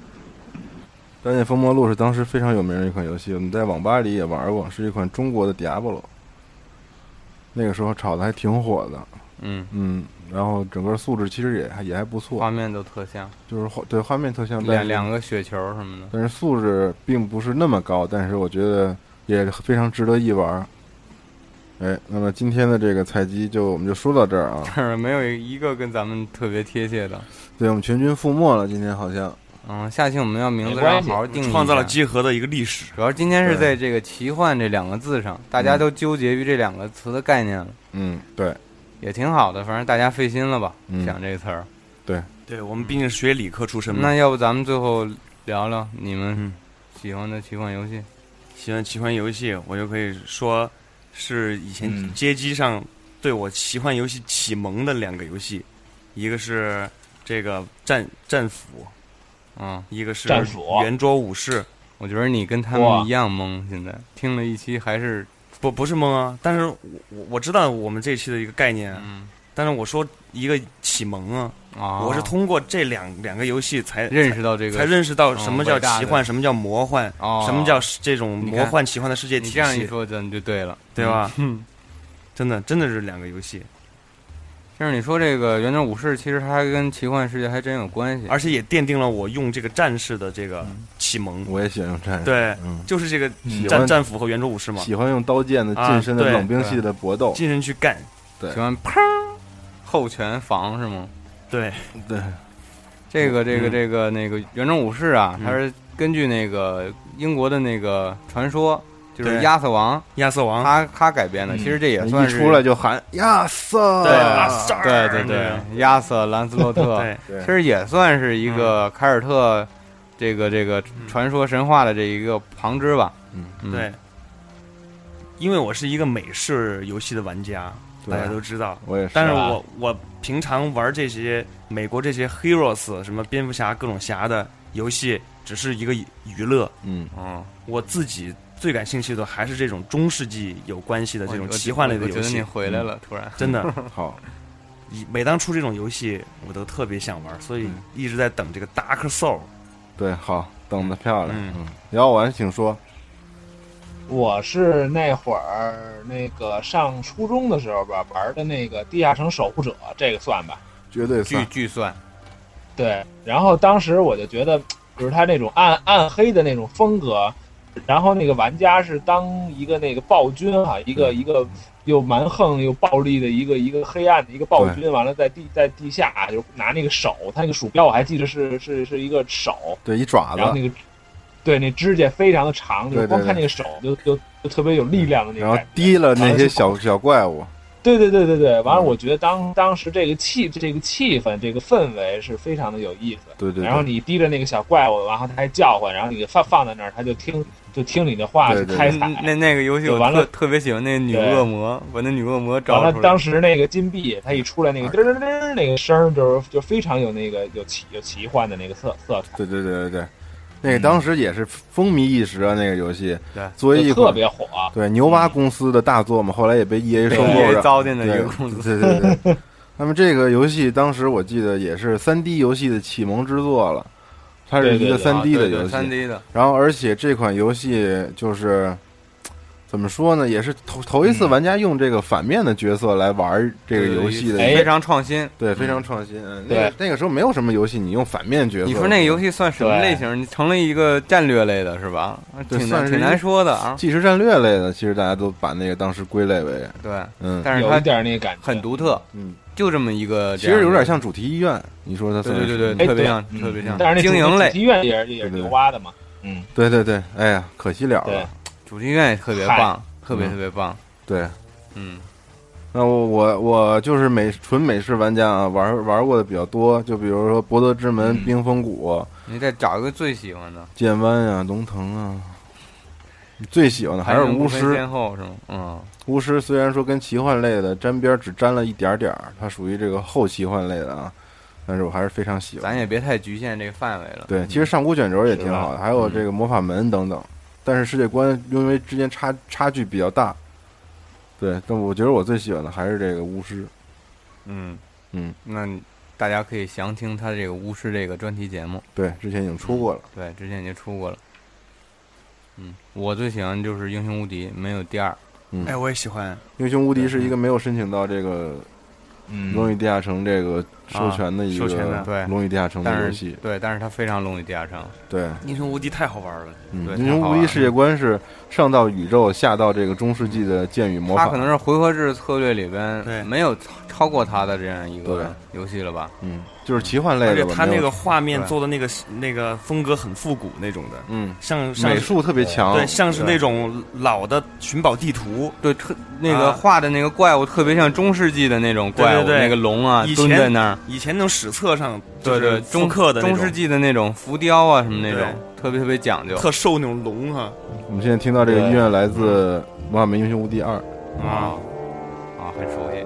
《刀剑封魔录》是当时非常有名的一款游戏，我们在网吧里也玩过，是一款中国的 Diablo， 那个时候炒的还挺火的。然后整个素质其实也还不错， 画面都特像， 就是对画面特像， 两个雪球什么的， 但是素质并不是那么高，但是我觉得也非常值得一玩。那么今天的这个采集我们就说到这儿啊， 这儿没有一个跟咱们特别贴切的， 对，我们全军覆没了，今天好像。 下期我们要名字上好好定义， 创造了集合的一个历史。 主要今天是在这个奇幻这2个字上，大家都纠结于这2个词的概念了。 对。 也挺好的，反正大家费心了吧，想这个词儿。 对，我们毕竟是学理科出身嘛。 那要不咱们最后聊聊你们喜欢的奇幻游戏？ 喜欢奇幻游戏，我就可以说是以前街机上对我奇幻游戏启蒙的2个游戏，一个是这个战斧，一个是圆桌武士。 我觉得你跟他们一样懵，现在听了一期还是。 不是懵啊，但是我知道我们这期的一个概念，但是我说一个启蒙啊，我是通过这两个游戏才认识到这个， 才认识到什么叫奇幻，什么叫魔幻，什么叫这种魔幻奇幻的世界体系。 你这样一说，真就对了， 对吧？真的是2个游戏。 就是你说这个圆桌武士，其实它跟奇幻世界还真有关系， 而且也奠定了我用这个战士的这个启蒙。 我也喜欢用战士， 对，就是这个战斧和圆桌武士嘛。 喜欢用刀剑的近身的冷兵器的搏斗， 近身去干。 对， 喜欢砰后拳防是吗？ 对， 这个那个圆桌武士啊，它是根据那个英国的那个传说。就是亚瑟王，他改编的，其实这也算是一出来就喊亚瑟， 对，亚瑟兰斯洛特，其实也算是一个凯尔特这个传说神话的这一个旁支吧。 对，因为我是一个美式游戏的玩家，大家都知道， 我也是， 但是我平常玩这些美国这些 Heroes 什么蝙蝠侠各种侠的游戏，只是一个娱乐。我自己最感兴趣的还是这种中世纪有关系的这种奇幻类的游戏。 我觉得你回来了，突然真的好。 每当出这种游戏，我都特别想玩，所以一直在等这个 Dark Soul。 对，好，等的漂亮。姚完请说。 我是那会儿那个上初中的时候吧，玩的那个《地下城守护者》，这个算吧？ 绝对算， 巨算。 对，然后当时我就觉得，就是他那种暗黑的那种风格，然后那个玩家是当一个那个暴君哈，一个又蛮横又暴力的一个黑暗的一个暴君，完了在地下就拿那个手，他那个鼠标我还记得是一个手， 对，一爪子， 然后那个。对，那指甲非常的长，就是光看那个手就特别有力量的那种。 然后滴了那些小怪物。 对，完了，我觉得当时这个气氛，这个氛围是非常的有意思。 对。 然后你滴着那个小怪物，然后它还叫唤，然后你放在那儿，它就听你的话去开采。 那个游戏我特别喜欢那女恶魔，把那女恶魔找出来。 完了，当时那个金币它一出来，那个叮叮叮那个声就非常有那个有奇幻的那个色彩。 对。那个当时也是风靡一时啊，那个游戏， 对， 作为一特别火。 对，牛蛙公司的大作嘛，后来也被 EA 收购了， 糟践的一个公司。 对。那么这个游戏当时我记得也是3D 游戏的启蒙之作了，它是一个3D 的游戏 ，3D 的。 然后而且这款游戏就是怎么说呢，也是头一次玩家用这个反面的角色来玩这个游戏的， 非常创新。 对，非常创新。 对， 那个时候没有什么游戏你用反面角色。 你说那个游戏算什么类型？你成了一个战略类的是吧？挺难说的啊。 即时战略类的，其实大家都把那个当时归类为对， 但是它有点那个感觉很独特。就这么一个， 其实有点像主题医院。你说它算是对，特别像。 但是那经营类主题医院也是牛蛙的嘛。 对。哎呀，可惜了。 主题医院也特别棒。特别棒， 对，那我就是纯美式玩家啊，玩过的比较多，就比如说《博德之门》冰封谷， 你得找一个最喜欢的， 剑湾啊，龙腾啊，最喜欢的还是巫师， 先后是吗？ 巫师虽然说跟奇幻类的沾边只沾了一点点，它属于这个后奇幻类的啊，但是我还是非常喜欢。 咱也别太局限这个范围了。 对，其实上古卷轴也挺好的，还有这个魔法门等等。但是世界观因为之间差距比较大，对，但我觉得我最喜欢的还是这个巫师。 那大家可以详听他这个巫师这个专题节目。 对，之前已经出过了。 对，之前已经出过了。我最喜欢就是英雄无敌，没有第二。 哎，我也喜欢英雄无敌，是一个没有申请到这个龙与地下城这个授权的一个对龙与地下城的游戏。 对，但是它非常龙与地下城。 对， 英雄无敌太好玩了。 英雄无敌世界观是上到宇宙，下到这个中世纪的剑与魔法。 它可能是回合制策略里边没有超过它的这样一个游戏了吧？ 就是奇幻类的。 而且它那个画面做的那个风格很复古那种的，像美术特别强， 对，像是那种老的寻宝地图， 对，那个画的那个怪物特别像中世纪的那种怪物，那个龙啊蹲在那儿， 以前那种史册上对复刻的中世纪的那种浮雕啊什么那种，特别讲究， 特瘦那种龙哈。 我们现在听到这个音乐来自《魔法门英雄无敌2》 很熟悉。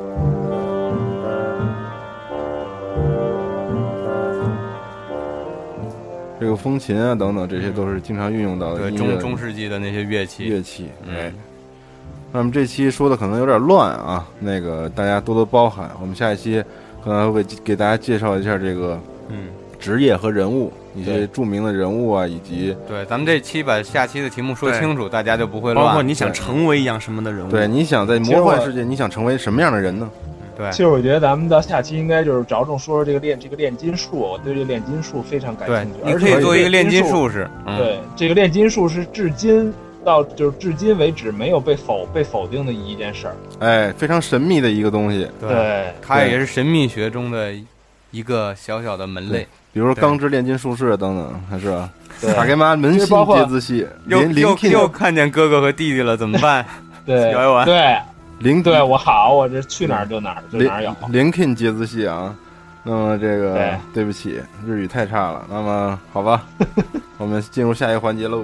这个风琴啊等等，这些都是经常运用到的中世纪的那些乐器。 那么这期说的可能有点乱啊，那个大家多多包涵。我们下一期可能会给大家介绍一下这个职业和人物，一些著名的人物啊，以及对，咱们这期把下期的题目说清楚，大家就不会乱。 包括你想成为一样什么的人物， 对，你想在魔幻世界，你想成为什么样的人呢？ 对， 其实我觉得咱们到下期应该就是着重说说这个炼金术，我对这个炼金术非常感兴趣。 你可以做一个炼金术士。 对，这个炼金术是至今为止没有被否定的一件事儿。 哎，非常神秘的一个东西。 对， 它也是神秘学中的一个小小的门类。 比如说钢之炼金术士等等，还是吧？卡给妈门系接字系， 又看见哥哥和弟弟了，怎么办？ 对，对。对我好，我这去哪儿就哪儿有。 Linkin 接字系啊，那么这个对不起，日语太差了。那么好吧，我们进入下一个环节喽。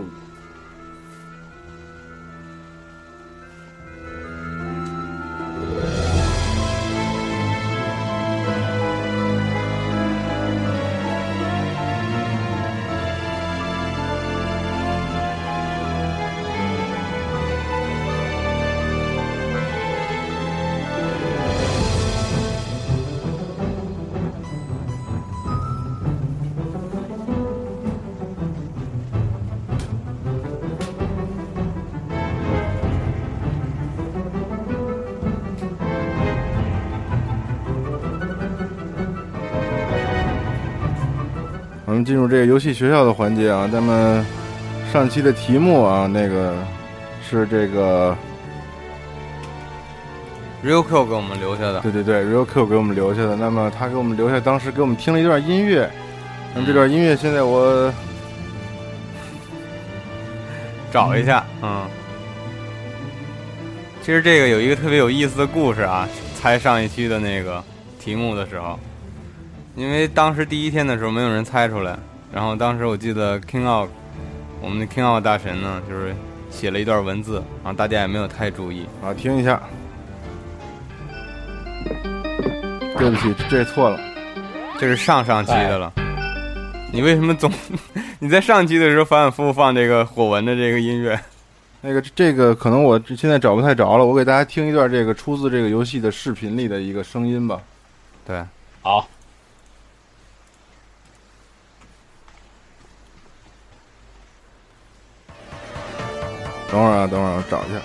们进入这个游戏学校的环节啊。咱们上期的题目啊，那个是这个 Real Q 给我们留下的。 对对对 ，Real Q 给我们留下的。那么他给我们留下，当时给我们听了一段音乐。那么这段音乐现在我找一下，其实这个有一个特别有意思的故事啊，猜上一期的那个题目的时候，因为当时第一天的时候没有人猜出来，然后当时我记得 King Out， 我们的 King Out 大神呢，就是写了一段文字，然后大家也没有太注意。 好，听一下。对不起，这错了， 这是上期的了。你为什么你在上期的时候反反复复放这个火纹的这个音乐？ 这个可能我现在找不太着了，我给大家听一段这个出自这个游戏的视频里的一个声音吧。 对， 好。 等会儿我找一下。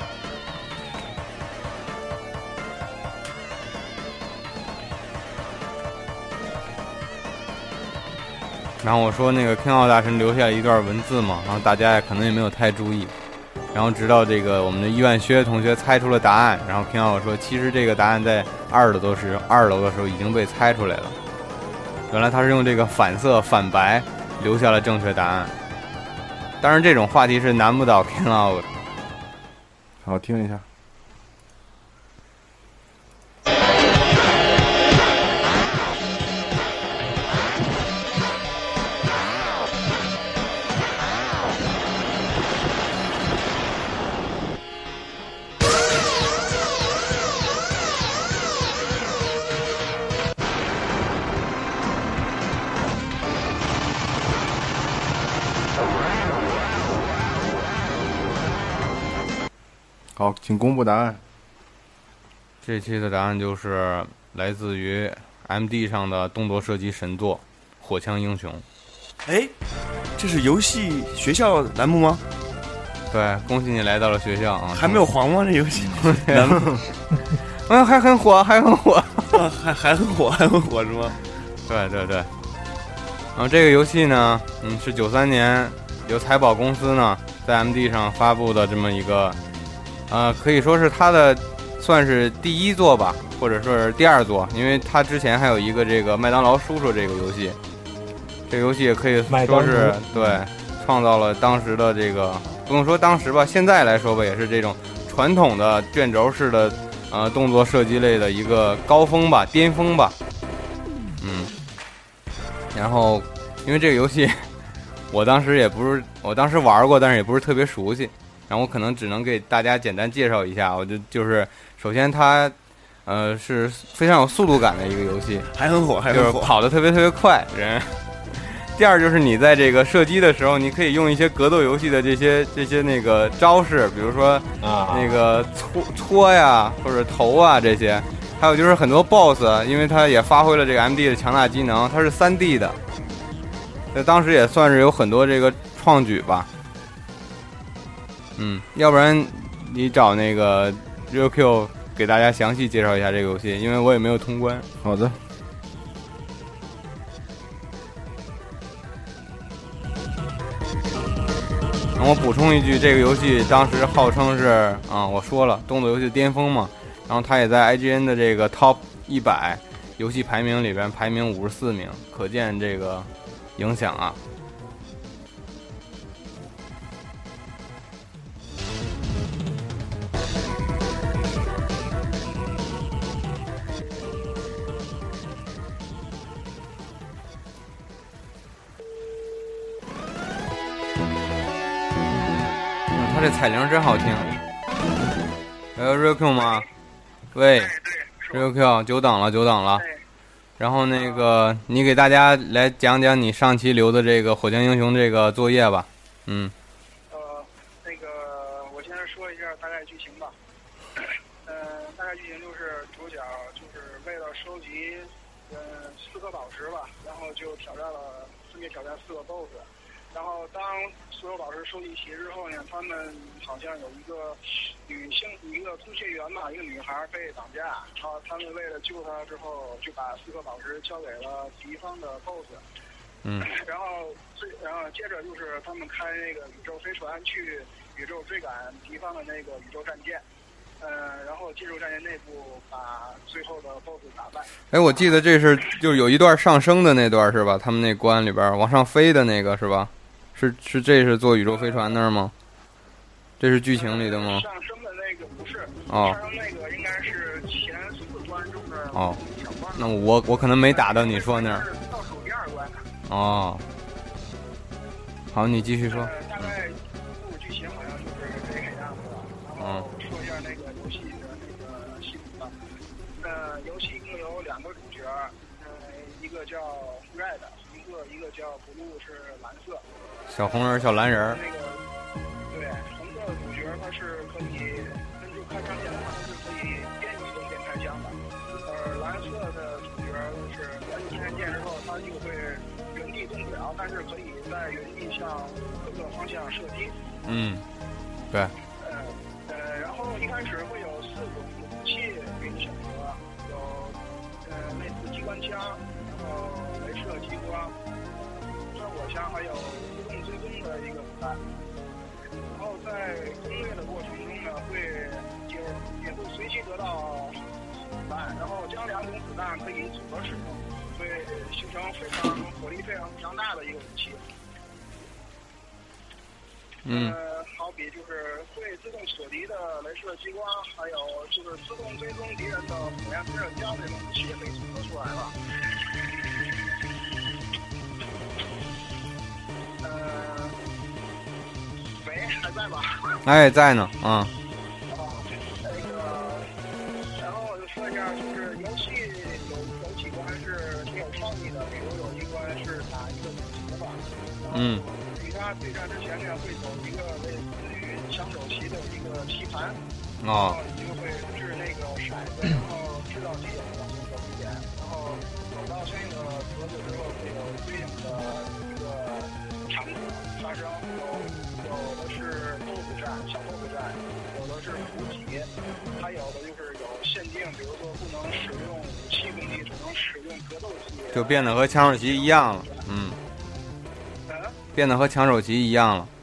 然后我说那个 King 奥大神留下一段文字嘛，然后大家也可能也没有太注意，然后直到这个我们的伊万薛同学猜出了答案，然后 King 奥说其实这个答案在2楼的时候已经被猜出来了，原来他是用这个反色反白留下了正确答案。当然这种话题是难不倒 King 奥的。 好，听一下。好，请公布答案。 这期的答案就是来自于 MD 上的动作射击神作《火枪英雄》。 哎，这是游戏学校栏目吗？ 对，恭喜你来到了学校啊！ 还没有黄吗？这游戏栏目？ 还很火，还很火， 还很火，还很火是吗？ 对对对。然后这个游戏呢，是93年由财宝公司呢在 MD 上发布的这么一个。可以说是他的算是第一作吧，或者说是第二作，因为他之前还有一个这个麦当劳叔叔这个游戏，这个游戏也可以说是对创造了当时的这个，不用说当时吧，现在来说吧，也是这种传统的卷轴式的动作射击类的一个高峰吧，巅峰吧。然后因为这个游戏我当时玩过，但是也不是特别熟悉。然后我可能只能给大家简单介绍一下，就是首先它，是非常有速度感的一个游戏， 还很火， 就是跑得特别特别快人。第二就是你在这个射击的时候，你可以用一些格斗游戏的这些那个招式，比如说那个搓呀或者投啊这些，还有就是很多 BOSS， 因为它也发挥了这个 MD 的强大机能，它是3D 的，在当时也算是有很多这个创举吧。要不然你找那个 Real Q 给大家详细介绍一下这个游戏，因为我也没有通关。 好的。 然后我补充一句，这个游戏当时号称是我说了动作游戏巅峰嘛，然后它也在 IGN 的这个 Top 100游戏排名里边排名54名，可见这个影响啊。他这彩铃真好听。Real Q 吗？喂 ，Real Q， 久等了。然后那个，你给大家来讲讲你上期留的这个《火枪英雄》这个作业吧。 那个我先说一下大概剧情吧。大概剧情就是主角就是为了收集4颗宝石吧，然后就分别挑战4个 BOSS。然后当所有宝石收集齐之后呢，他们好像有一个一个通讯员嘛，一个女孩被绑架，然后他们为了救她之后，就把4颗宝石交给了敌方的 BOSS。 然后接着就是他们开那个宇宙飞船去宇宙追赶敌方的那个宇宙战舰，然后进入战舰内部把最后的 BOSS 打败。 哎，我记得这是就是有一段上升的那段是吧？他们那关里边往上飞的那个是吧？是这是坐宇宙飞船那儿吗？这是剧情里的吗？ 上升的那个不是， 哦， 上升那个应该是前4关中的哦。那我可能没打到你说那儿。 倒数第2关。 哦。好，你继续说。 大概剧情好像就是这个样子的。然后说一下那个游戏的那个系统吧。游戏一共有2个主角，一个叫 Red 红色，一个叫 Blue 是蓝色。 小红人，小蓝人。 那个对，红色的主角他是可以根据开枪键的话，他是可以边移动边开枪的。蓝色的主角是按住开键之后，他就会原地动不了，但是可以在原地向各个方向射击。 对。 然后一开始会有4种武器给你选择，有类似机关枪，然后镭射激光、穿火枪，还有自动追踪的一个子弹。然后在攻略的过程中呢，也会随机得到子弹，然后将2种子弹可以组合使用，会形成火力非常强大的一个武器。好比就是会自动锁敌的镭射激光，还有就是自动追踪敌人的火焰喷射枪这种武器也可以组合出来了。喂，还在吧？ 哎，在呢， 然后我就说一下，就是游戏有几关是挺有创意的，比如有一关是打一个主角吧。与他对战之前呢，会走一个类似于抢手棋的一个棋盘，然后你就会掷那个骰子，然后知道自己往前走一点，然后走到相应的格子之后，会有对应的一个场景发生，有的是 BOSS 战、小 BOSS 战，有的是伏击，还有的就是有限定，比如说不能使用武器攻击，只能使用格斗技， 就变得和抢手棋一样了。变得和抢手棋一样了。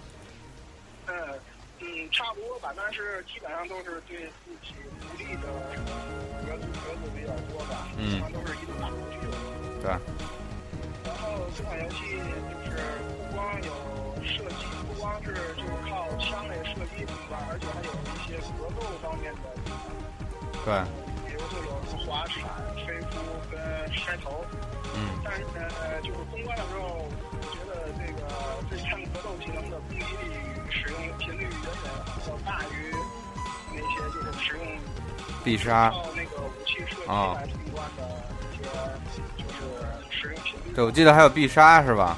差不多吧，但是基本上都是对自己不利的格子比较多吧，基本上都是一路打过去的。 对。 然后这款游戏就是不光有射击，不光是就是靠枪类射击通关，而且还有一些格斗方面的。 对。 比如说有什么滑铲、飞扑跟筛头。但是就是通关的时候，我觉得这3个格斗技能的攻击力与使用频率远远要大于那些就是使用必杀靠那个武器射击来通关的一些就是使用频率。 对，我记得还有必杀是吧？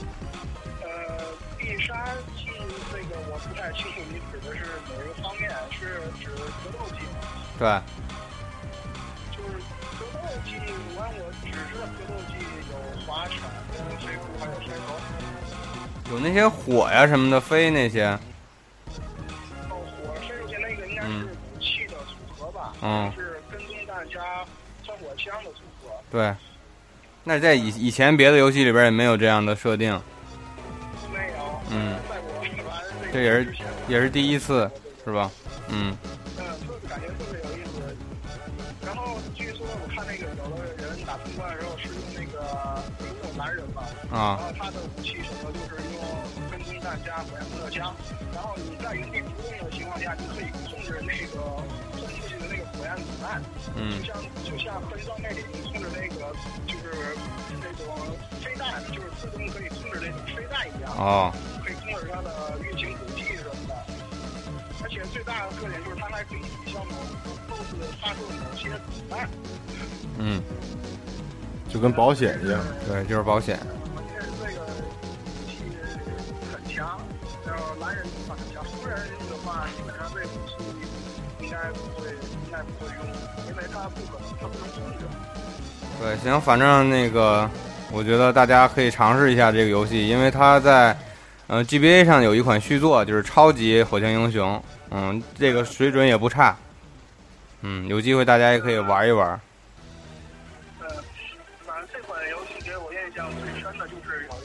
必杀技这个我不太清楚，你指的是哪个方面？是指格斗技吗？ 对。 就是格斗技，我只知道格斗技有滑铲跟飞扑还有摔头。 有那些火呀什么的飞那些。 火飞出去那个应该是武器的组合吧？是跟踪弹加穿火枪的组合。 对。那在以前别的游戏里边也没有这样的设定。 没有。在我这也是第一次，是吧？ 感觉特别有意思。然后据说我看那个有的人打通关的时候是用那个男人嘛，然后他的武器什么就是用跟踪弹加火焰喷射枪，然后你在原地不动的情况下，你可以控制那个喷出去的那个火焰子弹，就像分装那里你控制那个就是那种飞弹，就是自动可以控制那种飞弹一样，可以控制它的运行轨迹什么的。而且最大的特点就是它还可以抵消某 BOSS 发射的某些子弹。 就跟保险一样。 对，就是保险。 这个武器很强，然后蓝人很强，红人的话基本上这武器应该不会用，因为它不能控制。 对，行，反正我觉得大家可以尝试一下这个游戏，因为它在GBA 上有一款续作，就是超级火枪英雄，这个水准也不差，有机会大家也可以玩一玩。 反正这款游戏给我印象最深的就是有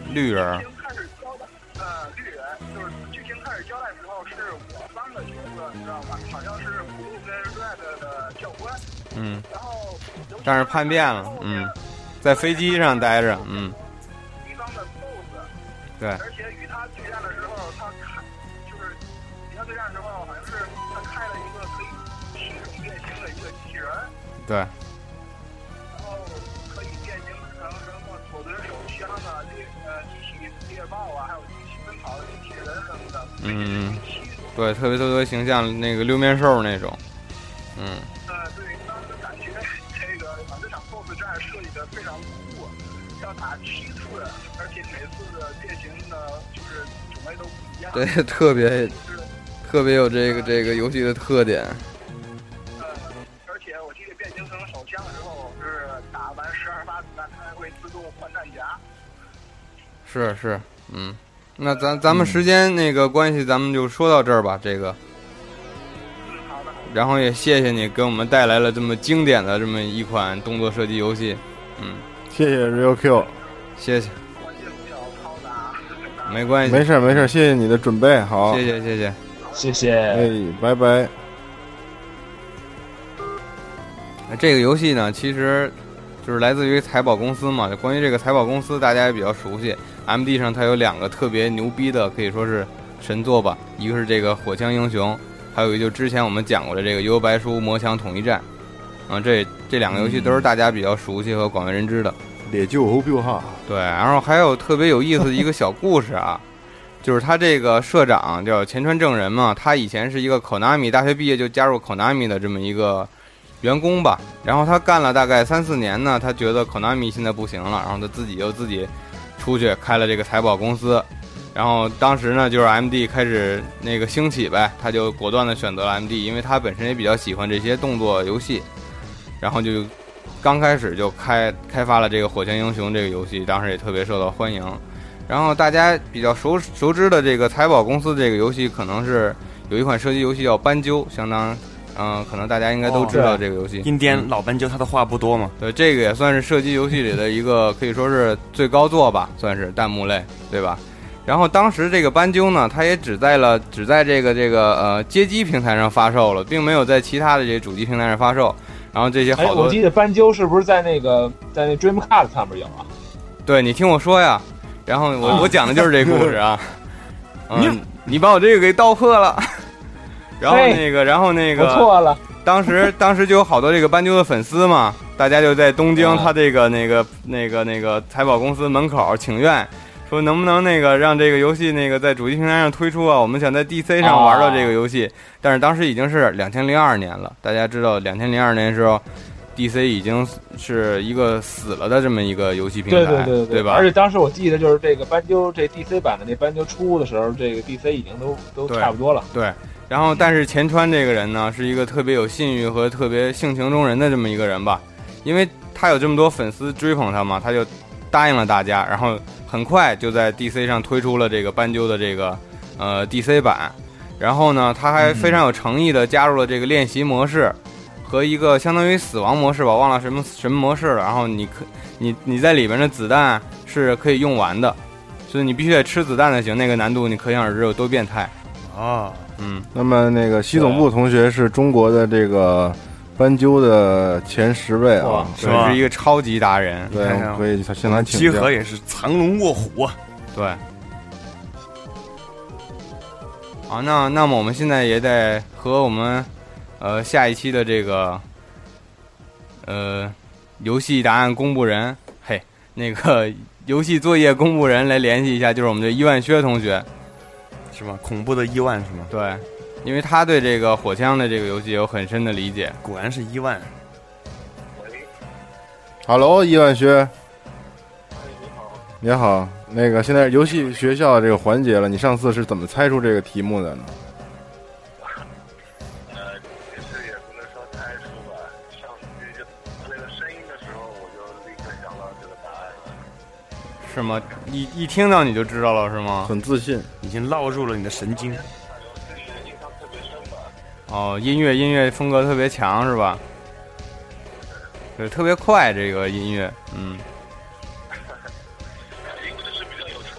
绿人。 绿人就是剧情开始交代之后是我方的角色，你知道吧？好像是Blue跟 Red 的教官。然后但是叛变了，在飞机上待着， 敌方的 BOSS。 对。 而且与他对战的时候，就是与他对战的时候，好像是他开了一个可以7种变形的一个机器人。 对。 然后可以变形成什么左轮手枪啊，机器猎豹啊，还有机器奔跑的机器人什么的。 对，特别形象，那个六面兽那种。 对，当时感觉这个把这场 BOSS 战设计的非常酷，要打7次，而且每次的变形的就是种类都不一样。 对，特别有这个游戏的特点。 而且我记得变形成手枪的时候，是打完12发子弹，它还会自动换弹夹。 是，那咱们时间那个关系，咱们就说到这儿吧。这个，然后也谢谢你给我们带来了这么经典的这么一款动作射击游戏。 谢谢 Real Q， 谢谢。没关系， 没事，谢谢你的准备，好， 谢谢， 哎，拜拜。 这个游戏呢，其实就是来自于财宝公司嘛。关于这个财宝公司，大家也比较熟悉。MD 上它有2个特别牛逼的，可以说是神作吧。一个是这个《火枪英雄》，还有一个就是之前我们讲过的这个《幽游白书：魔枪统一战》。这2个游戏都是大家比较熟悉和广为人知的。 烈酒后标哈。 对，然后还有特别有意思的一个小故事啊，就是他这个社长叫前川正人嘛，他以前是一个 Konami 大学毕业就加入 Konami 的这么一个员工吧，然后他干了大概3-4年呢，他觉得 Konami 现在不行了，然后他自己出去开了这个财宝公司，然后当时呢就是 MD 开始那个兴起呗，他就果断的选择了 MD， 因为他本身也比较喜欢这些动作游戏，然后就刚开始就开发了这个火枪英雄这个游戏，当时也特别受到欢迎。然后大家比较熟知的这个财宝公司这个游戏，可能是有一款射击游戏叫斑鸠，相当可能大家应该都知道这个游戏。 印第安老斑鸠，他的话不多嘛。 对，这个也算是射击游戏里的一个可以说是最高作吧，算是弹幕类，对吧？然后当时这个斑鸠呢，它也只在这个街机平台上发售了，并没有在其他的这些主机平台上发售。然后这些好多， 我记得斑鸠是不是在那 Dreamcast 上面有啊？ 对，你听我说呀。然后我讲的就是这故事啊。你把我这个给道破了。然后那个我错了。 当时就有好多这个斑鸠的粉丝嘛，大家就在东京他这个那个财宝公司门口请愿，说能不能让这个游戏在主机平台上推出啊？我们想在 DC 上玩到这个游戏。但是当时已经是2002年了，大家知道2002年的时候 DC 已经是一个死了的这么一个游戏平台，对吧？ 而且当时我记得就是这个斑鸠这 DC 版的那斑鸠出的时候，这个 DC 已经都差不多了。 对。然后但是前川这个人呢，是一个特别有信誉和特别性情中人的这么一个人吧，因为他有这么多粉丝追捧他嘛，他就答应了大家，然后很快就在 DC 上推出了这个斑鸠的这个DC 版。然后呢，他还非常有诚意的加入了这个练习模式和一个相当于死亡模式吧，忘了什么模式了。然后你在里边的子弹是可以用完的，所以你必须得吃子弹才行。那个难度你可想而知有多变态啊！ 那么那个西总部同学是中国的这个斑鸠的前10位啊， 是一个超级达人。 对，可以向他请教。 集合也是藏龙卧虎啊。 对。好，那么我们现在也得和我们下一期的这个游戏答案公布人，那个游戏作业公布人来联系一下，就是我们的伊万薛同学。 是吗？恐怖的伊万是吗？ 对，因为他对这个火枪的这个游戏有很深的理解。 果然是伊万。 Hello， 伊万薛。你好，那个现在游戏学校这个环节了，你上次是怎么猜出这个题目的呢？ 其实也不能说猜出吧，上去就那个声音的时候，我就立刻想到这个答案了。 是吗？一听到你就知道了是吗？ 很自信， 已经烙入了你的神经。 哦，音乐风格特别强是吧？对，特别快这个音乐，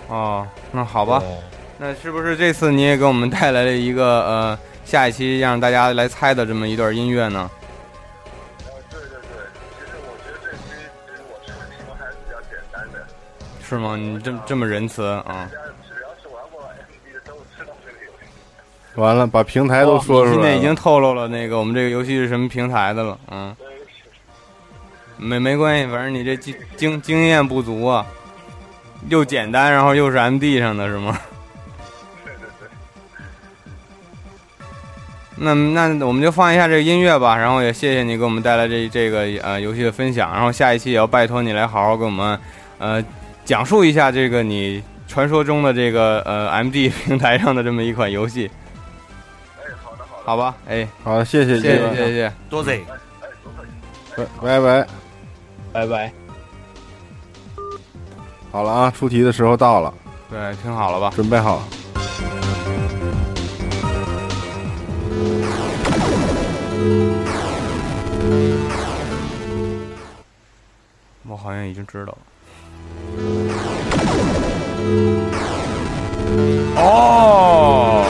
哦，那好吧，那是不是这次你也给我们带来了一个下一期让大家来猜的这么一段音乐呢？ 对，其实我觉得这期其实我出的题目还是比较简单的。 是吗？你这么仁慈啊？ 只要是玩过 MD 的都知道这个游戏。 完了，把平台都说出来了。 现在已经透露了那个我们这个游戏是什么平台的了，嗯。没关系，反正你这经验不足啊，又简单，然后又是 MD 上的是吗？ 对。 那我们就放一下这个音乐吧，然后也谢谢你给我们带来这个游戏的分享，然后下一期也要拜托你来好好给我们讲述一下这个你传说中的这个MD 平台上的这么一款游戏。好吧， 好，谢谢， 多谢， 拜拜。好了啊，出题的时候到了。 对，听好了吧， 准备好了。 我好像已经知道了。 哦，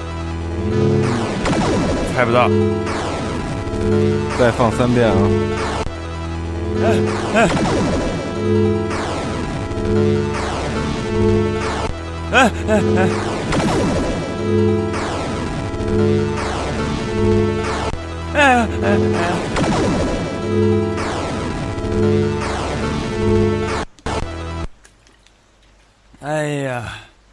猜不到。 再放3遍啊！ 哎呀，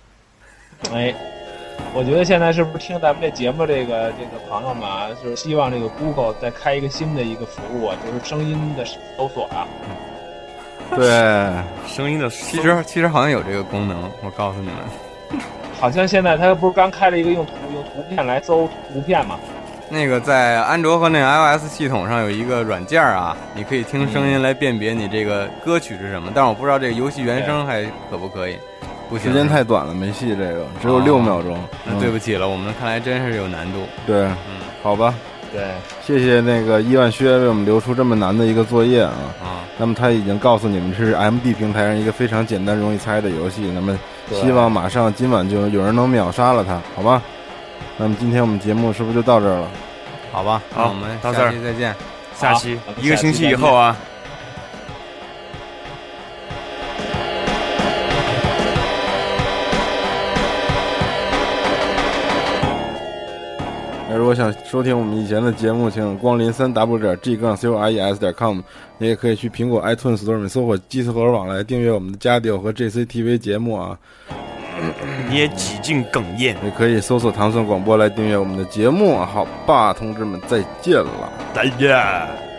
我觉得现在是不是听咱们这节目这个朋友们啊，就是希望这个 Google 再开一个新的一个服务啊，就是声音的搜索啊。 对， 声音的其实好像有这个功能，我告诉你们。 好像现在他不是刚开了一个用图片来搜图片吗？ 那个在安卓和那个 iOS 系统上有一个软件啊，你可以听声音来辨别你这个歌曲是什么，但是我不知道这个游戏原声还可不可以。不行， 时间太短了，没戏，这个只有6秒钟。 那对不起了，我们看来真是有难度。 对，好吧。 对， 谢谢那个伊万薛为我们留出这么难的一个作业啊。那么他已经告诉你们，这是 MD 平台上一个非常简单容易猜的游戏。那么希望马上今晚就有人能秒杀了他，好吧？那么今天我们节目是不是就到这儿了？ 好吧， 好， 我们到这儿下期再见。 下期1个星期以后啊。 如果想收听我们以前的节目，请光临3w.g-core.com， 你也可以去苹果 iTunes Store 里搜索基斯合网来订阅我们的加丢和 JCTV 节目啊。 你也几近哽咽， 也可以搜索唐宋广播来订阅我们的节目。好吧，同志们，再见了， 再见。